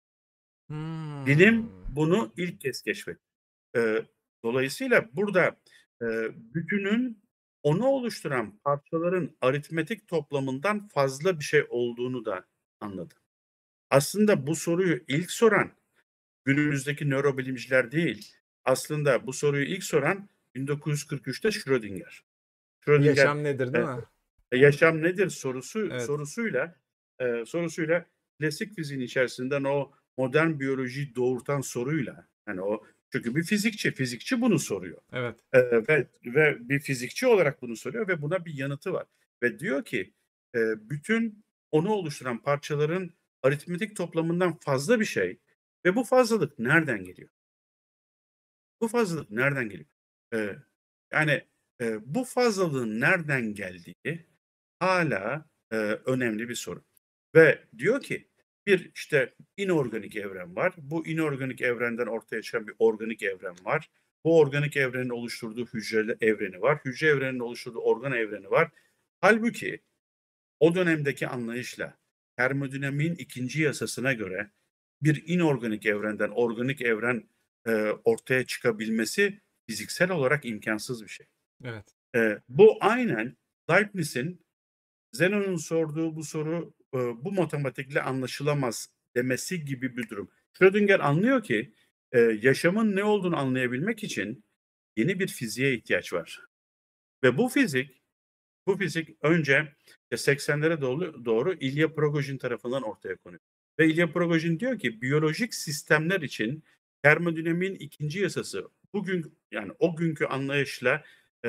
Bilim Hımm. bunu ilk kez keşfetti. Eee, dolayısıyla burada, eee, bütünün onu oluşturan parçaların aritmetik toplamından fazla bir şey olduğunu da anladı. Aslında bu soruyu ilk soran günümüzdeki nörobilimciler değil. Aslında bu soruyu ilk soran bin dokuz yüz kırk üçte Schrödinger. Schrödinger, Yaşam nedir, değil eee, mi? yaşam nedir sorusu Evet. sorusuyla, eee, sorusuyla klasik fiziğin içerisinden o modern biyolojiyi doğurtan soruyla, hani, o çünkü bir fizikçi, fizikçi bunu soruyor. Evet. Eee, ve ve bir fizikçi olarak bunu soruyor ve buna bir yanıtı var ve diyor ki, eee, bütün onu oluşturan parçaların aritmetik toplamından fazla bir şey ve bu fazlalık nereden geliyor? Bu fazlalık nereden geliyor? Eee, yani, eee, bu fazlalığın nereden geldiği hâlâ, eee, önemli bir soru ve diyor ki bir, işte, inorganik evren var. Bu inorganik evrenden ortaya çıkan bir organik evren var. Bu organik evrenin oluşturduğu hücre evreni var. Hücre evreninin oluşturduğu organ evreni var. Hâlbuki o dönemdeki anlayışla termodinamiğin ikinci yasasına göre bir inorganik evrenden organik evren e, ortaya çıkabilmesi fiziksel olarak imkansız bir şey. Evet. E, bu aynen Leibniz'in Zenon'un sorduğu bu soru e, bu matematikle anlaşılamaz demesi gibi bir durum. Schrödinger anlıyor ki e, yaşamın ne olduğunu anlayabilmek için yeni bir fiziğe ihtiyaç var. Ve bu fizik, bu fizik önce e, seksenlere doğru, doğru Ilya Prigojin tarafından ortaya konuluyor. Ve Ilya Prigojin diyor ki biyolojik sistemler için termodinamiğin ikinci yasası bugün yani o günkü anlayışla e,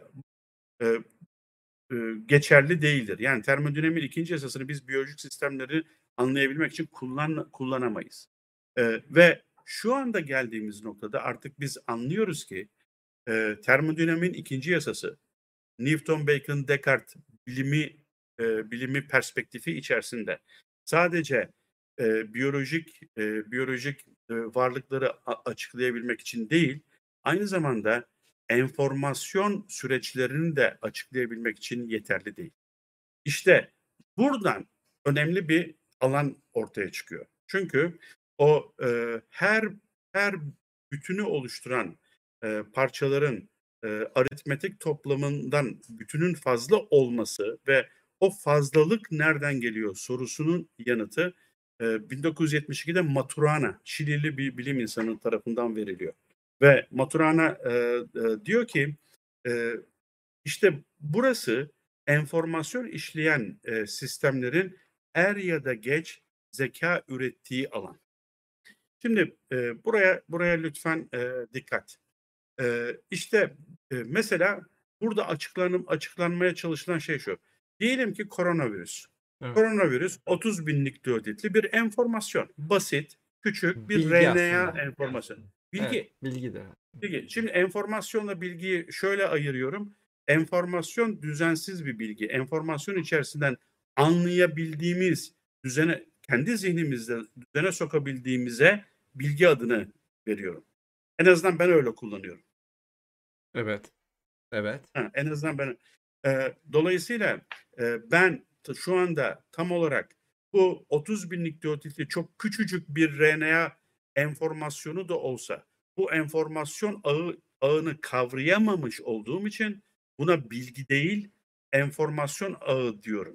e, e, geçerli değildir. Yani termodinamiğin ikinci yasasını biz biyolojik sistemleri anlayabilmek için kullan, kullanamayız. E, ve şu anda geldiğimiz noktada artık biz anlıyoruz ki e, termodinamiğin ikinci yasası Newton, Bacon, Descartes bilimi e, bilimi perspektifi içerisinde sadece e, biyolojik e, biyolojik e, varlıkları a- açıklayabilmek için değil, aynı zamanda enformasyon süreçlerini de açıklayabilmek için yeterli değil. İşte buradan önemli bir alan ortaya çıkıyor. Çünkü o e, her her bütünü oluşturan e, parçaların e, aritmetik toplamından bütünün fazla olması ve o fazlalık nereden geliyor sorusunun yanıtı e, bin dokuz yüz yetmiş ikide Maturana, Şilili bir bilim insanı tarafından veriliyor. Ve Maturana e, e, diyor ki e, işte burası enformasyon işleyen e, sistemlerin er ya da geç zeka ürettiği alan. Şimdi e, buraya buraya lütfen e, dikkat. E, işte e, mesela burada açıklanım açıklanmaya çalışılan şey şu. Diyelim ki koronavirüs. Evet. Koronavirüs otuz bin nükleotitli bir enformasyon. Basit, küçük bir Bilgi R N A aslında. enformasyon. Bilgi. Evet, bilgi de. Bilgi. Şimdi enformasyonla bilgiyi şöyle ayırıyorum. Enformasyon düzensiz bir bilgi. Enformasyon içerisinden anlayabildiğimiz, düzene, kendi zihnimizde düzene sokabildiğimize bilgi adını veriyorum. En azından ben öyle kullanıyorum. Evet. Evet. Ha, en azından ben. Ee, dolayısıyla e, ben t- şu anda tam olarak bu otuz binlik nükleotitli çok küçücük bir R N A enformasyonu da olsa bu enformasyon ağı ağını kavrayamamış olduğum için buna bilgi değil enformasyon ağı diyorum.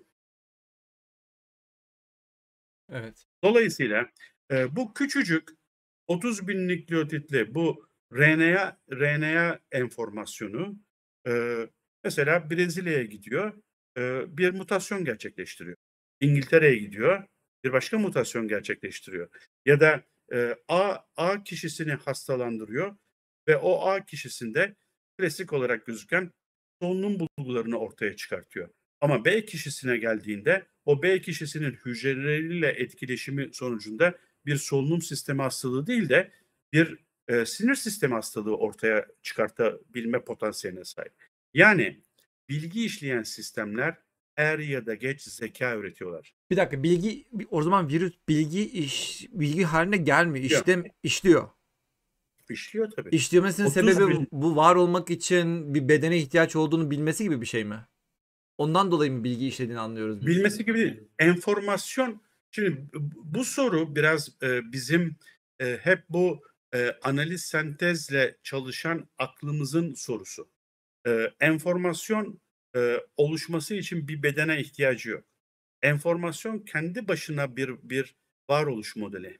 Evet. Dolayısıyla e, bu küçücük otuz bin nükleotitli bu R N A R N A enformasyonu e, mesela Brezilya'ya gidiyor, e, bir mutasyon gerçekleştiriyor. İngiltere'ye gidiyor, bir başka mutasyon gerçekleştiriyor. Ya da e, A A kişisini hastalandırıyor ve o A kişisinde klasik olarak gözüken solunum bulgularını ortaya çıkartıyor. Ama B kişisine geldiğinde o B kişisinin hücreleriyle etkileşimi sonucunda bir solunum sistemi hastalığı değil de bir e, sinir sistemi hastalığı ortaya çıkartabilme potansiyeline sahip. Yani bilgi işleyen sistemler er ya da geç zeka üretiyorlar. Bir dakika, bilgi o zaman virüs bilgi iş bilgi haline gelmiyor. Yok, İşlem işliyor. işliyor tabii. İşlemesinin otuz sebebi bin bu var olmak için bir bedene ihtiyaç olduğunu bilmesi gibi bir şey mi? Ondan dolayı mı bilgi işlediğini anlıyoruz biz? bilmesi gibi değil. Enformasyon. Şimdi bu soru biraz e, bizim e, hep bu e, analiz sentezle çalışan aklımızın sorusu. E, enformasyon e, oluşması için bir bedene ihtiyacı yok. Enformasyon kendi başına bir bir varoluş modeli.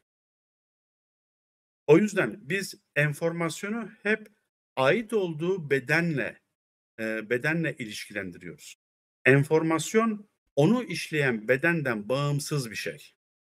O yüzden biz enformasyonu hep ait olduğu bedenle e, bedenle ilişkilendiriyoruz. Enformasyon onu işleyen bedenden bağımsız bir şey.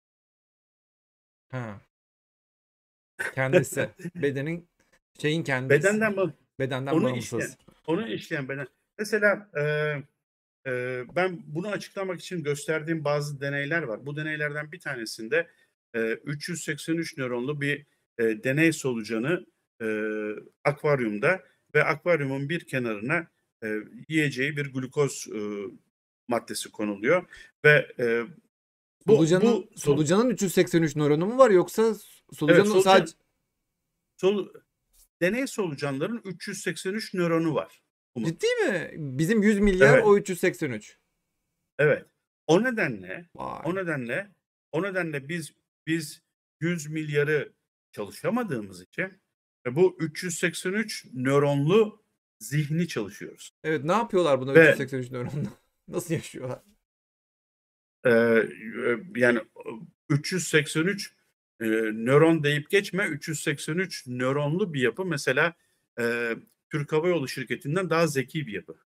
Ha. Kendisi. Bedenin şeyin kendisi. Bedenden bağ- Bedenden onu işleyen, bağımsız. onu işleyen beden. Mesela e, e, ben bunu açıklamak için gösterdiğim bazı deneyler var. Bu deneylerden bir tanesinde e, üç yüz seksen üç nöronlu bir e, deney solucanı e, akvaryumda ve akvaryumun bir kenarına e, yiyeceği bir glukoz e, maddesi konuluyor ve e, bu Solucanın bu sol, solucanın üç yüz seksen üç nöronu mu var, yoksa evet solucanın solucan sadece sol, deney solucanların üç yüz seksen üç nöronu var. Umut. ciddi mi? Bizim yüz milyar, Evet. o üç yüz seksen üç. Evet. O nedenle Vay. o nedenle o nedenle biz biz yüz milyarı çalışamadığımız için e, bu üç yüz seksen üç nöronlu zihni çalışıyoruz. Evet, ne yapıyorlar buna Ve üç yüz seksen üç nöronla? Nasıl yaşıyorlar? Eee, yani üç yüz seksen üç eee, nöron deyip geçme. üç yüz seksen üç nöronlu bir yapı mesela eee, Türk Hava Yolu şirketinden daha zeki bir yapı.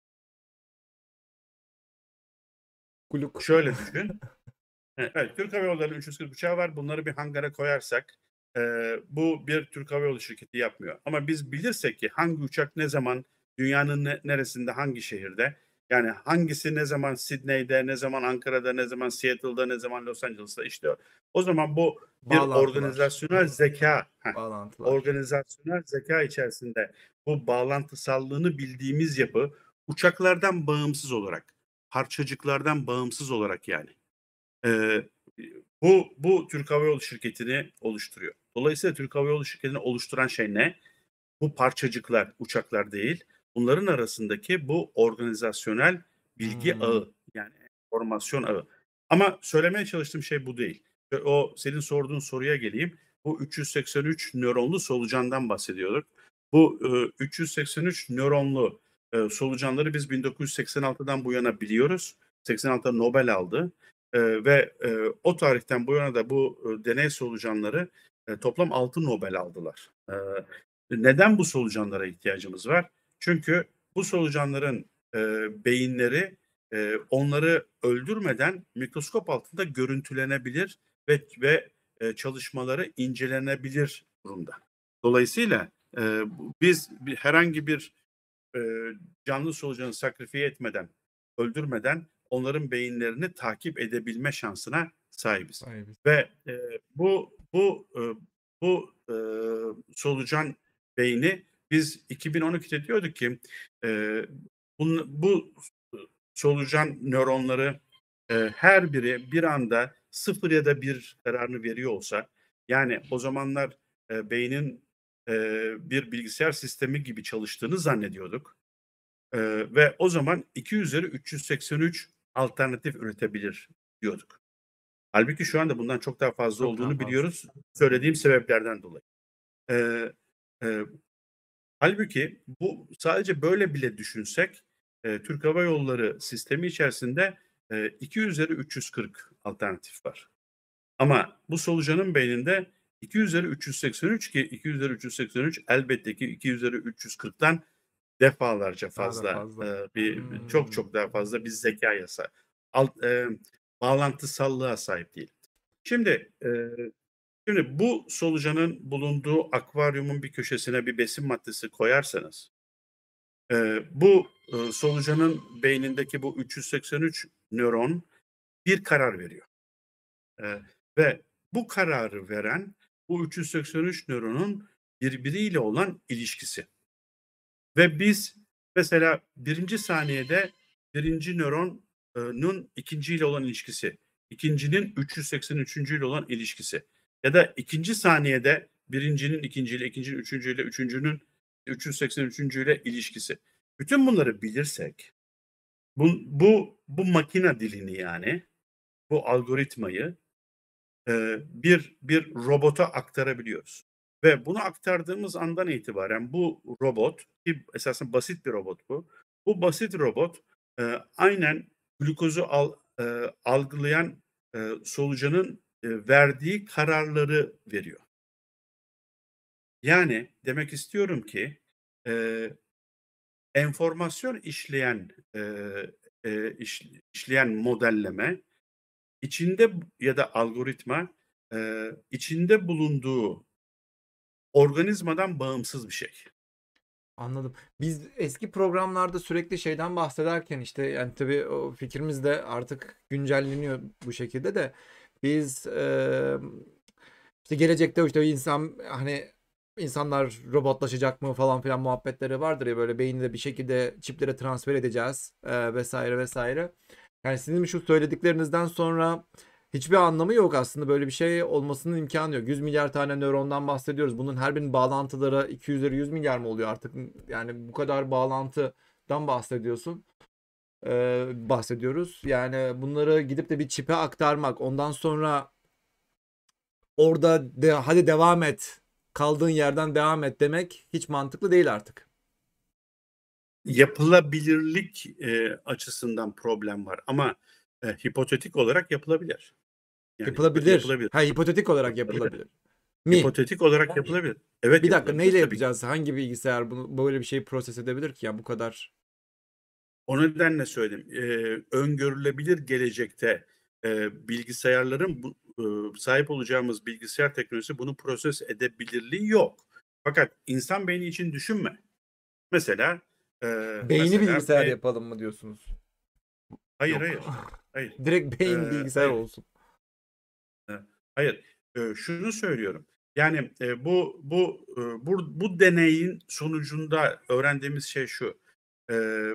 Gluk. Şöyle düşün. Evet, Türk Hava Yolları'nın üç yüz kırk uçağı var. Bunları bir hangara koyarsak eee, bu bir Türk Hava Yolu şirketi yapmıyor. Ama biz bilirsek ki hangi uçak ne zaman dünyanın ne- neresinde hangi şehirde yani hangisi ne zaman Sydney'de, ne zaman Ankara'da, ne zaman Seattle'da, ne zaman Los Angeles'ta işte o zaman bu bir Bağlantılar. organizasyonel zeka, heh, Bağlantılar. organizasyonel zeka içerisinde bu bağlantısallığını bildiğimiz yapı uçaklardan bağımsız olarak, parçacıklardan bağımsız olarak yani. Eee, bu bu Türk Hava Yolu şirketini oluşturuyor. Dolayısıyla Türk Hava Yolu şirketini oluşturan şey ne? Bu parçacıklar, uçaklar değil. Bunların arasındaki bu organizasyonel bilgi Hmm. ağı, yani enformasyon ağı. Ama söylemeye çalıştığım şey bu değil. Ve o senin sorduğun soruya geleyim. Bu üç yüz seksen üç nöronlu solucandan bahsediyorduk. Bu, ııı, üç yüz seksen üç nöronlu, eee, solucanları biz bin dokuz yüz seksen altıdan bu yana biliyoruz. seksen altıda Nobel aldı, eee, ve, eee, o tarihten bu yana da bu, ııı, deney solucanları, eee, toplam altı Nobel aldılar. Eee neden bu solucanlara ihtiyacımız var? Çünkü bu solucanların, eee, beyinleri, eee, onları öldürmeden mikroskop altında görüntülenebilir ve ve, eee, çalışmaları incelenebilir durumda. Dolayısıyla, eee, bu biz bir herhangi bir, eee, canlı solucanı sacrifice etmeden, öldürmeden onların beyinlerini takip edebilme şansına sahibiz Sahibiz. ve, eee, bu bu, ııı, bu, ııı, solucan beyni biz iki bin on ikide diyorduk ki, eee, bun bu solucan nöronları, eee, her biri bir anda sıfır ya da bir kararını veriyor olsa, yani o zamanlar, eee, beynin, eee, bir bilgisayar sistemi gibi çalıştığını zannediyorduk. Eee, ve o zaman iki üzeri üç yüz seksen üç alternatif üretebilir diyorduk. Hâlbuki şu anda bundan çok daha fazla Çok daha olduğunu fazla. biliyoruz söylediğim sebeplerden dolayı. Eee, eee, hâlbuki bu sadece böyle bile düşünsek, eee, Türk Hava Yolları sistemi içerisinde, eee, iki üzeri üç yüz kırk alternatif var. Ama bu solucanın beyninde iki üzeri üç yüz seksen üç ki iki üzeri üç yüz seksen üç elbette ki iki üzeri üç yüz kırktan defalarca Daha da fazla, fazla. eee, bir çok Hmm. çok daha fazla bir zekâya sa alt emm, bağlantısallığa sahip diyelim. Şimdi, eee, şimdi bu solucanın bulunduğu akvaryumun bir köşesine bir besin maddesi koyarsanız, eee, bu, ııı, solucanın beynindeki bu üç yüz seksen üç nöron bir karar veriyor. Eee, ve bu kararı veren bu üç yüz seksen üç nöronun birbiriyle olan ilişkisi. Ve biz mesela birinci saniyede birinci nöron nun ikinciyle olan ilişkisi, ikincinin üç yüz seksen üçüncüyle olan ilişkisi ya da ikinci saniyede birincinin ikinciyle, ikincinin üçüncüyle, üçüncünün üç yüz seksen üçüncüyle ilişkisi. Bütün bunları bilirsek bu bu bu makine dilini yani bu algoritmayı Eee, bir bir robota aktarabiliyoruz ve bunu aktardığımız andan itibaren bu robot ki esasen basit bir robot bu. Bu basit robot, eee, aynen glukozu al eee, algılayan, eee, solucanın, eee, verdiği kararları veriyor. Yani demek istiyorum ki, eee, enformasyon işleyen, eee, eee, iş işleyen modelleme İçinde ya da algoritma, eee, içinde bulunduğu organizmadan bağımsız bir şey. Anladım. Biz eski programlarda sürekli şeyden bahsederken işte yani tabii o fikrimiz de artık güncelleniyor bu şekilde de biz emm, işte gelecekte işte insan hani insanlar robotlaşacak mı falan filan muhabbetleri vardır ya böyle beyni de bir şekilde çiplere transfer edeceğiz eee, vesaire vesaire. Yani sizin şu söylediklerinizden sonra hiçbir anlamı yok aslında böyle bir şey olmasının imkanı yok. yüz milyar tane nörondan bahsediyoruz. Bunun her birinin bağlantıları iki üzeri yüz milyar mı oluyor artık? Yani bu kadar bağlantıdan bahsediyorsun. Ee, bahsediyoruz. Yani bunları gidip de bir çipe aktarmak, ondan sonra orada de, hadi devam et, kaldığın yerden devam et demek hiç mantıklı değil artık. Yapılabilirlik e, açısından problem var ama e, hipotetik olarak yapılabilir. Yani Yapılabilir. yapılabilir. Ha, hipotetik olarak Yapılabilir. yapılabilir. Mi? Hipotetik olarak yapılabilir. Evet, Bir dakika, yapılabilir neyle tabii ki. yapacağız? Hangi bilgisayar bunu böyle bir şeyi proses edebilir ki ya bu kadar? O nedenle söyledim. Eee, öngörülebilir gelecekte eee, bilgisayarların bu ııı, sahip olacağımız bilgisayar teknolojisi bunu proses edebilirliği yok. Fakat insan beyni için düşünme. Mesela eee, Beyni mesela bilgisayar bir yapalım mı diyorsunuz? hayır, Yok. hayır, hayır, Direkt beyin eee, bilgisayar hayır, olsun. eee, hayır. Eee, şunu söylüyorum. Yani, eee, bu bu, ııı, bur bu deneyin sonucunda öğrendiğimiz şey şu: Eee,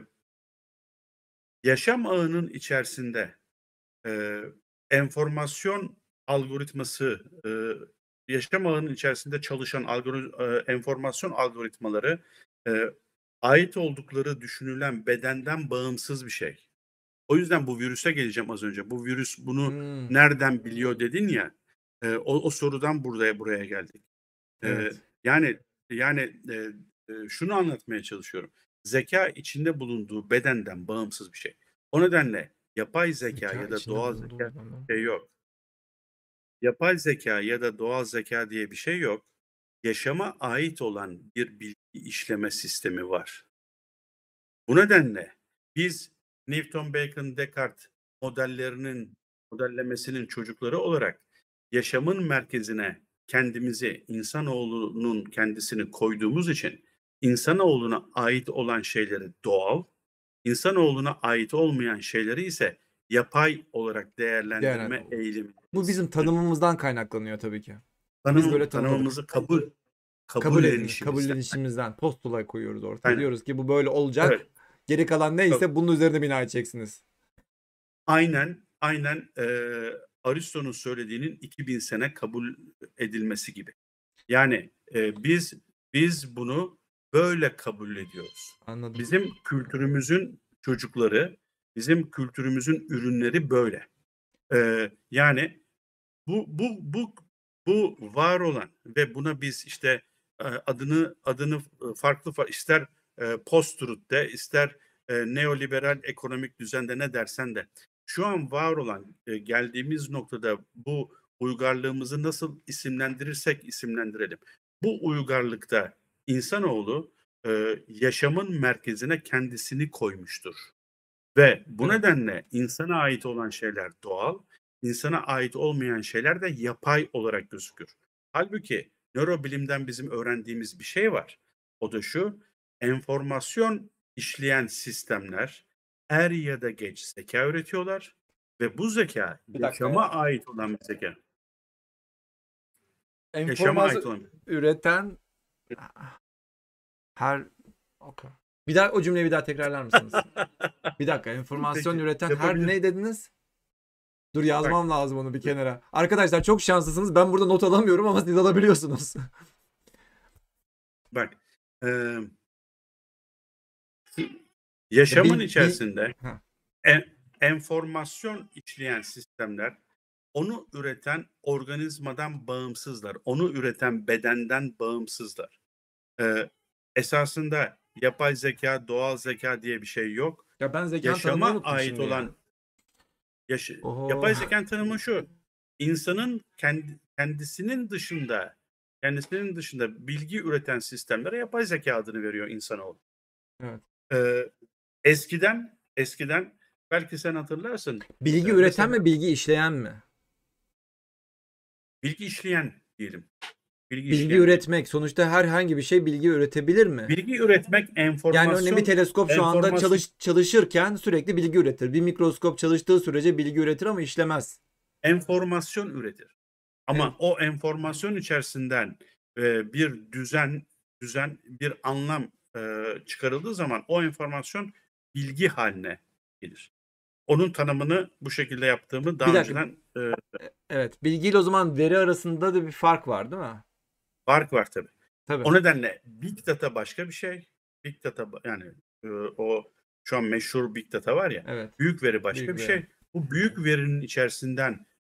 yaşam ağının içerisinde Eee, enformasyon algoritması, ııı, yaşam ağının içerisinde çalışan algori eee, enformasyon algoritmaları, eee, ait oldukları düşünülen bedenden bağımsız bir şey. O yüzden bu virüse geleceğim az önce. Bu virüs bunu Hmm, nereden biliyor dedin ya, eee, o o sorudan buraya buraya geldik. Eee, evet. yani yani, eee, eee, şunu anlatmaya çalışıyorum. Zekâ içinde bulunduğu bedenden bağımsız bir şey. O nedenle yapay zekâ Zeka ya da içinde doğal zekâ bulunduğumuz diye zaman. bir şey yok. Yapay zekâ ya da doğal zekâ diye bir şey yok. Yaşama ait olan bir bilgi işleme sistemi var. Bu nedenle biz Newton, Bacon, Descartes modellerinin modellemesinin çocukları olarak yaşamın merkezine kendimizi, insanoğlunun kendisini koyduğumuz için insanoğluna ait olan şeyleri doğal, insanoğluna ait olmayan şeyleri ise yapay olarak Yani değerlendirme bu eğilimindeyiz. bizim tanımımızdan kaynaklanıyor tabii ki. Biz Tanım böyle tanımladık. tanımımızı kabul Kabul edin, kabullenişimizden. kabullenişimizden postulay koyuyoruz ortaya. Aynen. Diyoruz ki bu böyle olacak. Evet. Geri kalan neyse bunun üzerine bina edeceksiniz. Aynen, aynen, eee, Aristo'nun söylediğinin iki bin sene kabul edilmesi gibi. Yani, eee, biz biz bunu böyle kabul ediyoruz. Anladım. Bizim kültürümüzün çocukları, bizim kültürümüzün ürünleri böyle. Eee, yani bu bu bu bu var olan ve buna biz, işte, eee, adını adını f farklı fa ister, eee, post-truth de, ister, eee, neoliberal ekonomik düzende ne dersen de, şu an var olan, eee, geldiğimiz noktada bu uygarlığımızı nasıl isimlendirirsek isimlendirelim. Bu uygarlıkta insanoğlu, eee, yaşamın merkezine kendisini koymuştur. Ve bu Evet. nedenle insana ait olan şeyler doğal, insana ait olmayan şeyler de yapay olarak gözükür. Halbuki nörobilimden bizim öğrendiğimiz bir şey var. O da şu: enformasyon işleyen sistemler er ya da geç zeka üretiyorlar ve bu zeka Bir dakika yaşama ya. ait olan bir zeka. Yaşama ait Enformasyon olan bir üreten her okay. Bir daha o cümleyi bir daha tekrarlar mısınız? Bir dakika, enformasyon Peki, üreten her yapabilir. ne dediniz? Dur, Bak, yazmam lazım onu bir kenara. Arkadaşlar çok şanslısınız. Ben burada not alamıyorum ama siz alabiliyorsunuz. bak. Emm, Ya yaşamın bil, bil... içerisinde Ha, En enformasyon işleyen sistemler, onu üreten organizmadan bağımsızlar. Onu üreten bedenden bağımsızlar. Eee, esasında yapay zeka, doğal zeka diye bir şey yok. ya ben zekanın tanımını Yaşama unuttum ait şimdi ya. olan yaşı Oho. yapay zekanın tanımı şu: insanın kendi kendisinin dışında kendisinin dışında bilgi üreten sistemlere yapay zeka adını veriyor insanoğlu. Evet. Eee, eskiden eskiden belki sen hatırlarsın, Bilgi eee, üreten mesela mi, bilgi işleyen mi? bilgi işleyen diyelim. Bilgi Bilgi işleyen diyelim. üretmek. Sonuçta herhangi bir şey bilgi üretebilir mi? Bilgi üretmek Yani örneğin bir enformasyon teleskop şu anda enformasyon çalış, çalışırken sürekli bilgi üretir. Bir mikroskop çalıştığı sürece bilgi üretir ama işlemez. enformasyon üretir. En, Ama o enformasyon içerisinden, eee, bir düzen düzen, bir anlam, eee, çıkarıldığı zaman o enformasyon bilgi haline gelir. Onun tanımını bu şekilde yaptığımı bir daha dakika. önceden, eee, Evet. Bilgiyle o zaman veri arasında da bir fark var değil mi? fark var tabii. Tabii. O nedenle big data başka bir şey. Big data ba yani, ııı, o şu an meşhur big data var ya, Evet. büyük veri başka Büyük bir veri. şey. Bu büyük verinin içerisinden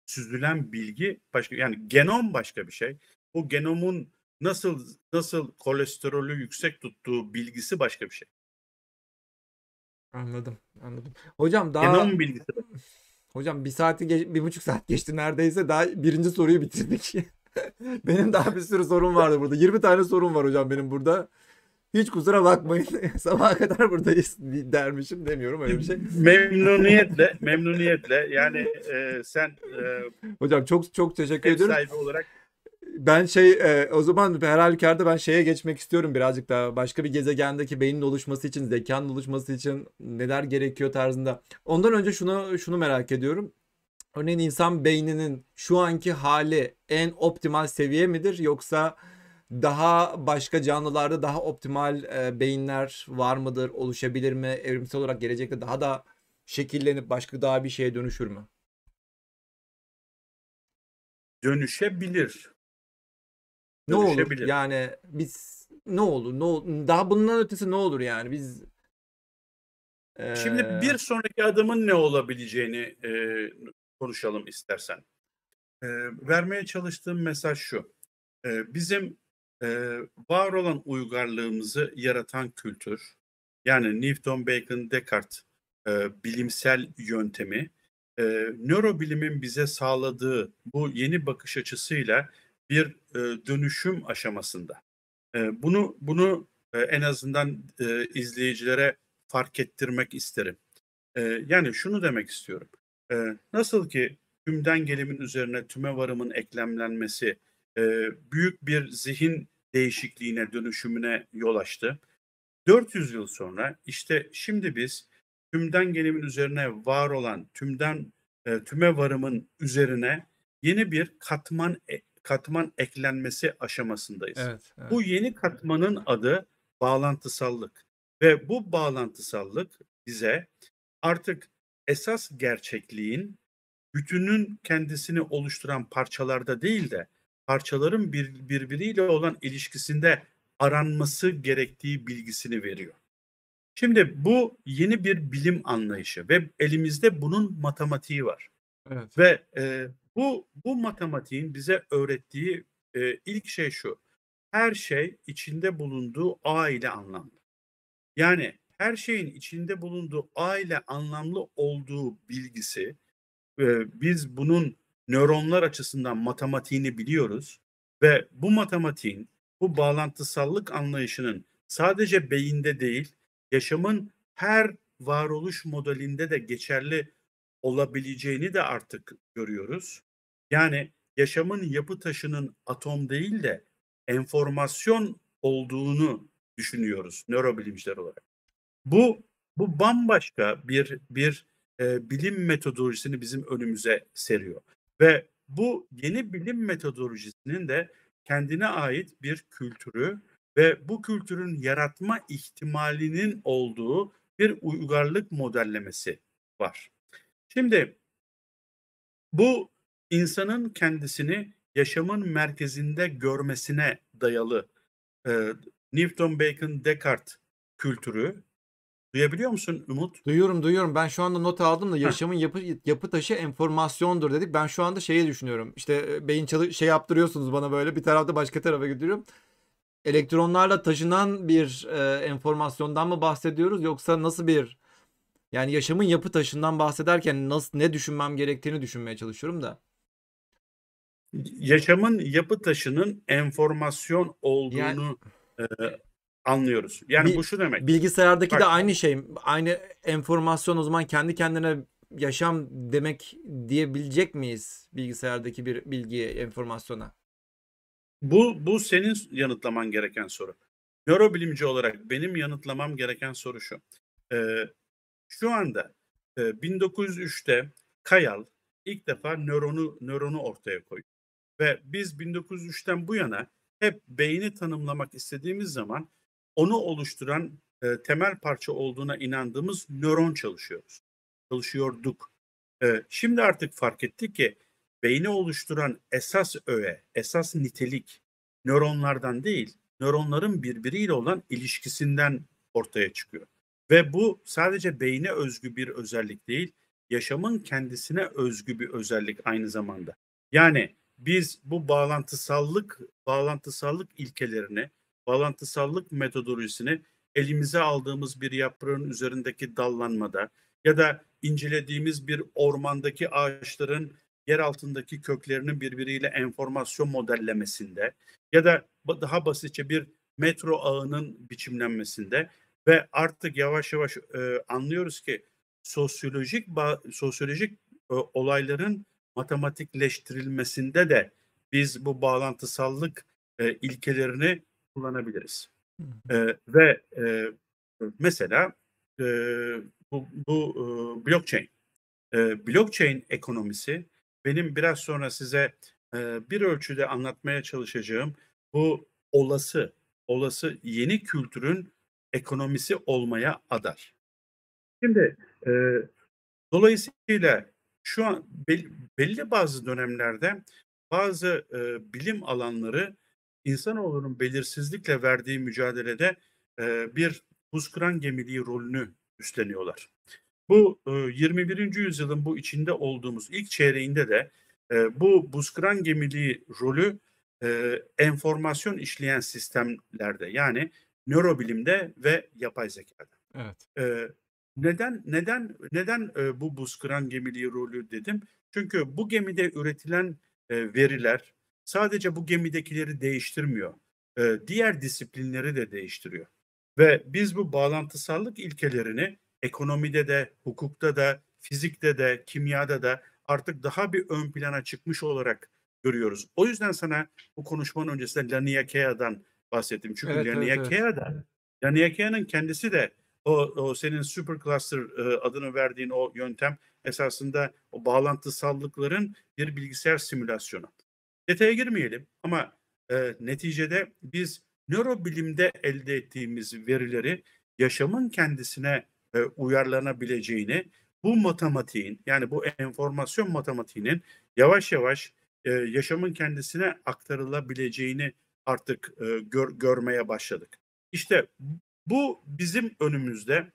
süzülen bilgi başka, yani genom başka bir şey. O genomun nasıl nasıl kolesterolü yüksek tuttuğu bilgisi başka bir şey. Anladım, anladım. Hocam daha Genom bilgisi başka. hocam bir saati geç, bir buçuk saat geçti neredeyse. Daha birinci soruyu bitirdik. Benim daha bir sürü sorum vardı burada. yirmi tane sorum var hocam benim burada. Hiç kusura bakmayın. Sabaha kadar buradayız dermişim, demiyorum öyle bir şey. Memnuniyetle, memnuniyetle. Yani e, sen e, Hocam çok çok teşekkür ev ediyorum. sahibi olarak Ben şey e, o zaman her halükarda ben şeye geçmek istiyorum birazcık daha. Başka bir gezegendeki beynin oluşması için, zekanın oluşması için neler gerekiyor tarzında. Ondan önce şunu şunu merak ediyorum. Örneğin insan beyninin şu anki hali en optimal seviye midir, yoksa daha başka canlılarda daha optimal e, beyinler var mıdır, oluşabilir mi? Evrimsel olarak gelecekte daha da şekillenip başka daha bir şeye dönüşür mü? dönüşebilir. Ne olur Dönüşebilir. yani, biz ne olur, ne ol- daha bundan ötesi ne olur yani biz Şimdi e, bir sonraki adımın ne olabileceğini e, konuşalım istersen. E, vermeye çalıştığım mesaj şu. E, bizim e, var olan uygarlığımızı yaratan kültür, yani Newton, Bacon, Descartes e, bilimsel yöntemi, e, nörobilimin bize sağladığı bu yeni bakış açısıyla bir e, dönüşüm aşamasında. E, bunu bunu e, en azından e, izleyicilere fark ettirmek isterim. Eee, yani şunu demek istiyorum. Eee, nasıl ki tümden gelimin üzerine tümevarımın eklemlenmesi eee, büyük bir zihin değişikliğine, dönüşümüne yol açtı. dört yüz yıl sonra işte şimdi biz tümden gelimin üzerine var olan tümden eee, tümevarımın üzerine yeni bir katman e- katman eklenmesi aşamasındayız. evet, evet. Bu yeni katmanın adı bağlantısallık ve bu bağlantısallık bize artık esas gerçekliğin bütünün kendisini oluşturan parçalarda değil de parçaların bir, birbiriyle olan ilişkisinde aranması gerektiği bilgisini veriyor. Şimdi bu yeni bir bilim anlayışı ve elimizde bunun matematiği var. Evet. Ve e, bu bu matematiğin bize öğrettiği e, ilk şey şu: her şey içinde bulunduğu ağ ile anlamlı. Yani her şeyin içinde bulunduğu ağ ile anlamlı olduğu bilgisi, e, biz bunun nöronlar açısından matematiğini biliyoruz ve bu matematiğin, bu bağlantısallık anlayışının sadece beyinde değil, yaşamın her varoluş modelinde de geçerli olabileceğini de artık görüyoruz. Yani yaşamın yapı taşının atom değil de enformasyon olduğunu düşünüyoruz nörobilimciler olarak. Bu bu bambaşka bir bir e, bilim metodolojisini bizim önümüze seriyor ve bu yeni bilim metodolojisinin de kendine ait bir kültürü ve bu kültürün yaratma ihtimalinin olduğu bir uygarlık modellemesi var. Şimdi bu insanın kendisini yaşamın merkezinde görmesine dayalı e, Newton, Bacon, Descartes kültürü. Duyabiliyor musun Umut? Duyuyorum, duyuyorum. Ben şu anda not aldım da Heh. yaşamın yapı yapı taşı enformasyondur dedik. Ben şu anda şeyi düşünüyorum. İşte e, beyin çalı şey yaptırıyorsunuz bana, böyle bir tarafta başka tarafa gidiyorum. Elektronlarla taşınan bir e, enformasyondan mı bahsediyoruz, yoksa nasıl bir, yani yaşamın yapı taşından bahsederken nasıl, ne düşünmem gerektiğini düşünmeye çalışıyorum da. Yaşamın yapı taşının enformasyon Yani olduğunu e, anlıyoruz. Yani bu bir şu demek. bilgisayardaki de Bak, aynı şey. Aynı enformasyon, o zaman kendi kendine yaşam demek diyebilecek miyiz bilgisayardaki bir bilgiye, enformasyona? bu bu senin yanıtlaman gereken soru. Nörobilimci olarak benim yanıtlamam gereken soru şu. E, şu anda e, bin dokuz yüz üçte Kayal ilk defa nöronu nöronu ortaya koydu. Ve biz bin dokuz yüz üçten bu yana hep beyni tanımlamak istediğimiz zaman onu oluşturan e, temel parça olduğuna inandığımız nöron çalışıyoruz. Çalışıyorduk. E, şimdi artık fark ettik ki beyni oluşturan esas öğe, esas nitelik nöronlardan değil, nöronların birbiriyle olan ilişkisinden ortaya çıkıyor. Ve bu sadece beyne özgü bir özellik değil, yaşamın kendisine özgü bir özellik aynı zamanda. Yani biz bu bağlantısallık bağlantısallık ilkelerini, bağlantısallık metodolojisini elimize aldığımız bir yaprağın üzerindeki dallanmada ya da incelediğimiz bir ormandaki ağaçların yer altındaki köklerinin birbiriyle enformasyon modellemesinde ya da daha basitçe bir metro ağının biçimlenmesinde ve artık yavaş yavaş e, anlıyoruz ki sosyolojik sosyolojik e, olayların matematikleştirilmesinde de biz bu bağlantısallık e, ilkelerini kullanabiliriz. E, ve e, mesela e, bu, bu e, blockchain, e, blockchain ekonomisi benim biraz sonra size e, bir ölçüde anlatmaya çalışacağım bu olası olası yeni kültürün ekonomisi olmaya aday. Şimdi e, dolayısıyla şu an bel belli bazı dönemlerde bazı, eee, bilim alanları insanoğlunun belirsizlikle verdiği mücadelede, eee, bir buzkıran gemiliği rolünü üstleniyorlar. Bu, ııı, yirmi birinci yüzyılın bu içinde olduğumuz ilk çeyreğinde de, eee, bu buzkıran gemiliği rolü, eee, enformasyon işleyen sistemlerde yani nörobilimde ve yapay zekâda. Evet. Eee, neden neden neden, eee, bu buz kıran gemiliği rolü dedim? Çünkü bu gemide üretilen, eee, veriler sadece bu gemidekileri değiştirmiyor. Eee, diğer disiplinleri de değiştiriyor ve biz bu bağlantısallık ilkelerini ekonomide de, hukukta da, fizikte de, kimyada da artık daha bir ön plana çıkmış olarak görüyoruz. O yüzden sana bu konuşmanın öncesinde Laniakea'dan bahsettim. Çünkü Evet, evet, evet. Laniakea Laniakea'nın kendisi de o, o senin supercluster e, adını verdiğin o yöntem esasında o bağlantısallıkların bir bilgisayar simülasyonu. Detaya girmeyelim ama e, neticede biz nörobilimde elde ettiğimiz verileri yaşamın kendisine e, uyarlanabileceğini, bu matematiğin yani bu enformasyon matematiğinin yavaş yavaş e, yaşamın kendisine aktarılabileceğini artık e, gör, görmeye başladık. İşte bu bizim önümüzde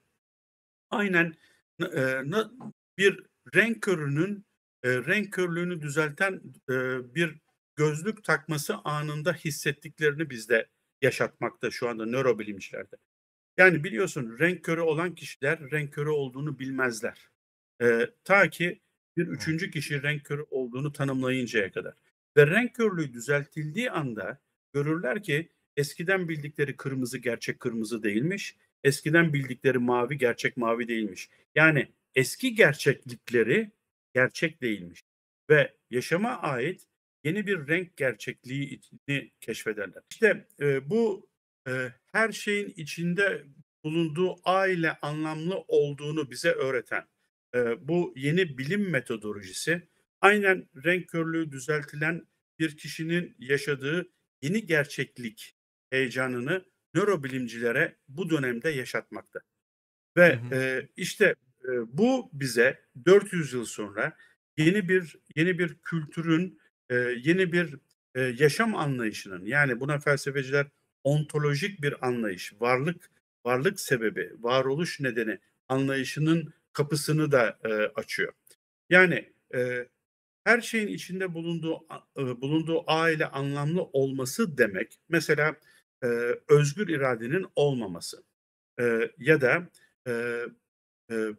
aynen eee, na bir renk körünün, eee, renk körlüğünü düzelten, eee, bir gözlük takması anında hissettiklerini bizde yaşatmakta şu anda nörobilimcilerde. Yani biliyorsun renk körü olan kişiler renk körü olduğunu bilmezler. Eee, ta ki bir Evet. üçüncü kişi renk körü olduğunu tanımlayıncaya kadar ve renk körlüğü düzeltildiği anda görürler ki eskiden bildikleri kırmızı gerçek kırmızı değilmiş, eskiden bildikleri mavi gerçek mavi değilmiş. Yani eski gerçeklikleri gerçek değilmiş ve yaşama ait yeni bir renk gerçekliğini keşfederler. İşte, eee, bu, eee, her şeyin içinde bulunduğu ağ ile anlamlı olduğunu bize öğreten, eee, bu yeni bilim metodolojisi aynen renk körlüğü düzeltilen bir kişinin yaşadığı yeni gerçeklik heyecanını nörobilimcilere bu dönemde yaşatmakta. Hı Ve, hı. eee, işte, eee, bu bize dört yüz yıl sonra yeni bir yeni bir kültürün, eee, yeni bir, eee, yaşam anlayışının yani buna felsefeciler ontolojik bir anlayış, varlık varlık sebebi, varoluş nedeni anlayışının kapısını da, eee, açıyor. Yani, eee, her şeyin içinde bulunduğu a ııı, bulunduğu ağ ile anlamlı olması demek mesela, eee, özgür iradenin olmaması, eee, ya da, eee, eee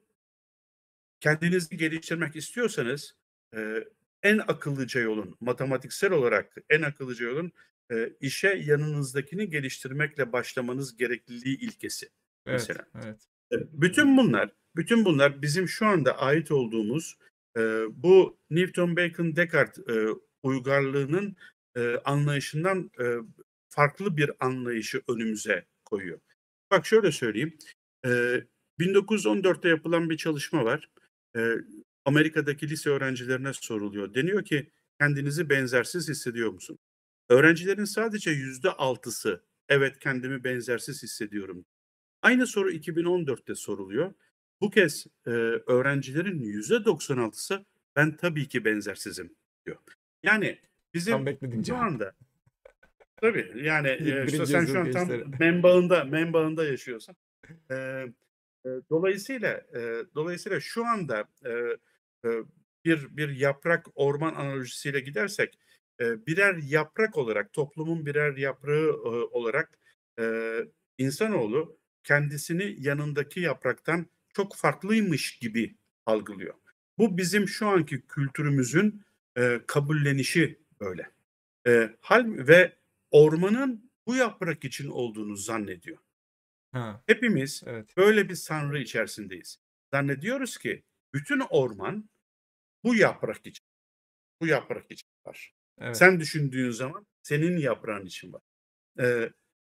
kendinizi geliştirmek istiyorsanız, eee, en akıllıca yolun, matematiksel olarak en akıllıca yolun, eee, işe yanınızdakini geliştirmekle başlamanız gerekliliği ilkesi Evet, mesela. evet. Eee, bütün bunlar, bütün bunlar bizim şu anda ait olduğumuz, eee, bu Newton-Bacon-Descartes, eee, uygarlığının, eee, anlayışından, eee, farklı bir anlayışı önümüze koyuyor. Bak şöyle söyleyeyim, eee, bin dokuz yüz on dörtte yapılan bir çalışma var. Eee, Amerika'daki lise öğrencilerine soruluyor. Deniyor ki, "Kendinizi benzersiz hissediyor musun?" Öğrencilerin sadece yüzde altısı, "Evet, kendimi benzersiz hissediyorum." Aynı soru iki bin on dörtte soruluyor. Bu kez, eee, öğrencilerin yüzde doksan altısı, "Ben tabii ki benzersizim." diyor. Yani Tam bizim beklediğim şu cevap. anda tabii, yani, eee, yirmi işte, birinci sen şu yüzyıl an tam gençleri. menbaında menbaında yaşıyorsun. Eee Eee, dolayısıyla, eee, dolayısıyla şu anda, eee, eee, bir bir yaprak orman analojisiyle gidersek, eee, birer yaprak olarak, toplumun birer yaprağı, ııı, olarak, eee, insanoğlu kendisini yanındaki yapraktan çok farklıymış gibi algılıyor. Bu bizim şu anki kültürümüzün, eee, kabullenişi böyle. Eee, hâl ve ormanın bu yaprak için olduğunu zannediyor. Ha, Hepimiz evet. böyle bir sanrı içerisindeyiz. Zannediyoruz ki bütün orman bu yaprak için, bu yaprak için var. Evet. Sen düşündüğün zaman senin yaprağın için var. Eee,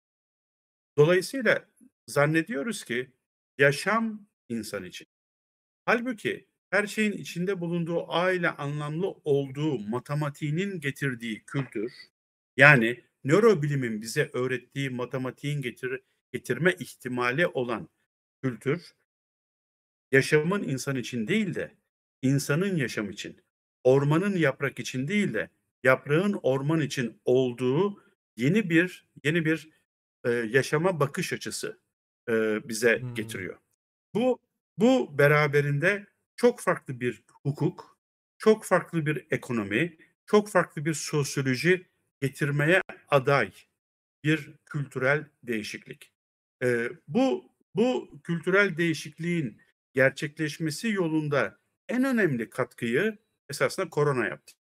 dolayısıyla zannediyoruz ki yaşam insan için. Hâlbuki her şeyin içinde bulunduğu aile anlamlı olduğu matematiğinin getirdiği kültür, yani nörobilimin bize öğrettiği matematiğin getir getirme ihtimali olan kültür, yaşamın insan için değil de insanın yaşam için, ormanın yaprak için değil de yaprağın orman için olduğu yeni bir yeni bir, eee, yaşama bakış açısı, eee, bize Hımm. getiriyor. Bu bu beraberinde çok farklı bir hukuk, çok farklı bir ekonomi, çok farklı bir sosyoloji getirmeye aday bir kültürel değişiklik. Eee, bu bu kültürel değişikliğin gerçekleşmesi yolunda en önemli katkıyı esasında korona yaptı.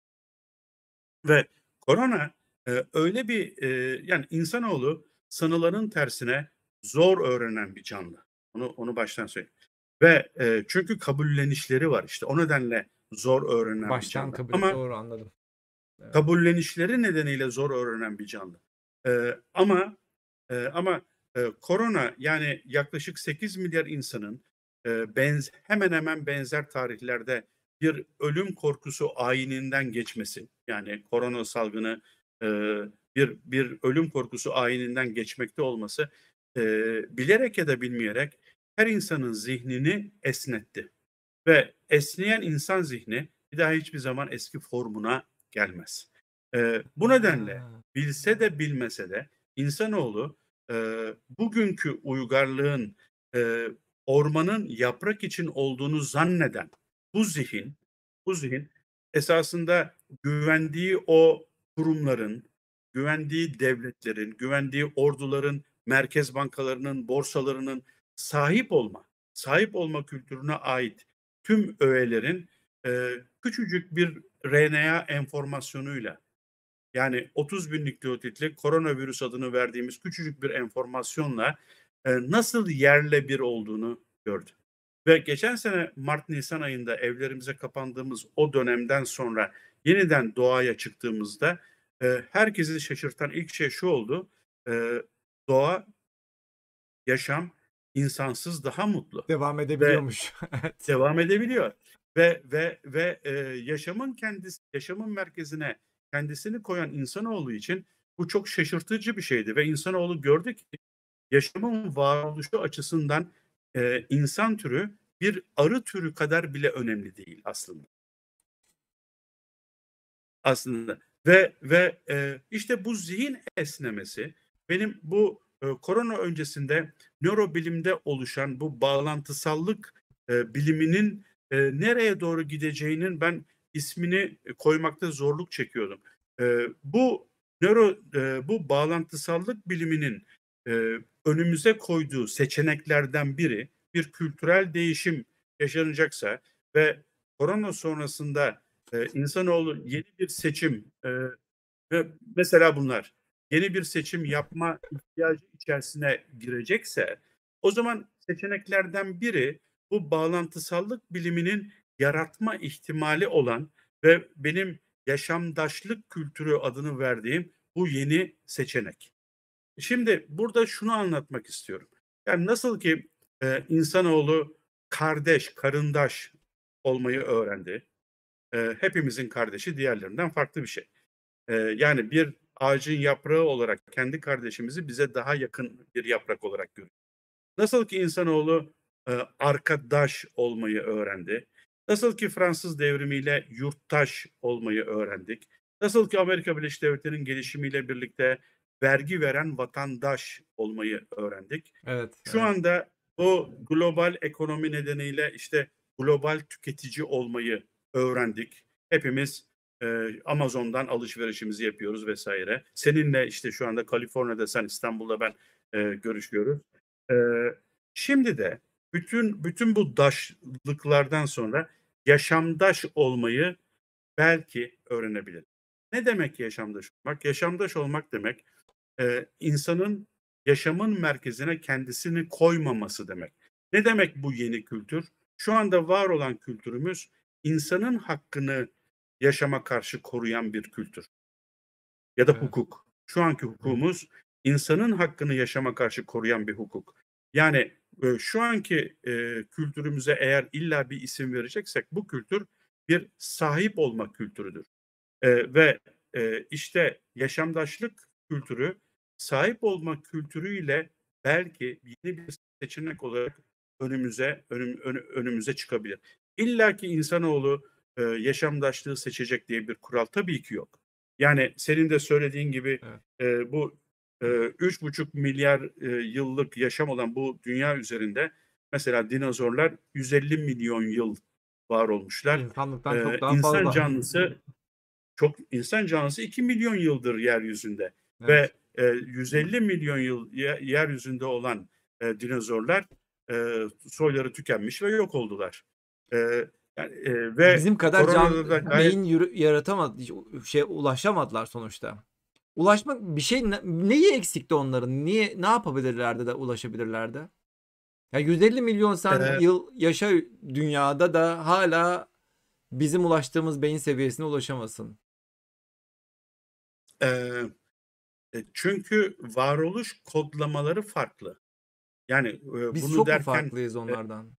Ve korona, eee, öyle bir, eee, yani insanoğlu sanılanın tersine zor öğrenen bir canlı. Onu onu baştan söyleyeyim. Ve, eee, çünkü kabullenişleri var işte. O nedenle zor öğrenen bir Baştan canlı. kabul Ama doğru anladım. Evet. kabullenişleri nedeniyle zor öğrenen bir canlı. Eee, ama, eee, ama, eee, korona yani yaklaşık sekiz milyar insanın, eee, benz hemen hemen benzer tarihlerde bir ölüm korkusu ayininden geçmesi, yani korona salgını, eee, bir bir ölüm korkusu ayininden geçmekte olması, eee, bilerek ya da bilmeyerek her insanın zihnini esnetti ve esneyen insan zihni bir daha hiçbir zaman eski formuna gelmez. Eee, bu nedenle Ha. bilse de bilmese de insanoğlu, eee, bugünkü uygarlığın, eee, ormanın yaprak için olduğunu zanneden bu zihin, bu zihin esasında güvendiği o kurumların, güvendiği devletlerin, güvendiği orduların, merkez bankalarının, borsalarının sahip olma, sahip olma kültürüne ait tüm öğelerin, eee, küçücük bir R N A enformasyonuyla, yani otuz bin nükleotitli koronavirüs adını verdiğimiz küçücük bir enformasyonla, eee, nasıl yerle bir olduğunu gördü. Ve geçen sene mart nisan ayında evlerimize kapandığımız o dönemden sonra yeniden doğaya çıktığımızda, eee, herkesi şaşırtan ilk şey şu oldu: Eee, doğa, yaşam insansız daha mutlu Devam ve edebiliyormuş. Evet. devam edebiliyor ve ve ve, eee, yaşamın kendisi yaşamın merkezine kendisini koyan insanoğlu için bu çok şaşırtıcı bir şeydi ve insanoğlu gördü ki yaşamın varoluşu açısından, eee, insan türü bir arı türü kadar bile önemli değil aslında. Aslında ve ve, eee, işte bu zihin esnemesi benim bu, eee, korona öncesinde nörobilimde oluşan bu bağlantısallık, eee, biliminin, eee, nereye doğru gideceğinin ben ismini, eee, koymakta zorluk çekiyordum. Eee, bu nöro eee, bu bağlantısallık biliminin, eee, önümüze koyduğu seçeneklerden biri bir kültürel değişim yaşanacaksa ve korona sonrasında Eee, insanoğlu yeni bir seçim, eee, ve mesela bunlar, yeni bir seçim yapma ihtiyacı içerisine girecekse o zaman seçeneklerden biri bu bağlantısallık biliminin yaratma ihtimali olan ve benim yaşamdaşlık kültürü adını verdiğim bu yeni seçenek. Şimdi burada şunu anlatmak istiyorum. Yani nasıl ki, eee, insanoğlu kardeş, karındaş olmayı öğrendi. Eee, hepimizin kardeşi diğerlerinden farklı bir şey. Eee, yani bir ağacın yaprağı olarak kendi kardeşimizi bize daha yakın bir yaprak olarak görüyor. Nasıl ki insanoğlu, eee, arkadaş olmayı öğrendi. Nasıl ki Fransız Devrimi'yle yurttaş olmayı öğrendik. Nasıl ki Amerika Birleşik Devletleri'nin gelişimiyle birlikte vergi veren vatandaş olmayı öğrendik. Evet, Şu evet. anda bu global ekonomi nedeniyle işte global tüketici olmayı öğrendik. Hepimiz e, Amazon'dan alışverişimizi yapıyoruz vesaire. Seninle işte şu anda Kaliforniya'da, sen İstanbul'da, ben e, görüşüyoruz. E, Şimdi de bütün bütün bu daşlıklardan sonra yaşamdaş olmayı belki öğrenebilir. Ne demek yaşamdaş olmak? Yaşamdaş olmak demek, eee, insanın yaşamın merkezine kendisini koymaması demek. Ne demek bu yeni kültür? Şu anda var olan kültürümüz insanın hakkını yaşama karşı koruyan bir kültür ya da Evet. hukuk. Şu anki hukukumuz insanın hakkını yaşama karşı koruyan bir hukuk. Yani, eee, şu anki, eee, kültürümüze eğer illa bir isim vereceksek bu kültür bir sahip olma kültürüdür. Eee, ve, eee, işte yaşamdaşlık kültürü sahip olma kültürüyle belki yeni bir seçenek olarak önümüze önüm önü önümüze çıkabilir. İllaki insanoğlu, eee, yaşamdaşlığı seçecek diye bir kural tabii ki yok. Yani senin de söylediğin gibi, Evet. eee, bu, eee, üç buçuk milyar eee, yıllık yaşam olan bu dünya üzerinde mesela dinozorlar yüz elli milyon yıl var olmuşlar. İnsanlıktan çok Eee, daha insan fazla. canlısı çok insan canlısı iki milyon yıldır yeryüzünde Evet. ve, eee, yüz elli milyon yıl ye yeryüzünde olan, eee, dinozorlar, eee, soyları tükenmiş ve yok oldular. Eee, yani, eee, ve Bizim kadar can koronada da gayet beyin yürü yaratamadı şey ulaşamadılar sonuçta. Ulaşmak bir şey ne neyi eksikti onların? Niye ne yapabilirlerdi de ulaşabilirlerdi? Ya yüz elli milyon sen eee, yıl yaşa dünyada da hala bizim ulaştığımız beyin seviyesine ulaşamasın. eee, e, çünkü varoluş kodlamaları farklı. Yani, eee, Biz bunu çok mu derken, farklıyız eee, onlardan?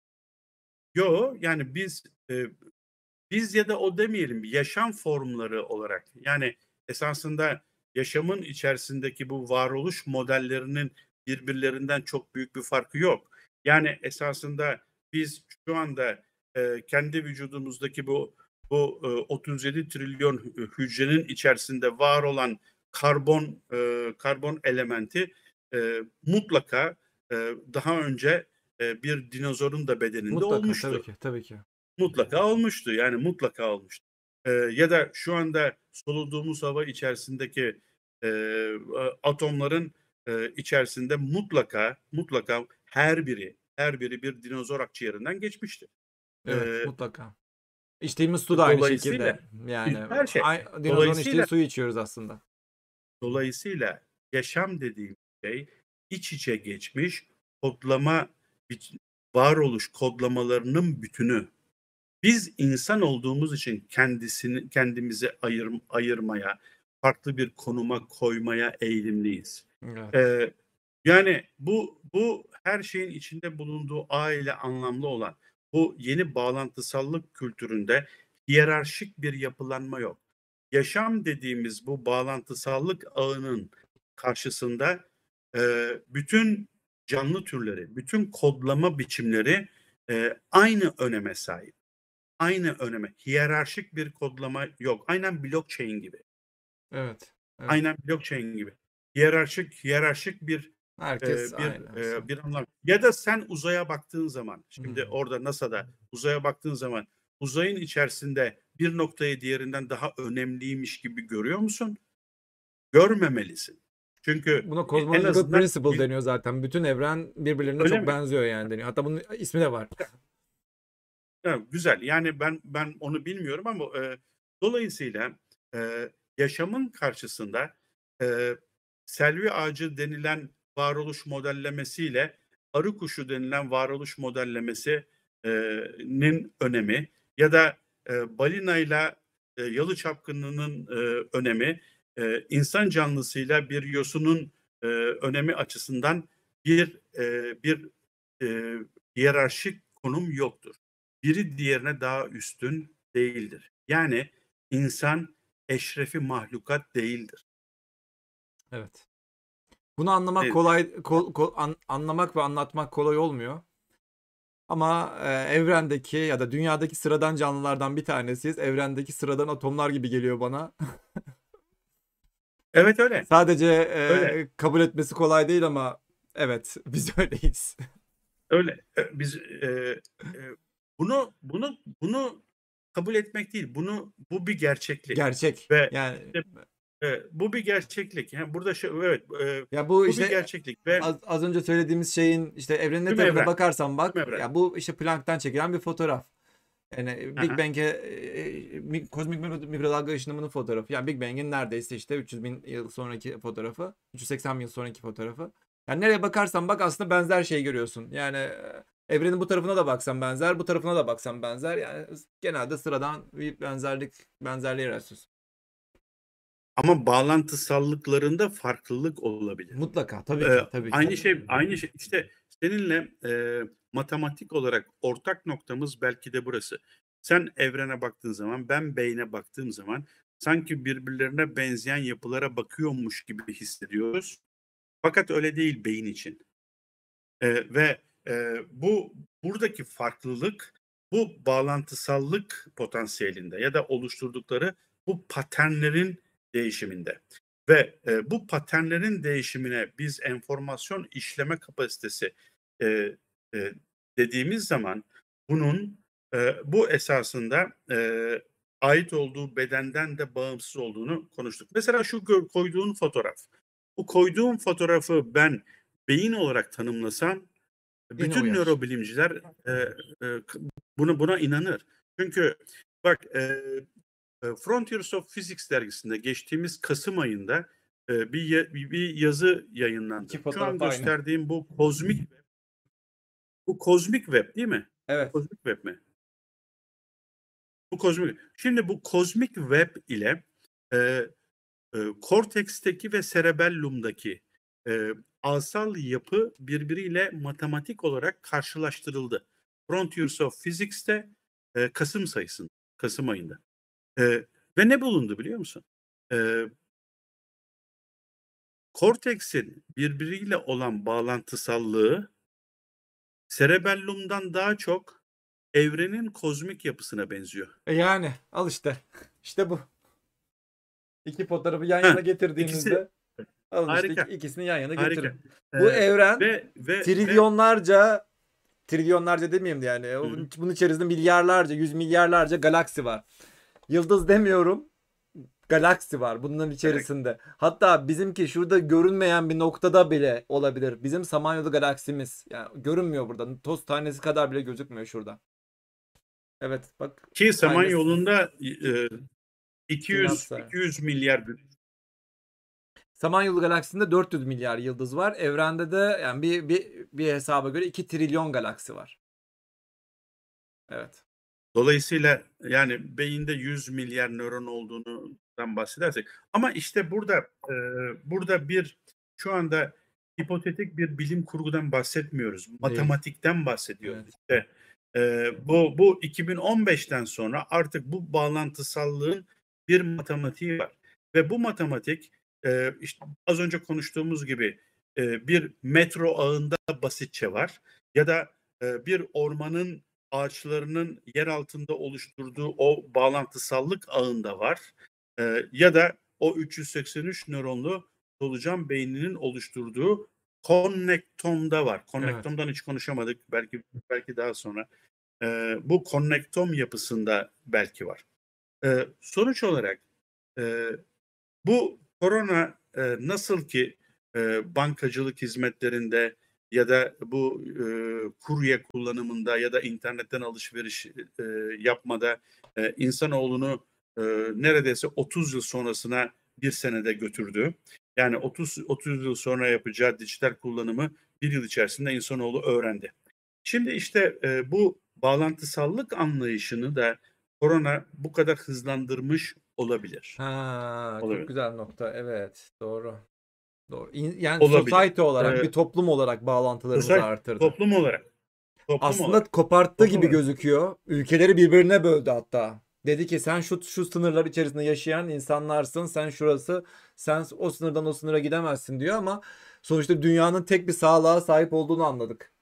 yo, yani biz, eee Biz ya da o demeyelim, yaşam formları olarak. Yani esasında yaşamın içerisindeki bu varoluş modellerinin birbirlerinden çok büyük bir farkı yok. Yani esasında biz şu anda, eee, kendi vücudumuzdaki bu bu, eee, otuz yedi trilyon hü hücrenin içerisinde var olan karbon, eee, karbon elementi, eee, mutlaka, eee, daha önce, eee, bir dinozorun da bedeninde Mutlaka, tabii olmuştu. ki, tabii ki. Mutlaka olmuştu, yani mutlaka olmuştu. Eee, ya da şu anda soluduğumuz hava içerisindeki, eee, a atomların, eee, içerisinde mutlaka, mutlaka her biri, her biri bir dinozor akciğerinden geçmiştir. Evet, Eee, mutlaka. İçtiğimiz su da aynı dolayısıyla şekilde. Yani her şey, ay dinozorun içtiği dolayısıyla suyu içiyoruz aslında. dolayısıyla yaşam dediğim şey iç içe geçmiş kodlama biç varoluş kodlamalarının bütünü. Biz insan olduğumuz için kendisini kendimizi ayır ayırmaya, farklı bir konuma koymaya eğilimliyiz. Evet. Eee, yani bu bu her şeyin içinde bulunduğu aile anlamlı olan bu yeni bağlantısallık kültüründe hiyerarşik bir yapılanma yok. Yaşam dediğimiz bu bağlantısallık ağının karşısında, eee, bütün canlı türleri, bütün kodlama biçimleri, eee, aynı öneme sahip. Aynı öneme, hiyerarşik bir kodlama yok. Aynen blockchain gibi. Evet. Evet. Aynen blockchain gibi. Hiyerarşik hiyerarşik bir, eee, Herkes bir, aynı eee, aslında. bir anlam. Ya da sen uzaya baktığın zaman, şimdi Hımm. orada NASA'da uzaya baktığın zaman uzayın içerisinde bir noktayı diğerinden daha önemliymiş gibi görüyor musun? Görmemelisin. Çünkü Buna en cosmological azından principle bir. deniyor zaten. Bütün evren birbirlerine Öyle çok mi? benziyor yani deniyor. Hatta bunun ismi de var. Evet, güzel. Yani ben ben onu bilmiyorum ama, eee, dolayısıyla, eee, yaşamın karşısında, eee, selvi ağacı denilen varoluş modellemesiyle arı kuşu denilen varoluş modellemesi eee, nin önemi ya da, eee, balinayla, eee, yalı çapkınının, eee, önemi, eee, insan canlısıyla bir yosunun, eee, önemi açısından bir, eee, bir, eee, hiyerarşik konum yoktur. Biri diğerine daha üstün değildir. Yani insan eşrefi mahlukat değildir. Evet. Bunu anlamak Değildir. kolay kol ko an anlamak ve anlatmak kolay olmuyor. Ama, eee, evrendeki ya da dünyadaki sıradan canlılardan bir tanesiyiz. Evrendeki sıradan atomlar gibi geliyor bana. Evet, öyle. Sadece, Öyle. eee, kabul etmesi kolay değil ama evet, biz öyleyiz. Öyle. E, biz e, e, bunu bunu bunu kabul etmek değil. Bunu bu bir gerçeklik Gerçek. ve Yani işte, e, bu bir gerçeklik. Yani burada şey, evet, e, ya bu bu bir işte gerçeklik ve az, az önce söylediğimiz şeyin işte evrenin ne tüm tarafına evren, bakarsan tüm bak evren. ya bu işte Planck'tan çekilen bir fotoğraf. Yani Big Aha, Bang'e e, e, mi- kozmik mikro- mikrodalga ışınımının fotoğrafı. Yani Big Bang'in neredeyse işte üç yüz bin yıl sonraki fotoğrafı. üç yüz seksen bin yıl sonraki fotoğrafı. Yani nereye bakarsan bak aslında benzer şey görüyorsun. Yani e, evrenin bu tarafına da baksan benzer, bu tarafına da baksan benzer. Yani genelde sıradan bir benzerlik benzerliği rastlıyorsun. ama bağlantısallıklarında farklılık olabilir. Mutlaka tabii Ee, ki tabii ki. aynı şey aynı şey işte seninle e, matematik olarak ortak noktamız belki de burası. Sen evrene baktığın zaman ben beyne baktığım zaman sanki birbirlerine benzeyen yapılara bakıyormuş gibi hissediyoruz. Fakat öyle değil beyin için. Ee, ve e, bu buradaki farklılık bu bağlantısallık potansiyelinde ya da oluşturdukları bu paternlerin değişiminde. Ve e, bu paternlerin değişimine biz enformasyon işleme kapasitesi e, e, dediğimiz zaman bunun e, bu esasında e, ait olduğu bedenden de bağımsız olduğunu konuştuk. Mesela şu gör- koyduğun fotoğraf. Bu koyduğum fotoğrafı ben beyin olarak tanımlasam Yine bütün uyar. nörobilimciler e, e, k- buna buna inanır. Çünkü bak e, e, Frontiers of Physics dergisinde geçtiğimiz Kasım ayında e, bir, ya- bir bir yazı İki yayınlandı. Şu an fotoğraf aynı. gösterdiğim bu kozmik bu kozmik web değil mi? Evet. Kozmik web mi? Bu kozmik. Şimdi bu kozmik web ile e, e, korteksteki ve cerebellum'daki e, alsal yapı birbiriyle matematik olarak karşılaştırıldı. Frontiers of Physics'te e, Kasım sayısında, Kasım ayında. E, ve ne bulundu biliyor musun? E, korteksin birbiriyle olan bağlantısallığı cerebellum'dan daha çok evrenin kozmik yapısına benziyor. E yani al işte. İşte bu. İki fotoğrafı yan Heh, yana ikisi getirdiğinizde alın işte ik- harika, ikisini yan yana harika. getirin. E, Bu evren ve ve ve trilyonlarca trilyonlarca demeyeyim de yani hı o- hı. bunun içerisinde milyarlarca yüz milyarlarca galaksi var. Yıldız demiyorum. Galaksi var bunların Evet. içerisinde. Hatta bizimki şurada görünmeyen bir noktada bile olabilir. Bizim Samanyolu galaksimiz. Yani görünmüyor burada. Toz tanesi kadar bile gözükmüyor şurada. Evet bak Ki aynı Samanyolu'nda e, iki yüz sinapsa. iki yüz milyar Samanyolu galaksisinde dört yüz milyar yıldız var. Evrende de yani bir, bir, bir hesaba göre iki trilyon galaksi var. Evet. dolayısıyla yani beyinde yüz milyar nöron olduğundan bahsedersek ama işte burada e, burada bir şu anda hipotetik bir bilim kurgudan bahsetmiyoruz. Değil. Matematikten bahsediyoruz. Evet. İşte e, bu bu iki bin on beşten sonra artık bu bağlantısallığın bir matematiği var ve bu matematik e, işte az önce konuştuğumuz gibi e, bir metro ağında basitçe var ya da e, bir ormanın ağaçlarının yer altında oluşturduğu o bağlantısallık ağında var. Ee, ya da o üç yüz seksen üç nöronlu solucan beyninin oluşturduğu konnektomda var. Evet. Konnektomdan hiç konuşamadık. Belki belki daha sonra. Ee, bu konnektom yapısında belki var. Ee, sonuç olarak e, bu korona e, nasıl ki e, bankacılık hizmetlerinde ya da bu e, kurye kullanımında ya da internetten alışveriş e, yapmada e, insanoğlunu e, neredeyse otuz yıl sonrasına bir senede götürdü. Yani otuz otuz yıl sonra yapacağı dijital kullanımı bir yıl içerisinde insanoğlu öğrendi. Şimdi işte e, bu bağlantısallık anlayışını da korona bu kadar hızlandırmış olabilir. Ha, çok Olabilir. güzel nokta. Evet. Doğru. Doğru. İn- Yani Olabilir. society olarak, Eee, bir toplum olarak bağlantılarımızı sosyal artırdı. toplum olarak, toplum Aslında olarak, koparttı toplum gibi olarak. gözüküyor. Ülkeleri birbirine böldü hatta. Dedi ki sen şu şu sınırlar içerisinde yaşayan insanlarsın. Sen şurası, sen o sınırdan o sınıra gidemezsin diyor ama sonuçta dünyanın tek bir sağlığa sahip olduğunu anladık.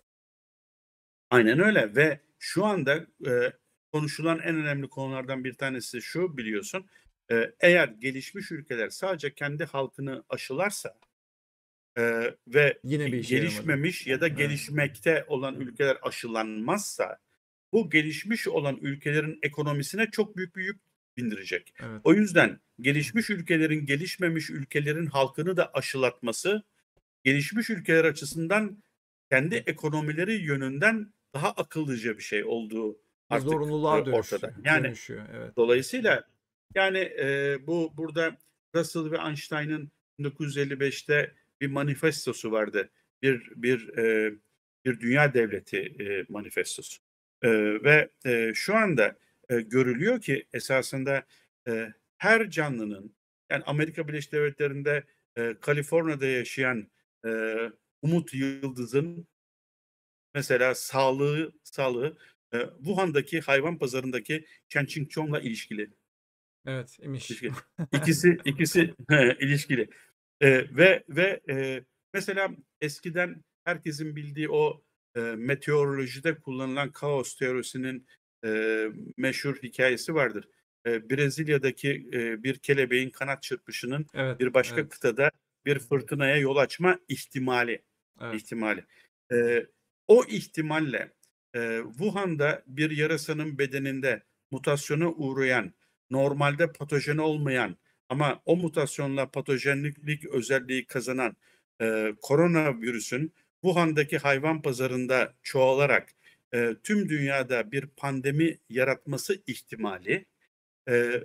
Aynen öyle ve şu anda eee, konuşulan en önemli konulardan bir tanesi şu biliyorsun. Eee, eğer gelişmiş ülkeler sadece kendi halkını aşılarsa eee, ve Yine bir ge işe yaramadı. gelişmemiş ya da Evet. gelişmekte olan ülkeler aşılanmazsa bu gelişmiş olan ülkelerin ekonomisine çok büyük bir yük bindirecek. Evet. O yüzden gelişmiş ülkelerin gelişmemiş ülkelerin halkını da aşılatması, gelişmiş ülkeler açısından kendi ekonomileri yönünden daha akıllıca bir şey olduğu Bir artık, eee, zorunluluğa ortada. dönüşüyor Yani dönüşüyor. Evet. dolayısıyla yani, eee, bu burada Russell ve Einstein'ın bin dokuz yüz elli beşte bir manifestosu vardı. Bir bir, eee, bir dünya devleti, eee, manifestosu. Eee, ve, eee, şu anda, eee, görülüyor ki esasında, eee, her canlının, yani Amerika Birleşik Devletleri'nde, eee, Kaliforniya'da yaşayan, eee, Umut Yıldız'ın mesela sağlığı sağlığı, eee, Wuhan'daki hayvan pazarındaki Chen Qingchong'la ilişkili. Evet, imiş. İlişkili. İkisi ikisi he, ilişkili. Eee, ve ve, eee, mesela eskiden herkesin bildiği o, eee, meteorolojide kullanılan kaos teorisinin, eee, meşhur hikâyesi vardır. Eee, Brezilya'daki, eee, bir kelebeğin kanat çırpışının Evet, bir başka evet, kıtada bir fırtınaya yol açma ihtimali evet. ihtimali. Eee, o ihtimalle, eee, Wuhan'da bir yarasanın bedeninde mutasyona uğrayan, normalde patojen olmayan ama o mutasyonla patojenlik özelliği kazanan, eee, koronavirüsün Wuhan'daki hayvan pazarında çoğalarak, eee, tüm dünyada bir pandemi yaratması ihtimali, eee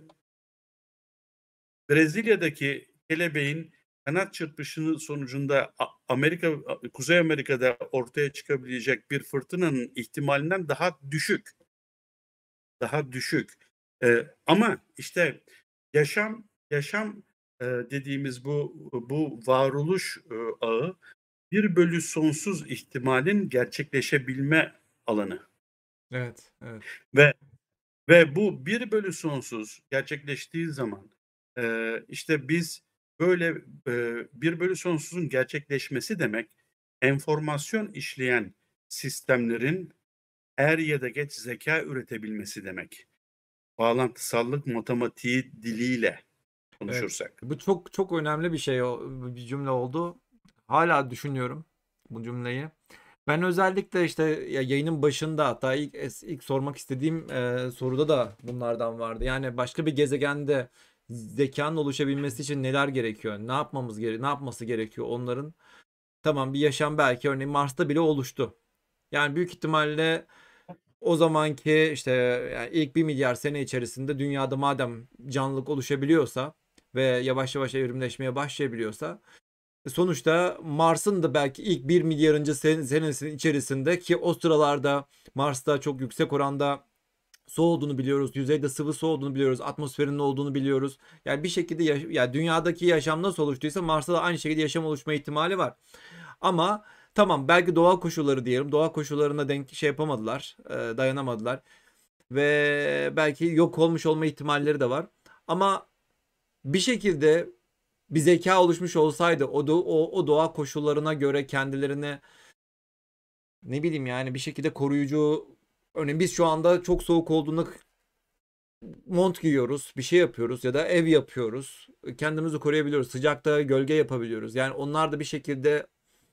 Brezilya'daki kelebeğin kanat çırpışının sonucunda A Amerika a Kuzey Amerika'da ortaya çıkabilecek bir fırtınanın ihtimalinden daha düşük. Daha düşük. Eee, ama işte yaşam yaşam, eee, dediğimiz bu bu varoluş, ııı, ağı bir bölü sonsuz ihtimalin gerçekleşebilme alanı Evet, evet. ve ve bu bir bölü sonsuz gerçekleştiği zaman, eee, işte, biz böyle, eee, bir bölü sonsuzun gerçekleşmesi demek, enformasyon işleyen sistemlerin er ya da geç zekâ üretebilmesi demek. Bağlantısallık matematiği diliyle Evet. konuşursak. Bu çok çok önemli bir şey o bir cümle oldu. Hala düşünüyorum bu cümleyi. Ben özellikle işte ya yayının başında hatta ilk es- ilk sormak istediğim e, soruda da bunlardan vardı. Yani başka bir gezegende zekanın oluşabilmesi için neler gerekiyor? Ne yapmamız gere ne yapması gerekiyor onların? Tamam bir yaşam belki örneğin Mars'ta bile oluştu. Yani büyük ihtimalle o zamanki işte yani ilk bir milyar sene içerisinde dünyada madem canlılık oluşabiliyorsa ve yavaş yavaş evrimleşmeye başlayabiliyorsa sonuçta Mars'ın da belki ilk bir milyarıncı sen- senesinin içerisinde ki o sıralarda Mars'ta çok yüksek oranda su olduğunu biliyoruz. Yüzeyde sıvı su olduğunu biliyoruz. Atmosferinin olduğunu biliyoruz. Yani bir şekilde yaş- yani dünyadaki yaşam nasıl oluştuysa Mars'ta da aynı şekilde yaşam oluşma ihtimali var. Ama tamam belki doğal koşulları diyelim. Doğal koşullarına denk şey yapamadılar. e, dayanamadılar. Ve belki yok olmuş olma ihtimalleri de var. Ama bir şekilde bir zeka oluşmuş olsaydı o, do- o, o doğa koşullarına göre kendilerini ne bileyim yani bir şekilde koruyucu örneğin biz şu anda çok soğuk olduğunda mont giyiyoruz, bir şey yapıyoruz ya da ev yapıyoruz. Kendimizi koruyabiliyoruz. Sıcakta gölge yapabiliyoruz. Yani onlar da bir şekilde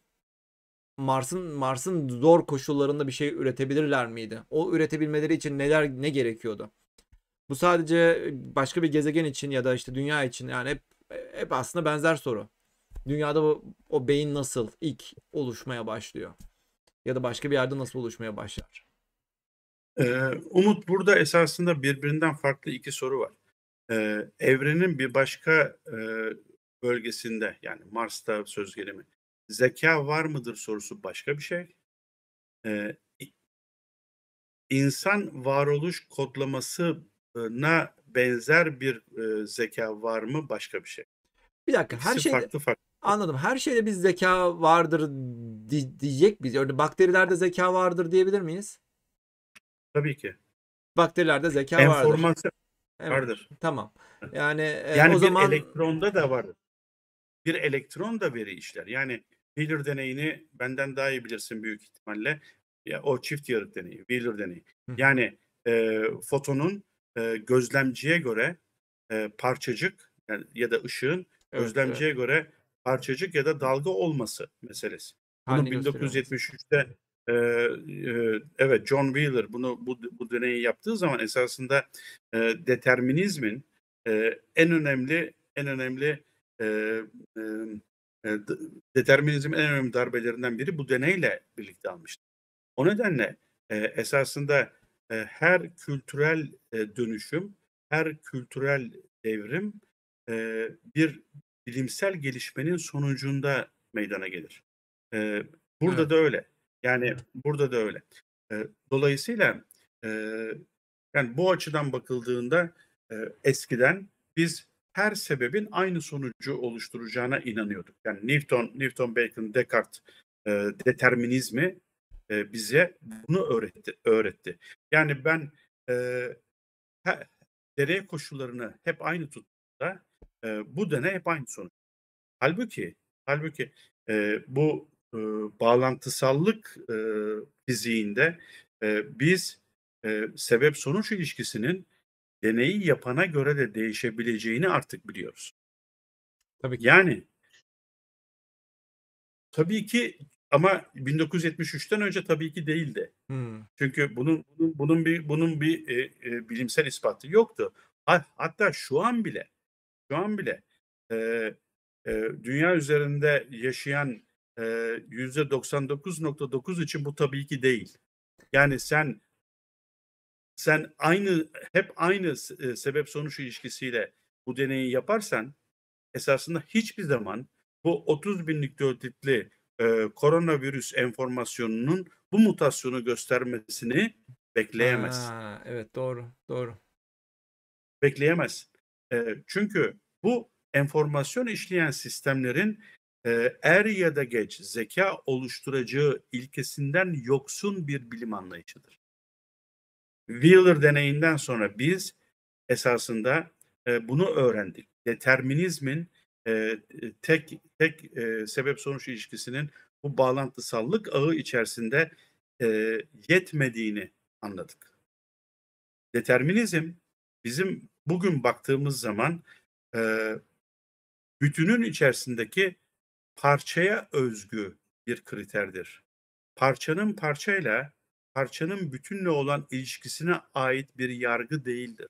Mars'ın Mars'ın zor koşullarında bir şey üretebilirler miydi? O üretebilmeleri için neler ne gerekiyordu? Bu sadece başka bir gezegen için ya da işte dünya için yani hep hep aslında benzer soru. Dünyada o, o beyin nasıl ilk oluşmaya başlıyor? Ya da başka bir yerde nasıl oluşmaya başlar? Eee, Umut, burada esasında birbirinden farklı iki soru var. Eee, evrenin bir başka, eee, bölgesinde, yani Mars'ta söz gelimi, zekâ var mıdır sorusu başka bir şey. Eee, i insan varoluş kodlamasına benzer bir, eee, zekâ var mı başka bir şey. Bir dakika her İkisi şeyde farklı farklı. anladım. Her şeyde bir zeka vardır di- diyecek miyiz? Örneğin bakterilerde zeka vardır diyebilir miyiz? Tabii ki. Bakterilerde zeka vardır. Enformasyon Evet. vardır. Tamam. Yani e, o Yani bir zaman elektronda da vardır. Bir elektron da veri işler. Yani Wheeler deneyini benden daha iyi bilirsin büyük ihtimalle. Ya, o çift yarık deneyi, Wheeler deneyi. Hı hı. Yani, eee, fotonun, eee, gözlemciye göre, eee, parçacık yani ya da ışığın Evet, evet. gözlemciye göre parçacık ya da dalga olması meselesi. Bunu Halini gösteriyor olması. bin dokuz yüz yetmiş üçte eee, eee, evet, John Wheeler bunu bu bu deneyi yaptığı zaman esasında, eee, determinizmin, eee, en önemli en önemli, eee, emm, eee, d determinizmin en önemli darbelerinden biri bu deneyle birlikte almıştı. O nedenle, eee, esasında, eee, her kültürel, eee, dönüşüm, her kültürel devrim, eee, bir bilimsel gelişmenin sonucunda meydana gelir. Eee, burada da Evet. öyle. Yani burada da öyle. Eee, dolayısıyla, eee, yani bu açıdan bakıldığında, eee, eskiden biz her sebebin aynı sonucu oluşturacağına inanıyorduk. Yani Newton, Newton, Bacon, Descartes, eee, determinizmi, eee, bize bunu öğretti öğretti. Yani ben, eee, he deney koşullarını hep aynı tuttuğumda, eee, bu deney hep aynı sonuç. Hâlbuki hâlbuki, eee, bu, ııı, bağlantısallık, ııı, fiziğinde, eee, biz, eee, sebep sonuç ilişkisinin deneyi yapana göre de değişebileceğini artık biliyoruz. Tabii ki. Yani tabii ki ama bin dokuz yüz yetmiş üçten önce tabii ki değildi. Hımm. Çünkü bunun bunun bunun bir bunun bir, eee, eee, bilimsel ispatı yoktu. Ha hatta şu an bile, şu an bile, eee, eee, dünya üzerinde yaşayan, eee, yüzde doksan dokuz nokta dokuz için bu tabii ki değil. Yani sen sen aynı hep aynı s eee, sebep sonuç ilişkisiyle bu deneyi yaparsan esasında hiçbir zaman bu otuz bin nükleotitli, eee, koronavirüs enformasyonunun bu mutasyonu göstermesini bekleyemezsin. Ha, evet, doğru, doğru. Bekleyemezsin. Eee, çünkü bu enformasyon işleyen sistemlerin, eee, er ya da geç zekâ oluşturacağı ilkesinden yoksun bir bilim anlayışıdır. Wheeler deneyinden sonra biz esasında, eee, bunu öğrendik. Determinizmin, eee, eee, tek tek, eee, sebep sonuç ilişkisinin bu bağlantısallık ağı içerisinde, eee, yetmediğini anladık. Determinizm bizim bugün baktığımız zaman, eee, bütünün içerisindeki parçaya özgü bir kriterdir. Parçanın parçayla, parçanın bütünle olan ilişkisine ait bir yargı değildir.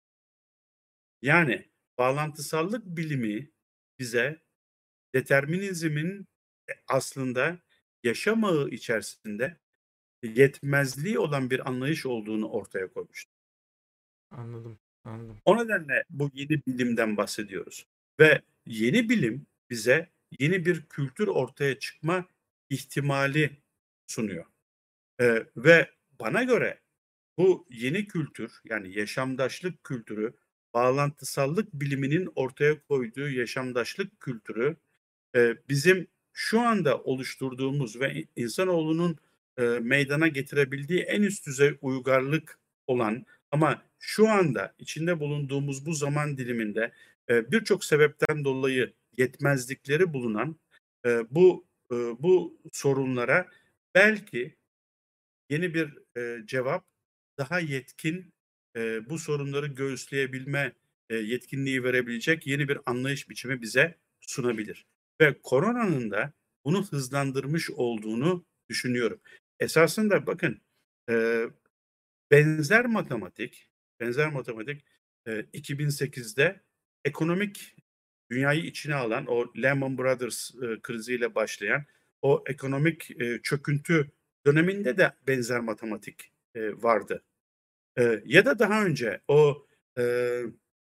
Yani bağlantısallık bilimi bize determinizmin, e, aslında yaşam ağı içerisinde yetmezliği olan bir anlayış olduğunu ortaya koymuştur. Anladım, anladım. O nedenle bu yeni bilimden bahsediyoruz ve yeni bilim bize yeni bir kültür ortaya çıkma ihtimali sunuyor, eee, ve bana göre bu yeni kültür, yani yaşamdaşlık kültürü, bağlantısallık biliminin ortaya koyduğu yaşamdaşlık kültürü, eee, bizim şu anda oluşturduğumuz ve i insanoğlunun, eee, meydana getirebildiği en üst düzey uygarlık olan ama şu anda içinde bulunduğumuz bu zaman diliminde, eee, birçok sebepten dolayı yetmezlikleri bulunan, eee, bu, ııı, bu sorunlara belki yeni bir, eee, cevap, daha yetkin, eee, bu sorunları göğüsleyebilme, eee, yetkinliği verebilecek yeni bir anlayış biçimi bize sunabilir ve koronanın da bunu hızlandırmış olduğunu düşünüyorum. Esasında bakın, eee, benzer matematik benzer matematik, eee, iki bin sekizde ekonomik dünyayı içine alan o Lehman Brothers, ııı, kriziyle başlayan o ekonomik, eee, çöküntü döneminde de benzer matematik, eee, vardı. Eee, ya da daha önce o, eee,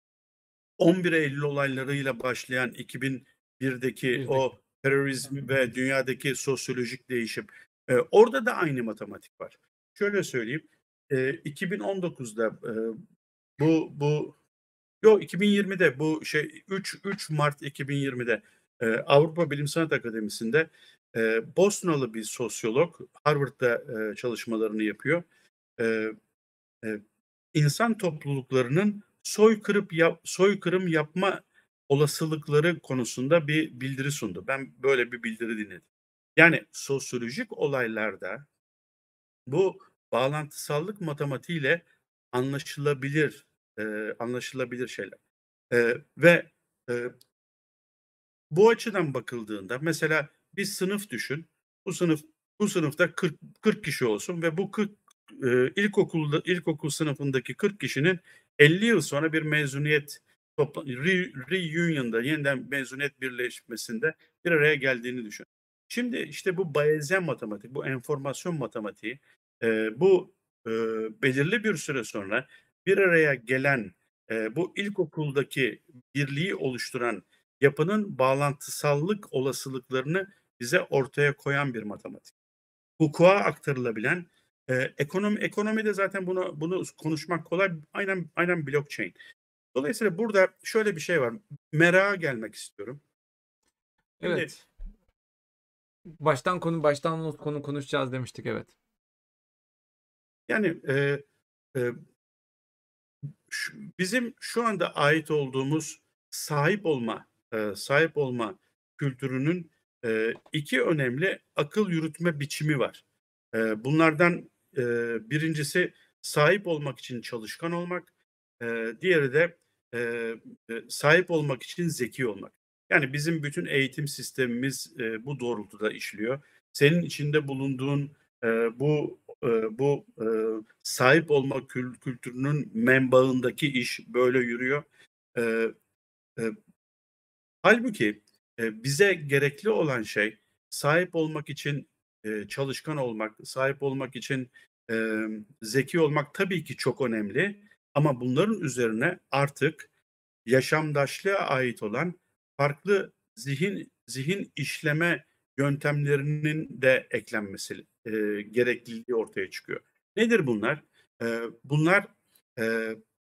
on bir Eylül olaylarıyla başlayan iki bin birdeki Birdeki. o terörizm ve dünyadaki sosyolojik değişim, eee, orada da aynı matematik var. Şöyle söyleyeyim, eee, iki bin on dokuzda, eee, bu bu yo iki bin yirmide bu şey üç üç Mart iki bin yirmide, eee, Avrupa Bilim Sanat Akademisi'nde, eee, Bosnalı bir sosyolog Harvard'da, eee, çalışmalarını yapıyor. Eee, eee, insan topluluklarının soykırıp yap soykırım yapma olasılıkları konusunda bir bildiri sundu. Ben böyle bir bildiri dinledim. Yani sosyolojik olaylarda bu bağlantısallık matematiğiyle anlaşılabilir, eee, anlaşılabilir şeyler. Eee, ve, eee bu açıdan bakıldığında mesela bir sınıf düşün. Bu sınıf bu sınıfta kırk kırk kişi olsun ve bu kırk eee, ilkokulda ilkokul sınıfındaki kırk kişinin elli yıl sonra bir mezuniyet topla re reunion'da yeniden mezuniyet birleşmesinde bir araya geldiğini düşün. Şimdi işte bu Bayesian matematik, bu enformasyon matematiği, eee, bu, eee, belirli bir süre sonra bir araya gelen, eee, bu ilkokuldaki birliği oluşturan yapının bağlantısallık olasılıklarını bize ortaya koyan bir matematik. Hukuka aktarılabilen, eee, ekonomi ekonomide zaten bunu bunu konuşmak kolay. Aynen aynen blockchain. Dolayısıyla burada şöyle bir şey var. Merak'a gelmek istiyorum. Şimdi Evet. Baştan konu baştan konu konuşacağız demiştik, evet. yani, eee, eee, ş bizim şu anda ait olduğumuz sahip olma, eee, sahip olma kültürünün, eee, iki önemli akıl yürütme biçimi var. Eee, bunlardan, eee, birincisi sahip olmak için çalışkan olmak, eee, diğeri de, eee, eee, sahip olmak için zeki olmak. Yani bizim bütün eğitim sistemimiz, eee, bu doğrultuda işliyor. Senin içinde bulunduğun, eee, bu, eee, bu, eee, sahip olma kül kültürünün menbaındaki iş böyle yürüyor. Eee, eee, hâlbuki, eee, bize gerekli olan şey sahip olmak için, eee, çalışkan olmak, sahip olmak için, emm, zeki olmak tabii ki çok önemli ama bunların üzerine artık yaşamdaşlığa ait olan farklı zihin zihin işleme yöntemlerinin de eklenmesi, eee, gerekliliği ortaya çıkıyor. Nedir bunlar? Eee, bunlar, eee,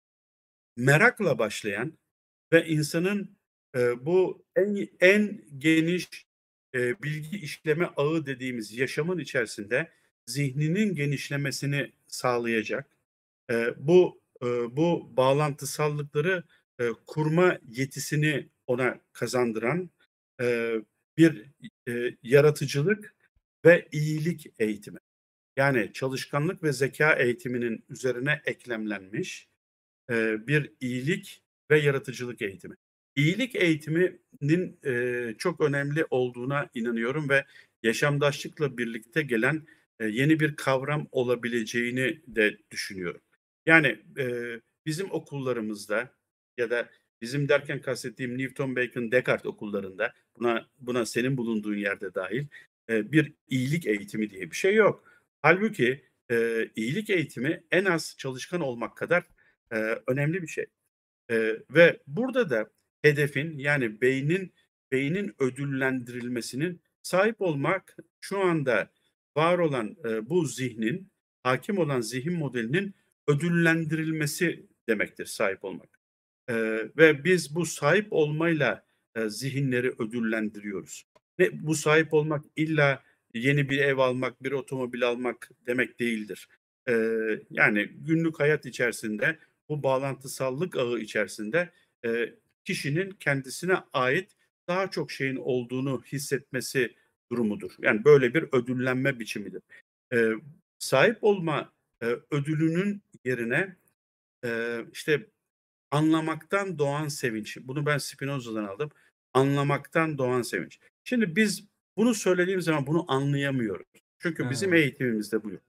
merakla başlayan ve insanın, eee, bu en en geniş, eee, bilgi işleme ağı dediğimiz yaşamın içerisinde zihninin genişlemesini sağlayacak, eee, bu, eee, bu bağlantısallıkları, eee, kurma yetisini ona kazandıran, eee, bir, eee, yaratıcılık ve iyilik eğitimi. Yani çalışkanlık ve zeka eğitiminin üzerine eklemlenmiş, eee, bir iyilik ve yaratıcılık eğitimi. İyilik eğitiminin, eee, çok önemli olduğuna inanıyorum ve yaşamdaşlıkla birlikte gelen, eee, yeni bir kavram olabileceğini de düşünüyorum. Yani, eee, bizim okullarımızda ya da bizim derken kastettiğim Newton, Bacon, Descartes okullarında, buna buna senin bulunduğun yerde dahil, eee, bir iyilik eğitimi diye bir şey yok. Hâlbuki, eee, iyilik eğitimi en az çalışkan olmak kadar, eee, önemli bir şey. Eee, ve burada da hedefin, yani beynin beynin ödüllendirilmesinin sahip olmak şu anda var olan, eee, bu zihnin, hakim olan zihin modelinin ödüllendirilmesi demektir sahip olmak. Eee, ve biz bu sahip olmayla, eee, zihinleri ödüllendiriyoruz. Ve bu sahip olmak illa yeni bir ev almak, bir otomobil almak demek değildir. Eee, yani günlük hayat içerisinde bu bağlantısallık ağı içerisinde, eee, kişinin kendisine ait daha çok şeyin olduğunu hissetmesi durumudur. Yani böyle bir ödüllenme biçimidir. Eee, sahip olma, eee, ödülünün yerine, eee, işte, anlamaktan doğan sevinç. Bunu ben Spinoza'dan aldım. Anlamaktan doğan sevinç. Şimdi biz bunu söylediğim zaman bunu anlayamıyoruz. Çünkü bizim Ha, eğitimimizde bu yok.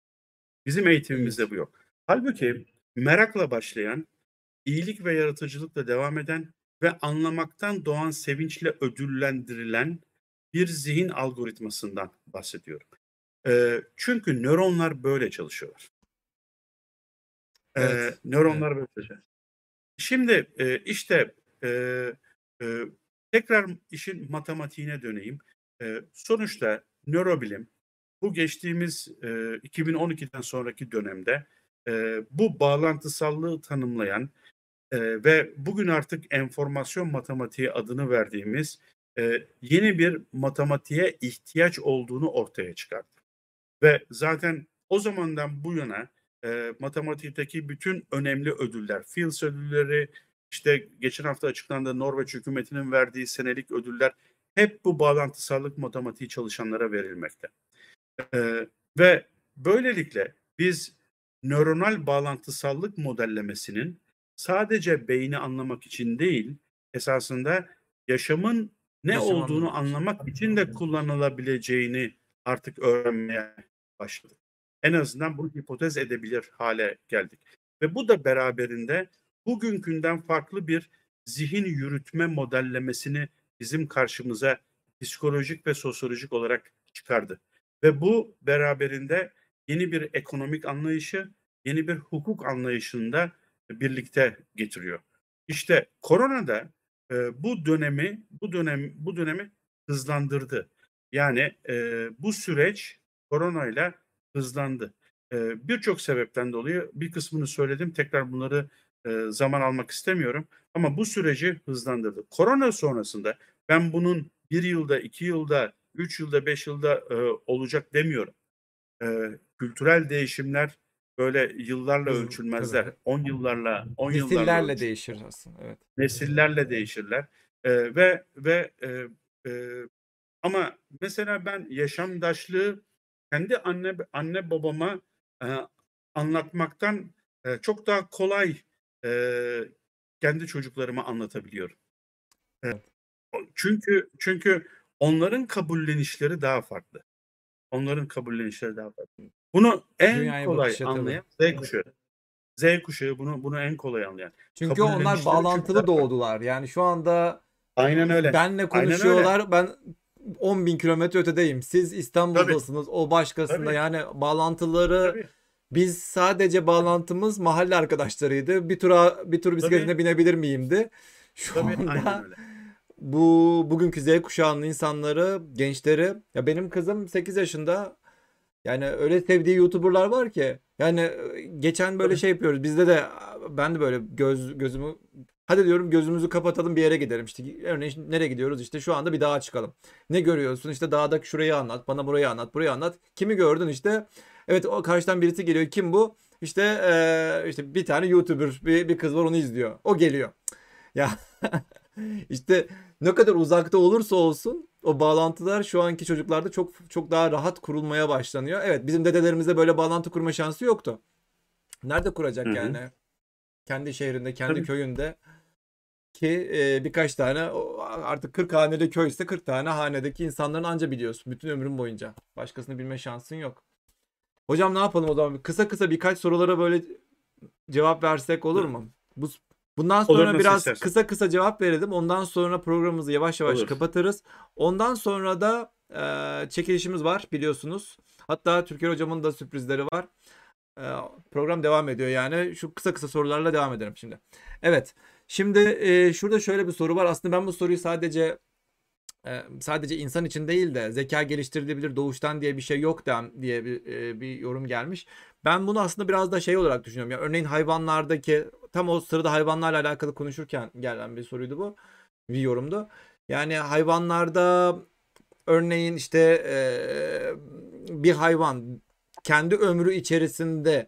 Bizim eğitimimizde ilginç. bu yok. Hâlbuki merakla başlayan, iyilik ve yaratıcılıkla devam eden ve anlamaktan doğan sevinçle ödüllendirilen bir zihin algoritmasından bahsediyorum. Eee, çünkü nöronlar böyle çalışıyorlar. Eee, Evet, evet. nöronlar böyle çalışıyor. Şimdi, eee, işte, eee, eee, tekrar işin matematiğine döneyim. Eee, sonuçta nörobilim bu geçtiğimiz, eee, iki bin on ikiden sonraki dönemde, eee, bu bağlantısallığı tanımlayan, eee, ve bugün artık enformasyon matematiği adını verdiğimiz, eee, yeni bir matematiğe ihtiyaç olduğunu ortaya çıkardı. Ve zaten o zamandan bu yana, eee, matematikteki bütün önemli ödüller, Fields ödülleri, işte geçen hafta açıklandı Norveç hükümetinin verdiği senelik ödüller hep bu bağlantısallık matematiği çalışanlara verilmekte. Eee, ve böylelikle biz nöronal bağlantısallık modellemesinin sadece beyni anlamak için değil, esasında yaşamın ne Yaşam olduğunu anlamı için. anlamak için de kullanılabileceğini artık öğrenmeye başladık. En azından bunu hipotez edebilir hale geldik. Ve bu da beraberinde bugünkünden farklı bir zihin yürütme modellemesini bizim karşımıza psikolojik ve sosyolojik olarak çıkardı. Ve bu beraberinde yeni bir ekonomik anlayışı, yeni bir hukuk anlayışını da birlikte getiriyor. İşte korona da e, bu dönemi bu dönem bu dönemi hızlandırdı. Yani e, bu süreç koronayla hızlandı. E, birçok sebepten dolayı bir kısmını söyledim. Tekrar bunları e, zaman almak istemiyorum. Ama bu süreci hızlandırdı. Korona sonrasında ben bunun bir yılda, iki yılda, üç yılda, beş yılda e, olacak demiyorum. E, kültürel değişimler böyle yıllarla Hız, ölçülmezler. tabii. On yıllarla, on yıllarla Nesillerle ölçülür. değişir aslında. Evet. Nesillerle değişirler. E, ve ve e, e, ama mesela ben yaşamdaşlığı kendi anne anne babama e, anlatmaktan e, çok daha kolay e, kendi çocuklarıma anlatabiliyorum. E, çünkü çünkü onların kabullenişleri daha farklı. Onların kabullenişleri daha farklı. Bunu en Dünyaya kolay bakışı tabii. anlayan Z kuşağı. Z kuşağı bunu bunu en kolay anlayan. Çünkü onlar Kabullenişleri çünkü daha bağlantılı farklı. doğdular. Yani şu anda Aynen öyle. benle Aynen öyle. konuşuyorlar. Ben on bin kilometre ötedeyim. Siz Tabii. İstanbul'dasınız. O başkasında. Tabii. Yani bağlantıları Tabii. biz sadece bağlantımız mahalle arkadaşlarıydı. Bir tura bir tur bisikletine Tabii. binebilir miyimdi? Şu Tabii. Aynen anda öyle. bu bugünkü Z kuşağının insanları, gençleri, ya benim kızım sekiz yaşında. Yani öyle sevdiği YouTuber'lar var ki. Yani e, geçen böyle Tabii. şey yapıyoruz. Bizde de ben de böyle göz gözümü hadi diyorum gözümüzü kapatalım bir yere gidelim. İşte örneğin şimdi nereye gidiyoruz? İşte şu anda bir dağa çıkalım. Ne görüyorsun? İşte dağdaki şurayı anlat. Bana burayı anlat. Burayı anlat. Kimi gördün işte? Evet, o karşıdan birisi geliyor. Kim bu? İşte e, işte bir tane YouTuber, bir, bir kız var, onu izliyor. O geliyor. Ya işte ne kadar uzakta olursa olsun o bağlantılar şu anki çocuklarda çok çok daha rahat kurulmaya başlanıyor. Evet, bizim dedelerimizde böyle bağlantı kurma şansı yoktu. Nerede Hı kuracak hı. yani? Kendi şehrinde, kendi Tabii. köyünde ki e, birkaç tane artık kırk haneli köyse kırk tane hanedeki insanların anca biliyorsun bütün ömrün boyunca. Başkasını bilme şansın yok. Hocam ne yapalım o zaman? Kısa kısa birkaç sorulara böyle cevap versek olur mu? Bu bundan Olur, sonra nasıl biraz istersen. kısa kısa cevap verelim. Ondan sonra programımızı yavaş yavaş Olur. kapatırız. Ondan sonra da e, çekilişimiz var biliyorsunuz. Hatta Türker hocamın da sürprizleri var. E, program devam ediyor yani. Şu kısa kısa sorularla devam edelim şimdi. Evet. Şimdi e, şurada şöyle bir soru var. Aslında ben bu soruyu sadece e, sadece insan için değil de zeka geliştirilebilir doğuştan diye bir şey yok dem diye bir, e, bir yorum gelmiş. Ben bunu aslında biraz da şey olarak düşünüyorum. Ya örneğin hayvanlardaki tam o sırada hayvanlarla alakalı konuşurken gelen bir soruydu bu. Bir yorumdu. Yani hayvanlarda örneğin işte e, bir hayvan kendi ömrü içerisinde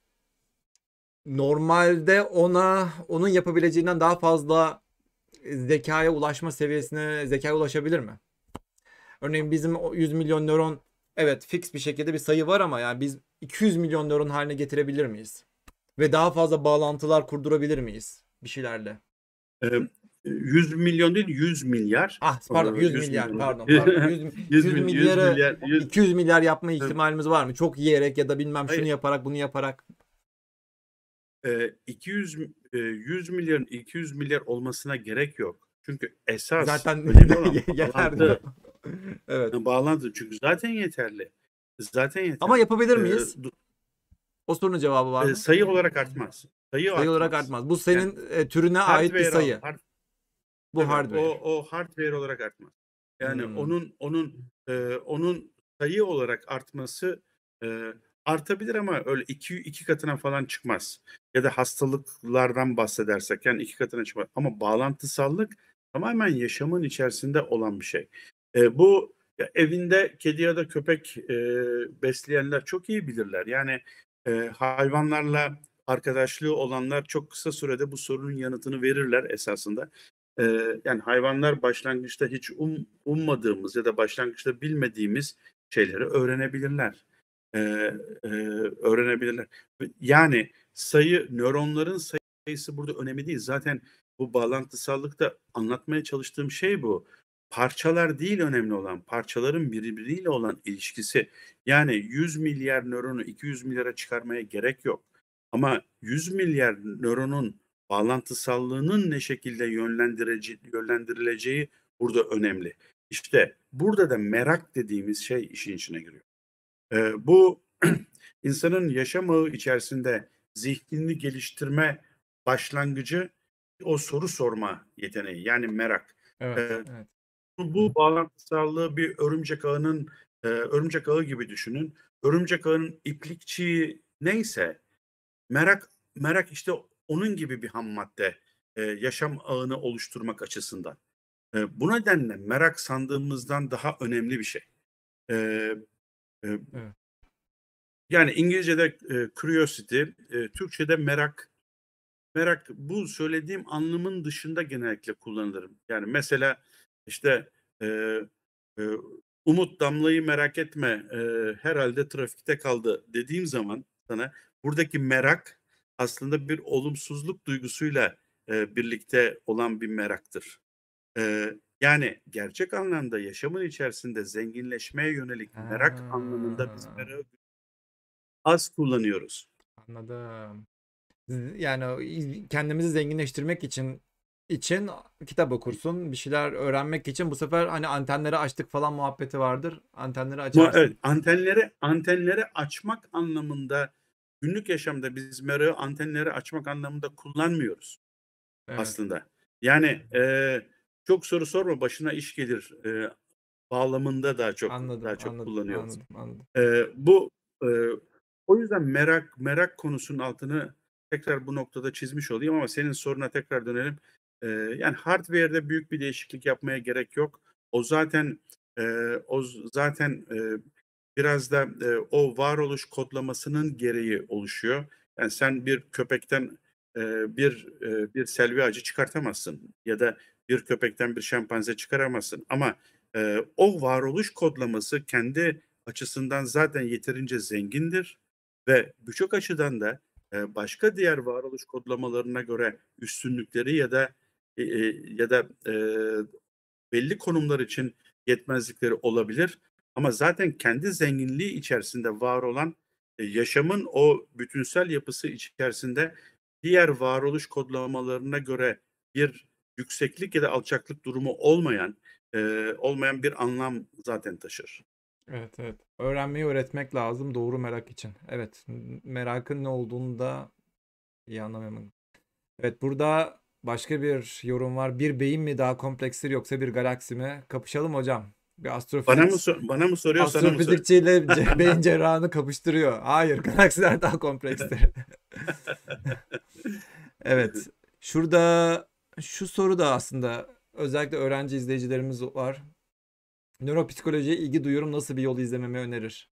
normalde ona onun yapabileceğinden daha fazla zekaya ulaşma seviyesine zekaya ulaşabilir mi? Örneğin bizim o yüz milyon nöron, evet, fix bir şekilde bir sayı var ama yani biz iki yüz milyon nöron haline getirebilir miyiz? Ve daha fazla bağlantılar kurdurabilir miyiz bir şeylerle? Ee, yüz milyon değil, yüz milyar. Ah Ee, pardon, yüz yüz milyar, milyon. pardon pardon. yüz, yüz, yüz mil- yüz milyarı milyar. yüz, iki yüz milyar yapma ihtimalimiz var mı? Çok yiyerek ya da bilmem şunu hayır, yaparak bunu yaparak. e, iki yüz e, yüz milyarın iki yüz milyar olmasına gerek yok. Çünkü esas Zaten önemli olan yeter bağlantı. diyor. Evet. Bağlantı çünkü zaten yeterli. Zaten Ama yeterli. yapabilir Ee, miyiz? du- O sorunun cevabı var e, mı? sayı olarak artmaz. Sayı Sayı olarak artmaz. artmaz. Bu Yani senin e, türüne ait bir hardware al, sayı. hard, Bu tabii o hardware. o hardware olarak artmaz. Yani Hmm. onun onun e, onun sayı olarak artması e, artabilir ama öyle iki iki katına falan çıkmaz. Ya da hastalıklardan bahsedersek yani iki katına çıkmaz. Ama bağlantısallık tamamen yaşamın içerisinde olan bir şey. E, bu ya evinde kedi ya da köpek e, besleyenler çok iyi bilirler. Yani e, hayvanlarla arkadaşlığı olanlar çok kısa sürede bu sorunun yanıtını verirler esasında. Eee, yani hayvanlar başlangıçta hiç um, ummadığımız ya da başlangıçta bilmediğimiz şeyleri öğrenebilirler. Eee, eee, öğrenebilirler. Yani sayı, nöronların sayısı burada önemli değil. Zaten bu bağlantısallıkta anlatmaya çalıştığım şey bu. parçalar değil önemli olan, parçaların birbiriyle olan ilişkisi. Yani yüz milyar nöronu iki yüz milyara çıkarmaya gerek yok. Ama yüz milyar nöronun bağlantısallığının ne şekilde yönlendireci yönlendirileceği burada önemli. İşte burada da merak dediğimiz şey işin içine giriyor. Eee, bu insanın yaşam ağı içerisinde zihnini geliştirme başlangıcı o soru sorma yeteneği, yani merak. Evet, Eee, evet. bu Hı bu hı. bağlantısallığı bir örümcek ağının, eee, örümcek ağı gibi düşünün. Örümcek ağının iplikçiği neyse merak merak işte onun gibi bir hammadde, eee, yaşam ağını oluşturmak açısından. Eee, bu nedenle merak sandığımızdan daha önemli bir şey. Eee, eee Evet. Yani İngilizce'de, eee, curiosity, eee, Türkçe'de merak. Merak bu söylediğim anlamın dışında genellikle kullanılır. Yani mesela, işte, eee, eee, "Umut Damla'yı merak etme, eee, herhâlde trafikte kaldı." dediğim zaman sana buradaki merak aslında bir olumsuzluk duygusuyla, eee, birlikte olan bir meraktır. Eee, yani gerçek anlamda yaşamın içerisinde zenginleşmeye yönelik merak anlamında biz Ha, merağı az kullanıyoruz. anladım. Z yani, o iz kendimizi zenginleştirmek için için kitap okursun, bir şeyler öğrenmek için bu sefer, hani, antenleri açtık falan muhabbeti vardır. Antenleri Ama evet, açarsın. antenleri antenleri açmak anlamında günlük yaşamda biz merağı antenleri açmak anlamında kullanmıyoruz Evet. aslında. Yani, eee, "Çok soru sorma, başına iş gelir." eee, bağlamında daha çok Anladım, daha çok anladım, kullanıyoruz. anladım, anladım. Eee, bu, eee, o yüzden merak merak konusunun altını tekrar bu noktada çizmiş olayım ama senin soruna tekrar dönelim. Eee, yani hardware'de büyük bir değişiklik yapmaya gerek yok. O zaten, eee, o z zaten, eee, biraz da, eee, o varoluş kodlamasının gereği oluşuyor. Yani sen bir köpekten, eee, bir, eee, bir selvi ağacı çıkartamazsın ya da bir köpekten bir şempanze çıkaramazsın ama, eee, o varoluş kodlaması kendi açısından zaten yeterince zengindir ve birçok açıdan da, eee, başka diğer varoluş kodlamalarına göre üstünlükleri ya da, eee, ya da, eee, belli konumlar için yetmezlikleri olabilir ama zaten kendi zenginliği içerisinde var olan, eee, yaşamın o bütünsel yapısı içerisinde diğer varoluş kodlamalarına göre bir yükseklik ya da alçaklık durumu olmayan, eee, olmayan bir anlam zaten taşır. Evet, evet. Öğrenmeyi öğretmek lazım doğru merak için. Evet, m merakın ne olduğunu da iyi anlamıyorum. Evet, burada başka bir yorum var. Bir beyin mi daha komplekstir yoksa bir galaksi mi? Kapışalım hocam. Bir Bana mı astrofizik so bana mı soruyor, sana mı soruyor? astrofizikçiyle ce beyin cerrahını kapıştırıyor. Hayır, galaksiler daha komplekstir. Evet. Şurada şu soru da aslında özellikle öğrenci izleyicilerimiz var. Nöropsikolojiye ilgi duyuyorum. Nasıl bir yol izlememi önerir?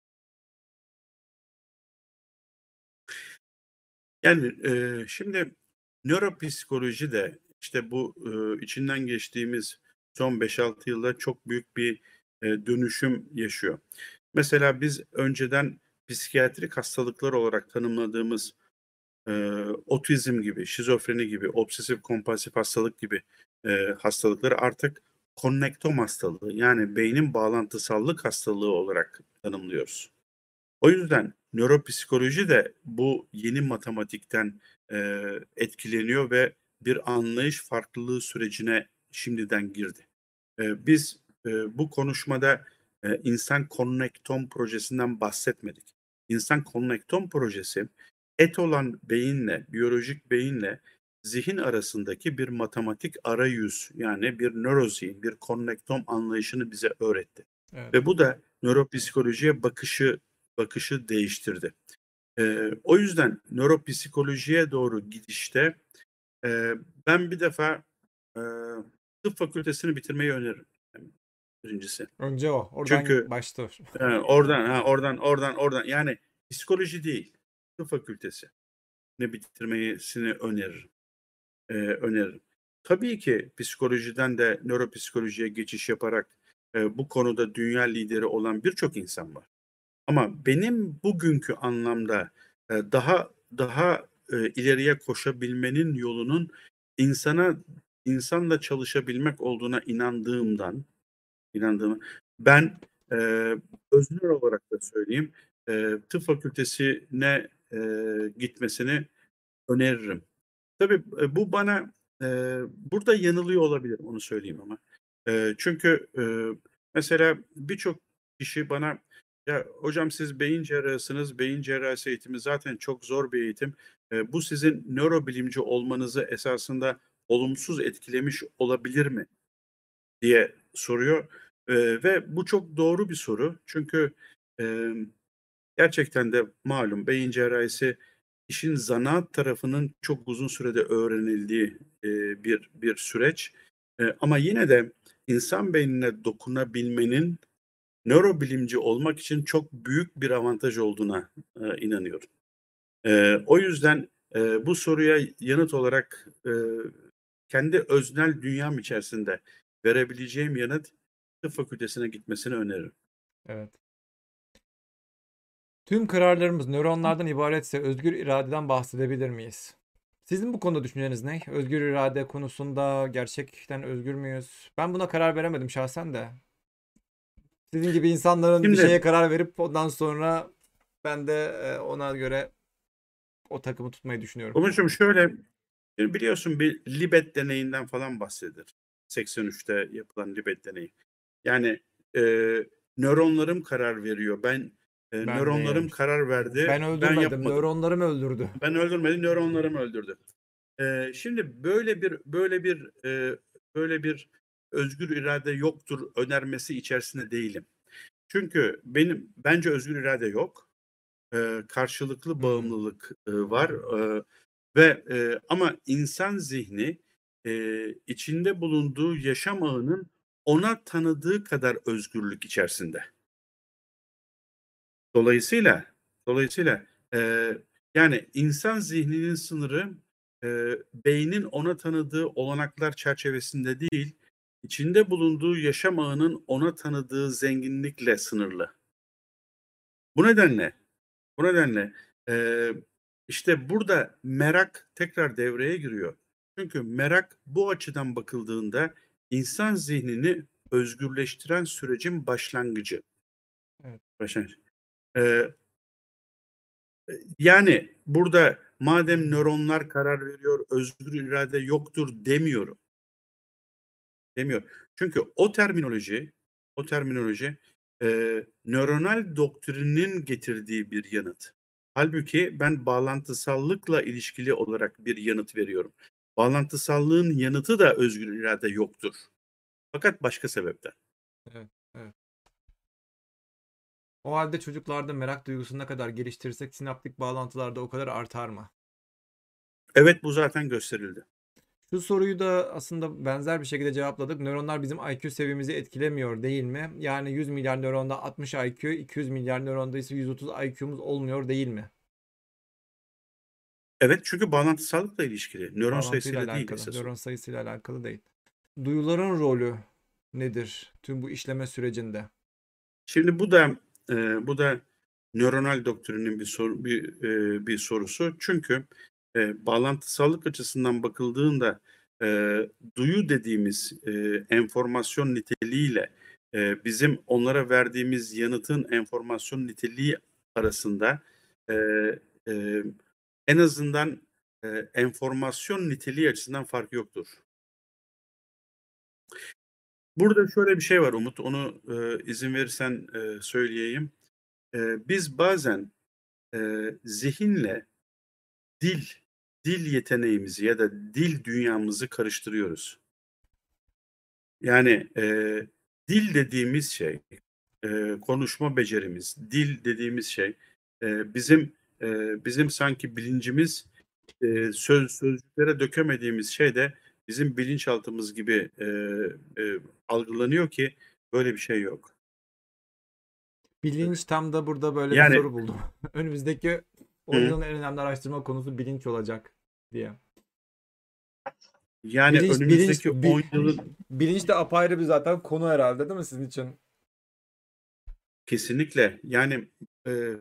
Yani, eee, şimdi nöropsikoloji de, işte, bu, ııı, içinden geçtiğimiz son beş altı yılda çok büyük bir, eee, dönüşüm yaşıyor. Mesela biz önceden psikiyatrik hastalıklar olarak tanımladığımız, eee, otizm gibi, şizofreni gibi, obsesif kompulsif hastalık gibi, eee, hastalıkları artık konnektom hastalığı, yani beynin bağlantısallık hastalığı olarak tanımlıyoruz. O yüzden nöropsikoloji de bu yeni matematikten, eee, etkileniyor ve bir anlayış farklılığı sürecine şimdiden girdi. Eee, biz, eee, bu konuşmada, eee, insan konnektom projesinden bahsetmedik. İnsan konnektom projesi, et olan beyinle, biyolojik beyinle zihin arasındaki bir matematik arayüz, yani bir nörozihin, bir konnektom anlayışını bize öğretti Evet. ve bu da nöropsikolojiye bakışı bakışı değiştirdi. Eee, o yüzden nöropsikolojiye doğru gidişte, eee, ben bir defa, eee, tıp fakültesini bitirmeyi öneririm. Yani birincisi. Önce o. Oradan Çünkü, başlar. eee, oradan, ha, oradan, oradan, oradan yani psikoloji değil, tıp fakültesini bitirmesini öneririm, eee, öneririm. Tabii ki psikolojiden de nöropsikolojiye geçiş yaparak, eee, bu konuda dünya lideri olan birçok insan var. Ama benim bugünkü anlamda, eee, daha daha, eee, ileriye koşabilmenin yolunun insana insanla çalışabilmek olduğuna inandığımdan inandığımı ben, eee, öznel olarak da söyleyeyim, eee, tıp fakültesine, eee, gitmesini öneririm. Tabii, eee, bu bana, eee, burada yanılıyor olabilir, onu söyleyeyim ama. Eee, çünkü, eee, mesela birçok kişi bana, "Ya, hocam siz beyin cerrahısınız, beyin cerrahisi eğitimi zaten çok zor bir eğitim. Eee, bu sizin nörobilimci olmanızı esasında olumsuz etkilemiş olabilir mi?" diye soruyor, eee, ve bu çok doğru bir soru. Çünkü, emm, gerçekten de malum beyin cerrahisi işin zanaat tarafının çok uzun sürede öğrenildiği, eee, bir bir süreç. Eee, ama yine de insan beynine dokunabilmenin nörobilimci olmak için çok büyük bir avantaj olduğuna, eee, inanıyorum. Eee, o yüzden, eee, bu soruya yanıt olarak, eee, kendi öznel dünyam içerisinde verebileceğim yanıt tıp fakültesine gitmesini öneririm. Evet. Tüm kararlarımız nöronlardan ibaretse özgür iradeden bahsedebilir miyiz? Sizin bu konuda düşünceniz ne? Özgür irade konusunda gerçekten özgür müyüz? Ben buna karar veremedim şahsen de. Sizin gibi insanların bir şeye Şimdi karar verip ondan sonra ben de e, ona göre o takımı tutmayı düşünüyorum. Umut'cum şöyle, eee, biliyorsun bir Libet deneyinden falan bahsedilir. seksen üçte yapılan Libet deneyi. Yani, eee, nöronlarım karar veriyor. Ben, eee, Ben nöronlarım değilim. karar Ben verdi, ben öldürmedim. yapmadım. Nöronlarım öldürdü. Ben öldürmedim, nöronlarım öldürdü. Eee, şimdi böyle bir böyle bir, eee, böyle bir özgür irade yoktur önermesi içerisinde değilim. Çünkü benim bence özgür irade yok. Eee, karşılıklı Hmm. bağımlılık, ııı, var, eee, ve, eee, ama insan zihni, eee, içinde bulunduğu yaşam ağının ona tanıdığı kadar özgürlük içerisinde. Dolayısıyla dolayısıyla, eee, yani insan zihninin sınırı, eee, beynin ona tanıdığı olanaklar çerçevesinde değil, içinde bulunduğu yaşam ağının ona tanıdığı zenginlikle sınırlı. Bu nedenle Bu nedenle, eee, işte, burada merak tekrar devreye giriyor. Çünkü merak bu açıdan bakıldığında insan zihnini özgürleştiren sürecin başlangıcı. Evet. Başlangıcı. Eee, yani burada madem nöronlar karar veriyor, özgür irade yoktur demiyorum, demiyorum. Çünkü o terminoloji, o terminoloji, eee, nöronal doktrinin getirdiği bir yanıt. Halbuki ben bağlantısallıkla ilişkili olarak bir yanıt veriyorum. Bağlantısallığın yanıtı da özgür irade yoktur. Fakat başka sebepten. Evet. Evet. O halde çocuklarda merak duygusunu ne kadar geliştirirsek sinaptik bağlantılarda o kadar artar mı? Evet, bu zaten gösterildi. Şu soruyu da aslında benzer bir şekilde cevapladık. Nöronlar bizim I Q seviyemizi etkilemiyor değil mi? Yani yüz milyar nöronda altmış I Q, iki yüz milyar nöronda ise yüz otuz I Q'muz olmuyor değil mi? Evet, çünkü bağlantısallıkla ilişkili. Nöron Bağlantıyla sayısıyla değil alakalı, nöron esasında. sayısıyla alakalı değil. Duyuların rolü nedir tüm bu işleme sürecinde? Şimdi bu da, eee, bu da nöronal doktrinin bir soru bir, eee, bir sorusu. Çünkü, eee, bağlantısallık açısından bakıldığında, eee, duyu dediğimiz, eee, enformasyon niteliğiyle, eee, bizim onlara verdiğimiz yanıtın enformasyon niteliği arasında, eee, emm, en azından, eee, enformasyon niteliği açısından fark yoktur. Burada şöyle bir şey var Umut, onu, eee, izin verirsen, eee, söyleyeyim. Eee, biz bazen, eee, zihinle dil, dil yeteneğimizi ya da dil dünyamızı karıştırıyoruz. Yani, eee, dil dediğimiz şey, eee, konuşma becerimiz, dil dediğimiz şey, eee, bizim, eee, bizim sanki bilincimiz, eee, söz sözcüklere dökemediğimiz şey de bizim bilinçaltımız gibi, eee, eee, algılanıyor ki böyle bir şey yok. Bilinç tam da burada böyle bir Yani soru buldum. Önümüzdeki on Hı. yılın en önemli araştırma konusu bilinç olacak diye. Yani Bilinç, bilinç, önümüzdeki bi- on yılın bilinç de apayrı bir zaten konu herhalde değil mi sizin için? kesinlikle. Yani, eee,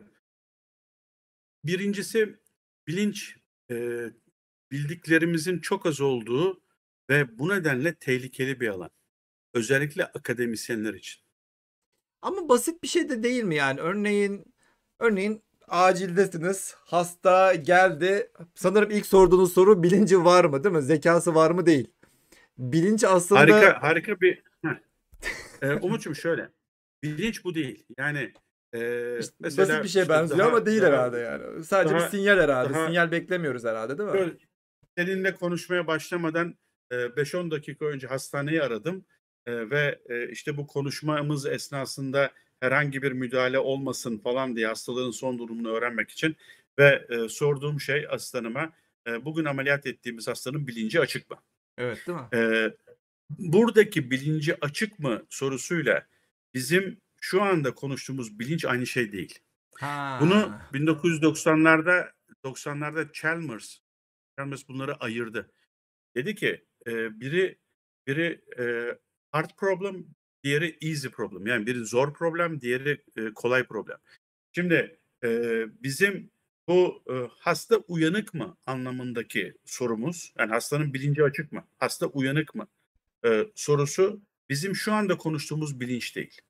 birincisi bilinç, eee, bildiklerimizin çok az olduğu ve bu nedenle tehlikeli bir alan. Özellikle akademisyenler için. Ama basit bir şey de değil mi yani? Örneğin örneğin acildesiniz. Hasta geldi. Sanırım ilk sorduğunuz soru bilinci var mı, değil mi? Zekası var mı değil. Bilinç aslında Harika harika bir heh. Eee, Umut'cum şöyle, bilinç bu değil. Yani, eee, İşte basit bir mesela, şeye işte, benziyor ama daha değil daha herhalde yani. Sadece bir daha sinyal herhalde. daha Sinyal beklemiyoruz herhalde, değil mi? Şöyle, seninle konuşmaya başlamadan, eee, beş on dakika önce hastaneyi aradım, eee, ve, eee, işte, bu konuşmamız esnasında herhangi bir müdahale olmasın falan diye hastalığın son durumunu öğrenmek için ve, eee, sorduğum şey asistanıma, eee, "Bugün ameliyat ettiğimiz hastanın bilinci açık mı?" Evet, değil mi? Eee, buradaki bilinci açık mı sorusuyla bizim şu anda konuştuğumuz bilinç aynı şey değil. Bunu Ha. bin dokuz yüz doksanlarda doksanlarda Chalmers Chalmers bunları ayırdı. Dedi ki, eee, biri biri, eee, hard problem, diğeri easy problem. Yani biri zor problem, diğeri, eee, kolay problem. Şimdi, eee, bizim bu, eee, hasta uyanık mı anlamındaki sorumuz, yani hastanın bilinci açık mı, hasta uyanık mı, eee, sorusu bizim şu anda konuştuğumuz bilinç değil.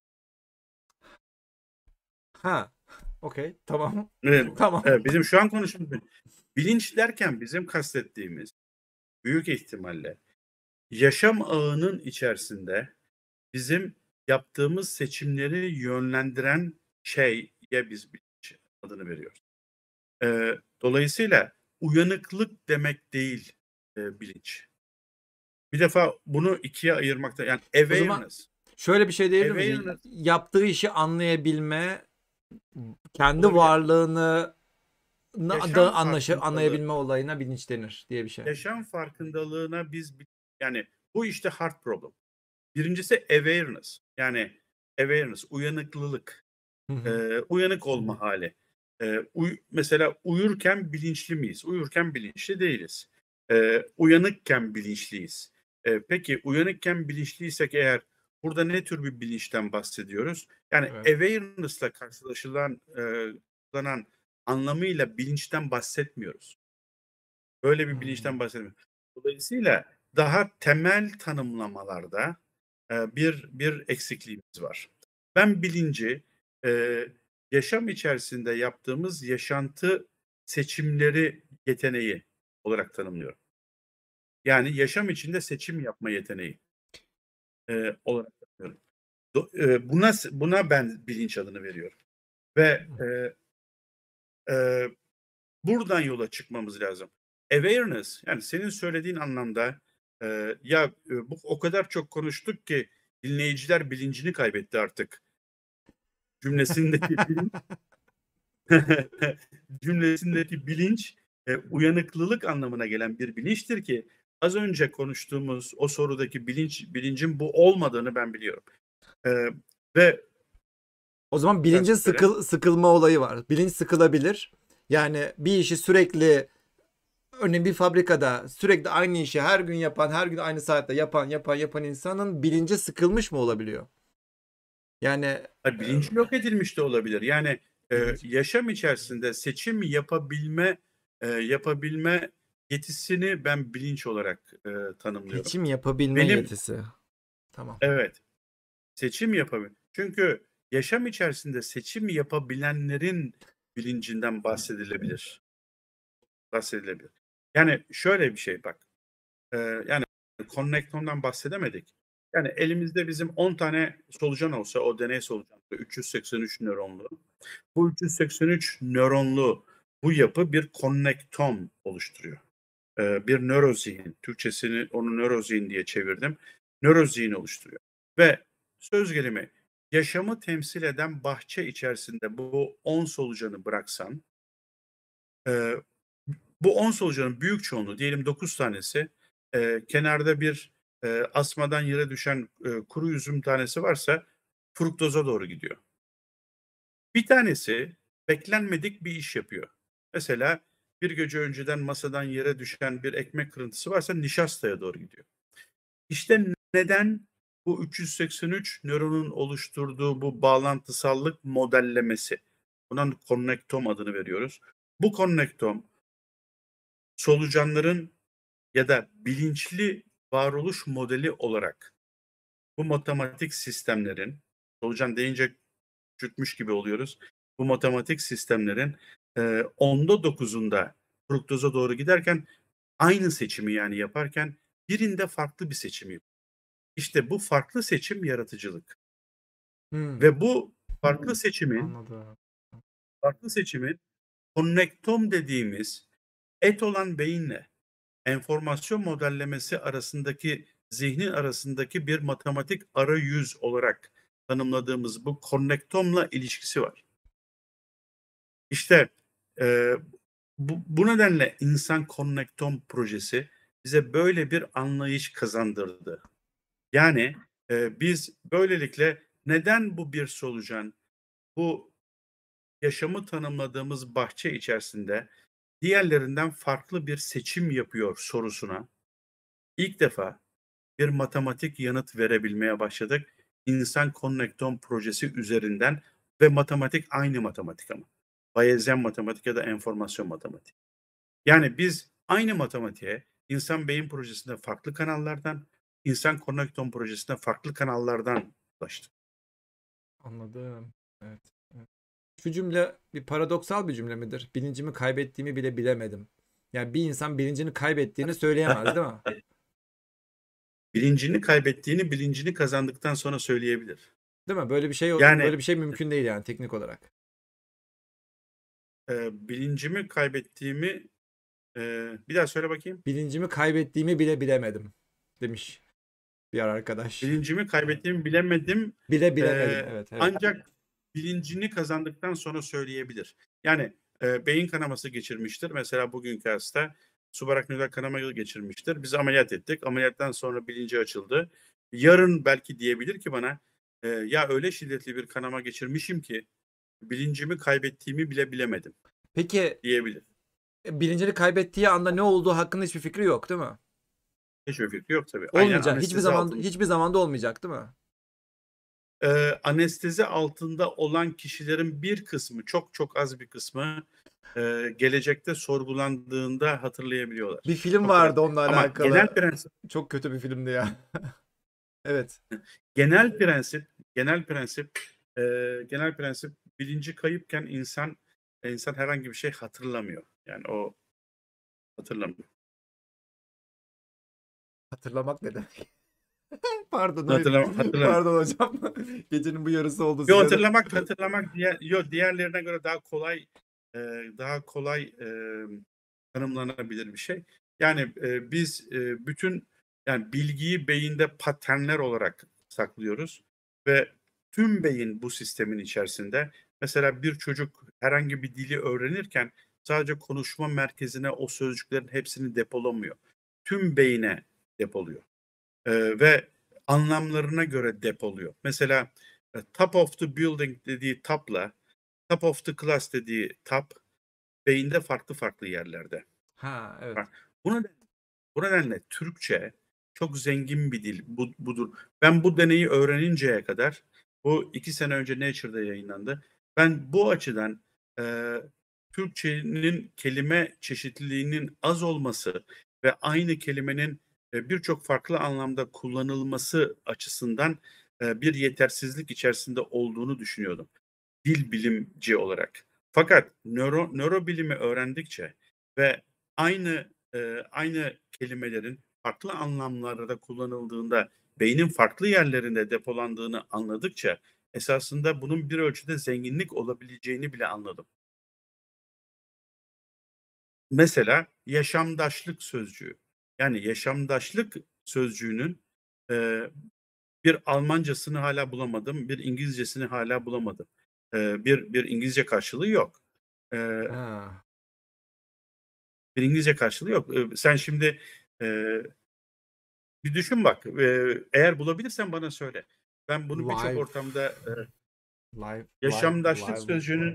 Ha. Okay. Tamam. Evet, Tamam. evet, bizim şu an konuştuğumuz bilinç. Bilinç derken bizim kastettiğimiz büyük ihtimalle yaşam ağının içerisinde bizim yaptığımız seçimleri yönlendiren şeye biz bilinç adını veriyoruz. Eee, dolayısıyla uyanıklık demek değil, eee, bilinç. Bir defa bunu ikiye ayırmakta yani O zaman awareness, şöyle bir şey diyebilir miyiz? awareness Yaptığı işi anlayabilme, kendi olabilir. varlığını na da Yaşam anlaşı farkındalığı, anlayabilme olayına bilinç denir diye bir şey. yaşam farkındalığına biz bi yani bu işte hard problem. Birincisi awareness yani awareness, uyanıklılık. Hı hı. Eee, uyanık olma hâli. Eee, uy mesela uyurken bilinçli miyiz? Uyurken bilinçli değiliz. Eee, uyanıkken bilinçliyiz. Eee, peki uyanıkken bilinçliysek eğer burada ne tür bir bilinçten bahsediyoruz? Yani Evet. awareness'la karşılaşılan, eee, kullanılan anlamıyla bilinçten bahsetmiyoruz. Böyle bir bilinçten Hımm. bahsetmiyoruz. Dolayısıyla daha temel tanımlamalarda, eee, bir bir eksikliğimiz var. Ben bilinci, eee, yaşam içerisinde yaptığımız yaşantı seçimleri yeteneği olarak tanımlıyorum. Yani yaşam içinde seçim yapma yeteneği, eee, olarak tanımlıyorum. Do eee, buna s buna ben bilinç adını veriyorum ve, eee, eee buradan yola çıkmamız lazım. Awareness, yani senin söylediğin anlamda, eee, ya, eee, bu o kadar çok konuştuk ki dinleyiciler bilincini kaybetti artık cümlesindeki bilinç cümlesindeki bilinç, eee, uyanıklılık anlamına gelen bir bilinçtir ki az önce konuştuğumuz o sorudaki bilinç bilincin bu olmadığını ben biliyorum. Eee, ve O zaman sen bilincin söyle. sıkıl sıkılma olayı var. Bilinç sıkılabilir. Yani bir işi sürekli örneğin bir fabrikada sürekli aynı işi her gün yapan, her gün aynı saatte yapan, yapan, yapan insanın bilinci sıkılmış mı olabiliyor? Yani, Ha, eee, bilinci yok edilmiş de olabilir. Yani, eee, bilinç yaşam içerisinde seçim yapabilme, eee, yapabilme yetisini ben bilinç olarak, eee, tanımlıyorum. seçim yapabilme Benim yetisi. Tamam. Evet, seçim yapabil çünkü yaşam içerisinde seçim yapabilenlerin bilincinden bahsedilebilir, bahsedilebilir. Yani şöyle bir şey bak, eee, yani konnektomdan bahsedemedik. Yani elimizde bizim on tane solucan olsa, o deney solucanları üç yüz seksen üç nöronlu. Bu üç yüz seksen üç nöronlu bu yapı bir konnektom oluşturuyor. Eee, bir nörozihin, Türkçesini onu nörozihin diye çevirdim. Nörozihin oluşturuyor ve söz gelimi yaşamı temsil eden bahçe içerisinde bu on solucanı bıraksan, eee, bu on solucanın büyük çoğunluğu diyelim dokuz tanesi, eee, kenarda bir, eee, asmadan yere düşen, eee, kuru üzüm tanesi varsa fruktoza doğru gidiyor. Bir tanesi beklenmedik bir iş yapıyor. Mesela bir gece önceden masadan yere düşen bir ekmek kırıntısı varsa nişastaya doğru gidiyor. İşte neden bu üç yüz seksen üç nöronun oluşturduğu bu bağlantısallık modellemesi, buna konnektom adını veriyoruz. Bu konnektom solucanların ya da bilinçli varoluş modeli olarak bu matematik sistemlerin, solucan deyince küçültmüş gibi oluyoruz. Bu matematik sistemlerin eee, onda dokuzunda fruktoza doğru giderken aynı seçimi yani yaparken birinde farklı bir seçim yapıyor. İşte bu farklı seçim yaratıcılık Hımm. ve bu farklı seçimin Anladım. farklı seçimin konnektom dediğimiz et olan beyinle enformasyon modellemesi arasındaki zihnin arasındaki bir matematik arayüz olarak tanımladığımız bu konnektomla ilişkisi var. İşte, eee, bu bu nedenle insan konnektom projesi bize böyle bir anlayış kazandırdı. Yani, eee, biz böylelikle neden bu bir solucan, bu yaşamı tanımladığımız bahçe içerisinde diğerlerinden farklı bir seçim yapıyor sorusuna ilk defa bir matematik yanıt verebilmeye başladık. İnsan Konnektom projesi üzerinden ve matematik aynı matematik ama. Bayezyen matematik ya da enformasyon matematik. Yani biz aynı matematiğe insan beyin projesinde farklı kanallardan, insan Konnektom projesinde farklı kanallardan ulaştık. Anladım. Evet, evet. Şu cümle bir paradoksal bir cümle midir? Bilincimi kaybettiğimi bile bilemedim. Yani bir insan bilincini kaybettiğini söyleyemez, değil mi? Bilincini kaybettiğini, bilincini kazandıktan sonra söyleyebilir. Değil mi? Böyle bir şey Yani, böyle bir şey mümkün değil yani teknik olarak. eee, bilincimi kaybettiğimi, eee, bir daha söyle bakayım. Bilincimi kaybettiğimi bile bilemedim demiş bir arkadaş. Bilincimi kaybettiğimi bilemedim, Bile bilemedim. eee, Evet, evet. ancak bilincini kazandıktan sonra söyleyebilir. Yani, eee, beyin kanaması geçirmiştir. Mesela bugünkü hasta subaraknoidal kanama geçirmiştir. Biz ameliyat ettik. Ameliyattan sonra bilinci açıldı. Yarın belki diyebilir ki bana, eee, "Ya, öyle şiddetli bir kanama geçirmişim ki bilincimi kaybettiğimi bile bilemedim." Peki diyebilir. e, bilincini kaybettiği anda ne olduğu hakkında hiçbir fikri yok, değil mi? Hiçbir fikri yok tabii. Aynen Olmayacak. Hiçbir anestezi zaman altında. hiçbir zamanda olmayacak, değil mi? Eee, anestezi altında olan kişilerin bir kısmı, çok çok az bir kısmı, eee, gelecekte sorgulandığında hatırlayabiliyorlar. Bir film Çok az. vardı onunla Ama genel alakalı. prensip Çok kötü bir filmdi ya. Evet. genel prensip genel prensip, eee, genel prensip bilinci kayıpken insan insan herhangi bir şey hatırlamıyor. Yani o hatırlamıyor. Hatırlamak ne demek? Pardon, hayır. Hatırlama hatırlamıyor. Pardon hocam. Gecenin bu yarısı oldu Yo, size de. hatırlamak hatırlamak diğer yo, diğerlerine göre daha kolay, eee, daha kolay, emm, tanımlanabilir bir şey. Yani, eee, biz, eee, bütün, yani, bilgiyi beyinde paternler olarak saklıyoruz ve tüm beyin bu sistemin içerisinde. Mesela bir çocuk herhangi bir dili öğrenirken sadece konuşma merkezine o sözcüklerin hepsini depolamıyor. Tüm beyine depoluyor. Eee, ve anlamlarına göre depoluyor. Mesela, eee, top of the building dediği top'la top of the class dediği top beyinde farklı farklı yerlerde. Ha, evet. Bak, bu neden bu nedenle Türkçe çok zengin bir dil. Bu budur. Ben bu deneyi öğreninceye kadar bu iki sene önce Nature'da yayınlandı. Ben bu açıdan, eee, Türkçenin kelime çeşitliliğinin az olması ve aynı kelimenin, eee, birçok farklı anlamda kullanılması açısından, eee, bir yetersizlik içerisinde olduğunu düşünüyordum dil bilimci olarak. Fakat nöro nörobilimi öğrendikçe ve aynı, eee, aynı kelimelerin farklı anlamlarda kullanıldığında beynin farklı yerlerinde depolandığını anladıkça esasında bunun bir ölçüde zenginlik olabileceğini bile anladım. Mesela yaşamdaşlık sözcüğü. Yani yaşamdaşlık sözcüğünün, eee, bir Almancasını hâlâ bulamadım, bir İngilizcesini hâlâ bulamadım. Eee, bir bir İngilizce karşılığı yok. Eee, Ha. bir İngilizce karşılığı yok. Eee, sen şimdi, eee, bir düşün bak, eee, eğer bulabilirsen bana söyle. Ben bunu birçok Live. ortamda, eee, Live, live, yaşamdaşlık live. sözcüğünün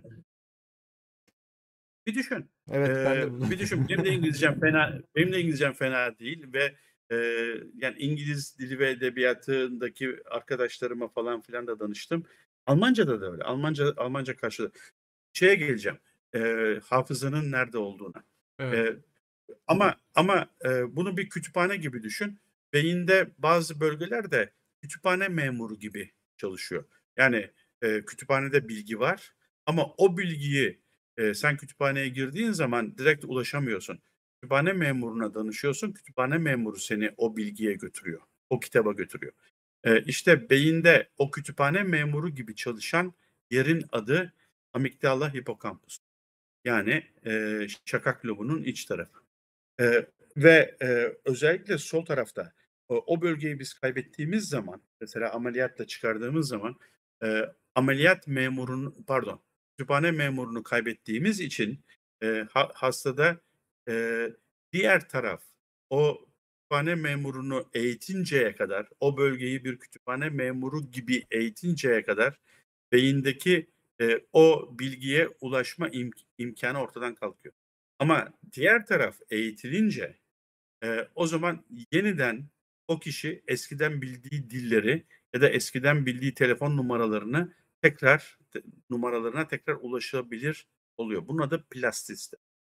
bir düşün. Evet, ben Eee, de bunu. bir düşün. Benim de İngilizcem fena benim de İngilizcem fena değil ve, eee, yani İngiliz dili ve edebiyatındaki arkadaşlarıma falan filan da danıştım. Almancada da öyle. Almanca Almanca karşılığı. Şeye geleceğim, eee, hafızanın nerede olduğuna. Evet. Eee, ama ama, eee, bunu bir kütüphane gibi düşün. beyinde bazı bölgeler de kütüphane memuru gibi çalışıyor. Yani, eee, kütüphanede bilgi var ama o bilgiyi, eee, sen kütüphaneye girdiğin zaman direkt ulaşamıyorsun. Kütüphane memuruna danışıyorsun, kütüphane memuru seni o bilgiye götürüyor, o kitaba götürüyor. Eee, işte beyinde o kütüphane memuru gibi çalışan yerin adı amigdala hipokampus. Yani, eee, şakak lobunun iç tarafı. Eee, ve, eee, özellikle sol tarafta o o bölgeyi biz kaybettiğimiz zaman, mesela ameliyatla çıkardığımız zaman, eee, ameliyat memurunu pardon, kütüphane memurunu kaybettiğimiz için, eee, ha hastada, eee, diğer taraf o kütüphane memurunu eğitinceye kadar, o bölgeyi bir kütüphane memuru gibi eğitinceye kadar beyindeki, eee, o bilgiye ulaşma imk imkânı ortadan kalkıyor. Ama diğer taraf eğitilince, eee, o zaman yeniden o kişi eskiden bildiği dilleri ya da eskiden bildiği telefon numaralarını tekrar te numaralarına tekrar ulaşabilir oluyor. Bunun adı plastisite.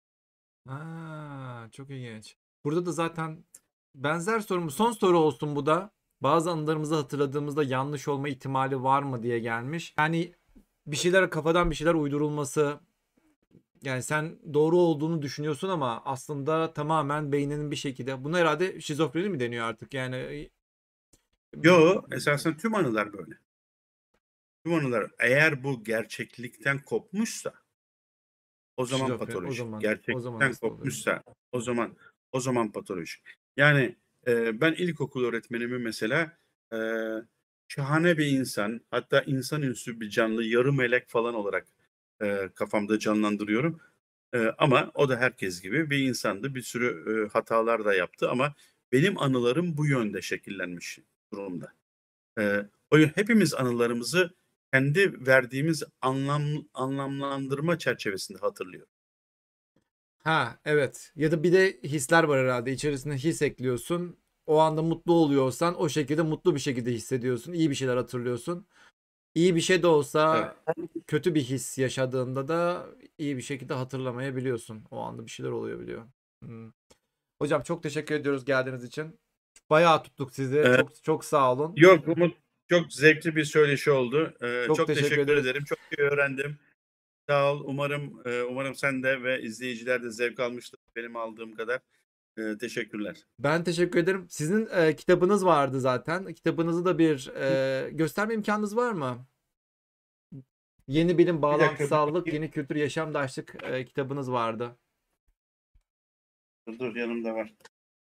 Ha, çok ilginç. Burada da zaten benzer sorum, son soru olsun bu da. Bazı anılarımızı hatırladığımızda yanlış olma ihtimali var mı diye gelmiş. Yani bir şeyler kafadan bir şeyler uydurulması, yani sen doğru olduğunu düşünüyorsun ama aslında tamamen beyninin bir şekilde, buna herhalde şizofreni mi deniyor artık yani? Yo, esasen tüm anılar böyle. Tüm anılar eğer bu gerçeklikten kopmuşsa o zaman Şizofren o patolojik. zaman o zaman Gerçeklikten hasta oluyor. kopmuşsa o zaman o zaman patolojik. Yani, eee, ben ilkokul öğretmenimi mesela, eee, şahane bir insan, hatta insanüstü bir canlı, yarı melek falan olarak, eee, kafamda canlandırıyorum. Eee, ama o da herkes gibi bir insandı. Bir sürü, eee, hatalar da yaptı ama benim anılarım bu yönde şekillenmiş durumda. Eee, o yö hepimiz anılarımızı kendi verdiğimiz anlam anlamlandırma çerçevesinde hatırlıyor. Ha, evet. Ya da bir de hisler var herhalde. İçerisine his ekliyorsun. O anda mutlu oluyorsan o şekilde mutlu bir şekilde hissediyorsun. İyi bir şeyler hatırlıyorsun. İyi bir şey de Evet. olsa kötü bir his yaşadığında da iyi bir şekilde hatırlamayabiliyorsun. O anda bir şeyler oluyor biliyor. Hmm. Hocam çok teşekkür ediyoruz geldiğiniz için. Bayağı tuttuk sizi. Eee, Çok çok sağ olun. yok, Umut, çok zevkli bir söyleşi oldu. Eee, Çok çok teşekkür teşekkür ederiz. ederim. Çok şey öğrendim. Sağ ol. Umarım, eee, umarım sen de ve izleyiciler de zevk almıştır benim aldığım kadar. Eee, teşekkürler. Ben teşekkür ederim. Sizin e, kitabınız vardı zaten. Kitabınızı da bir e, gösterme imkanınız var mı? Yeni bilim, Bir dakika, bir bağlantısallık, bakayım. yeni kültür, yaşamdaşlık e, kitabınız vardı. Dur, dur, yanımda var.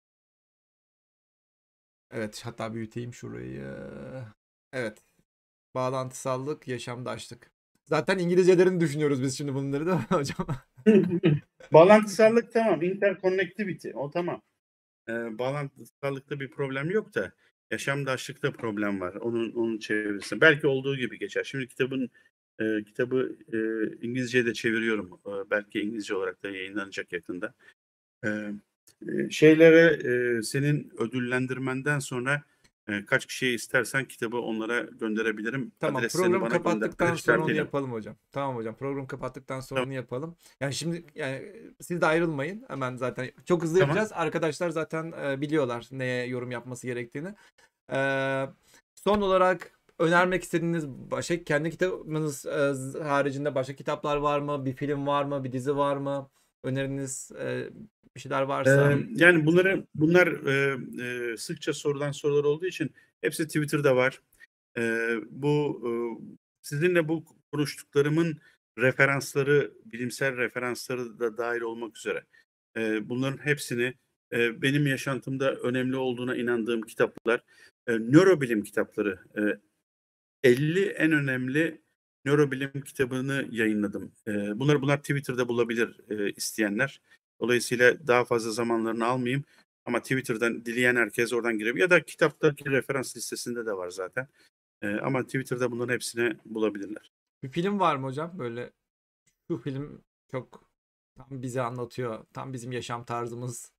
Evet, hatta büyüteyim şurayı. Evet, bağlantısallık, yaşamdaşlık. Zaten İngilizcelerini düşünüyoruz biz şimdi bunları da hocam. Bağlantısallık tamam, interconnectivity o tamam. Eee, bağlantısallıkta bir problem yok da yaşamdaşlıkta problem var. Onun onun çevirisinde. Belki olduğu gibi geçer. Şimdi kitabın, eee, kitabı, eee, İngilizceye de çeviriyorum. Eee, belki İngilizce olarak da yayınlanacak yakında. Eee, eee, şeylere, eee, senin ödüllendirmenden sonra, eee, kaç kişiye istersen kitabı onlara gönderebilirim. Tamam, Adreslerini programı bana gönder. kapattıktan Adres sonra onu işaretleyelim. yapalım hocam. Tamam hocam, programı kapattıktan sonra Tamam, onu yapalım. Yani şimdi yani siz de ayrılmayın. Hemen zaten çok hızlı tamam. yapacağız. Arkadaşlar zaten e, biliyorlar neye yorum yapması gerektiğini. Ee, son olarak önermek istediğiniz başka kendi kitabınız e, haricinde başka kitaplar var mı? Bir film var mı? Bir dizi var mı? Öneriniz e, bir şeyler varsa. Eee, yani bunları bunlar, eee, eee, sıkça sorulan sorular olduğu için hepsi Twitter'da var. Eee, bu, ııı, sizinle bu konuştuklarımın referansları, bilimsel referansları da dâhil olmak üzere, eee, bunların hepsini, eee, benim yaşantımda önemli olduğuna inandığım kitaplar, eee, nörobilim kitapları, eee, elli en önemli nörobilim kitabını yayınladım. Eee, bunları bunlar Twitter'da bulabilir, eee, isteyenler. Dolayısıyla daha fazla zamanlarını almayayım ama Twitter'dan dileyen herkes oradan girebilir ya da kitaptaki referans listesinde de var zaten. Eee, ama Twitter'da bunların hepsini bulabilirler. Bir film var mı hocam? Böyle şu film çok tam bizi anlatıyor. Tam bizim yaşam tarzımız.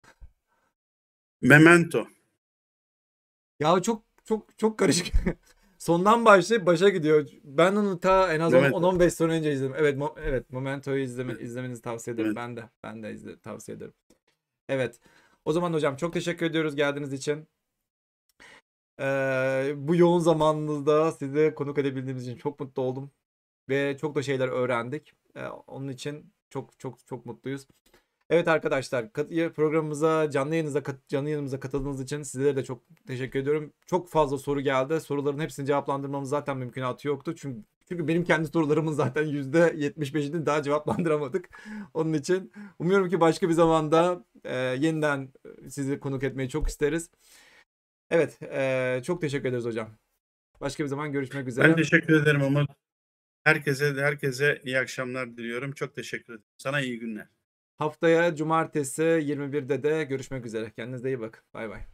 Memento. Ya çok çok çok karışık. Sondan başlayıp başa gidiyor. Ben onu ta en az Memento. on on beş sene önce izledim. Evet, mo- evet, Momento'yu izleme, Evet, izlemenizi tavsiye ederim. evet. Ben de ben de izle, tavsiye ederim. Evet. O zaman hocam çok teşekkür ediyoruz geldiğiniz için. Eee, bu yoğun zamanınızda sizi konuk edebildiğimiz için çok mutlu oldum ve çok da şeyler öğrendik. Eee, onun için çok çok çok mutluyuz. Evet arkadaşlar, kat- ya- programımıza canlı yayınımıza kat- canlı yayınımıza katıldığınız için sizlere de çok teşekkür ediyorum. Çok fazla soru geldi. Soruların hepsini cevaplandırmamız zaten mümkünatı yoktu. Çünkü çünkü benim kendi sorularımın zaten yüzde yetmiş beşini daha cevaplandıramadık. Onun için umuyorum ki başka bir zamanda e, yeniden sizi konuk etmeyi çok isteriz. Evet, e, çok teşekkür ederiz hocam. Başka bir zaman görüşmek Ben üzere. teşekkür ederim Umut. Herkese herkese iyi akşamlar diliyorum. Çok teşekkür ederim. Sana iyi günler. Haftaya cumartesi yirmi birde de görüşmek üzere. Kendinize iyi bakın. Bay bay.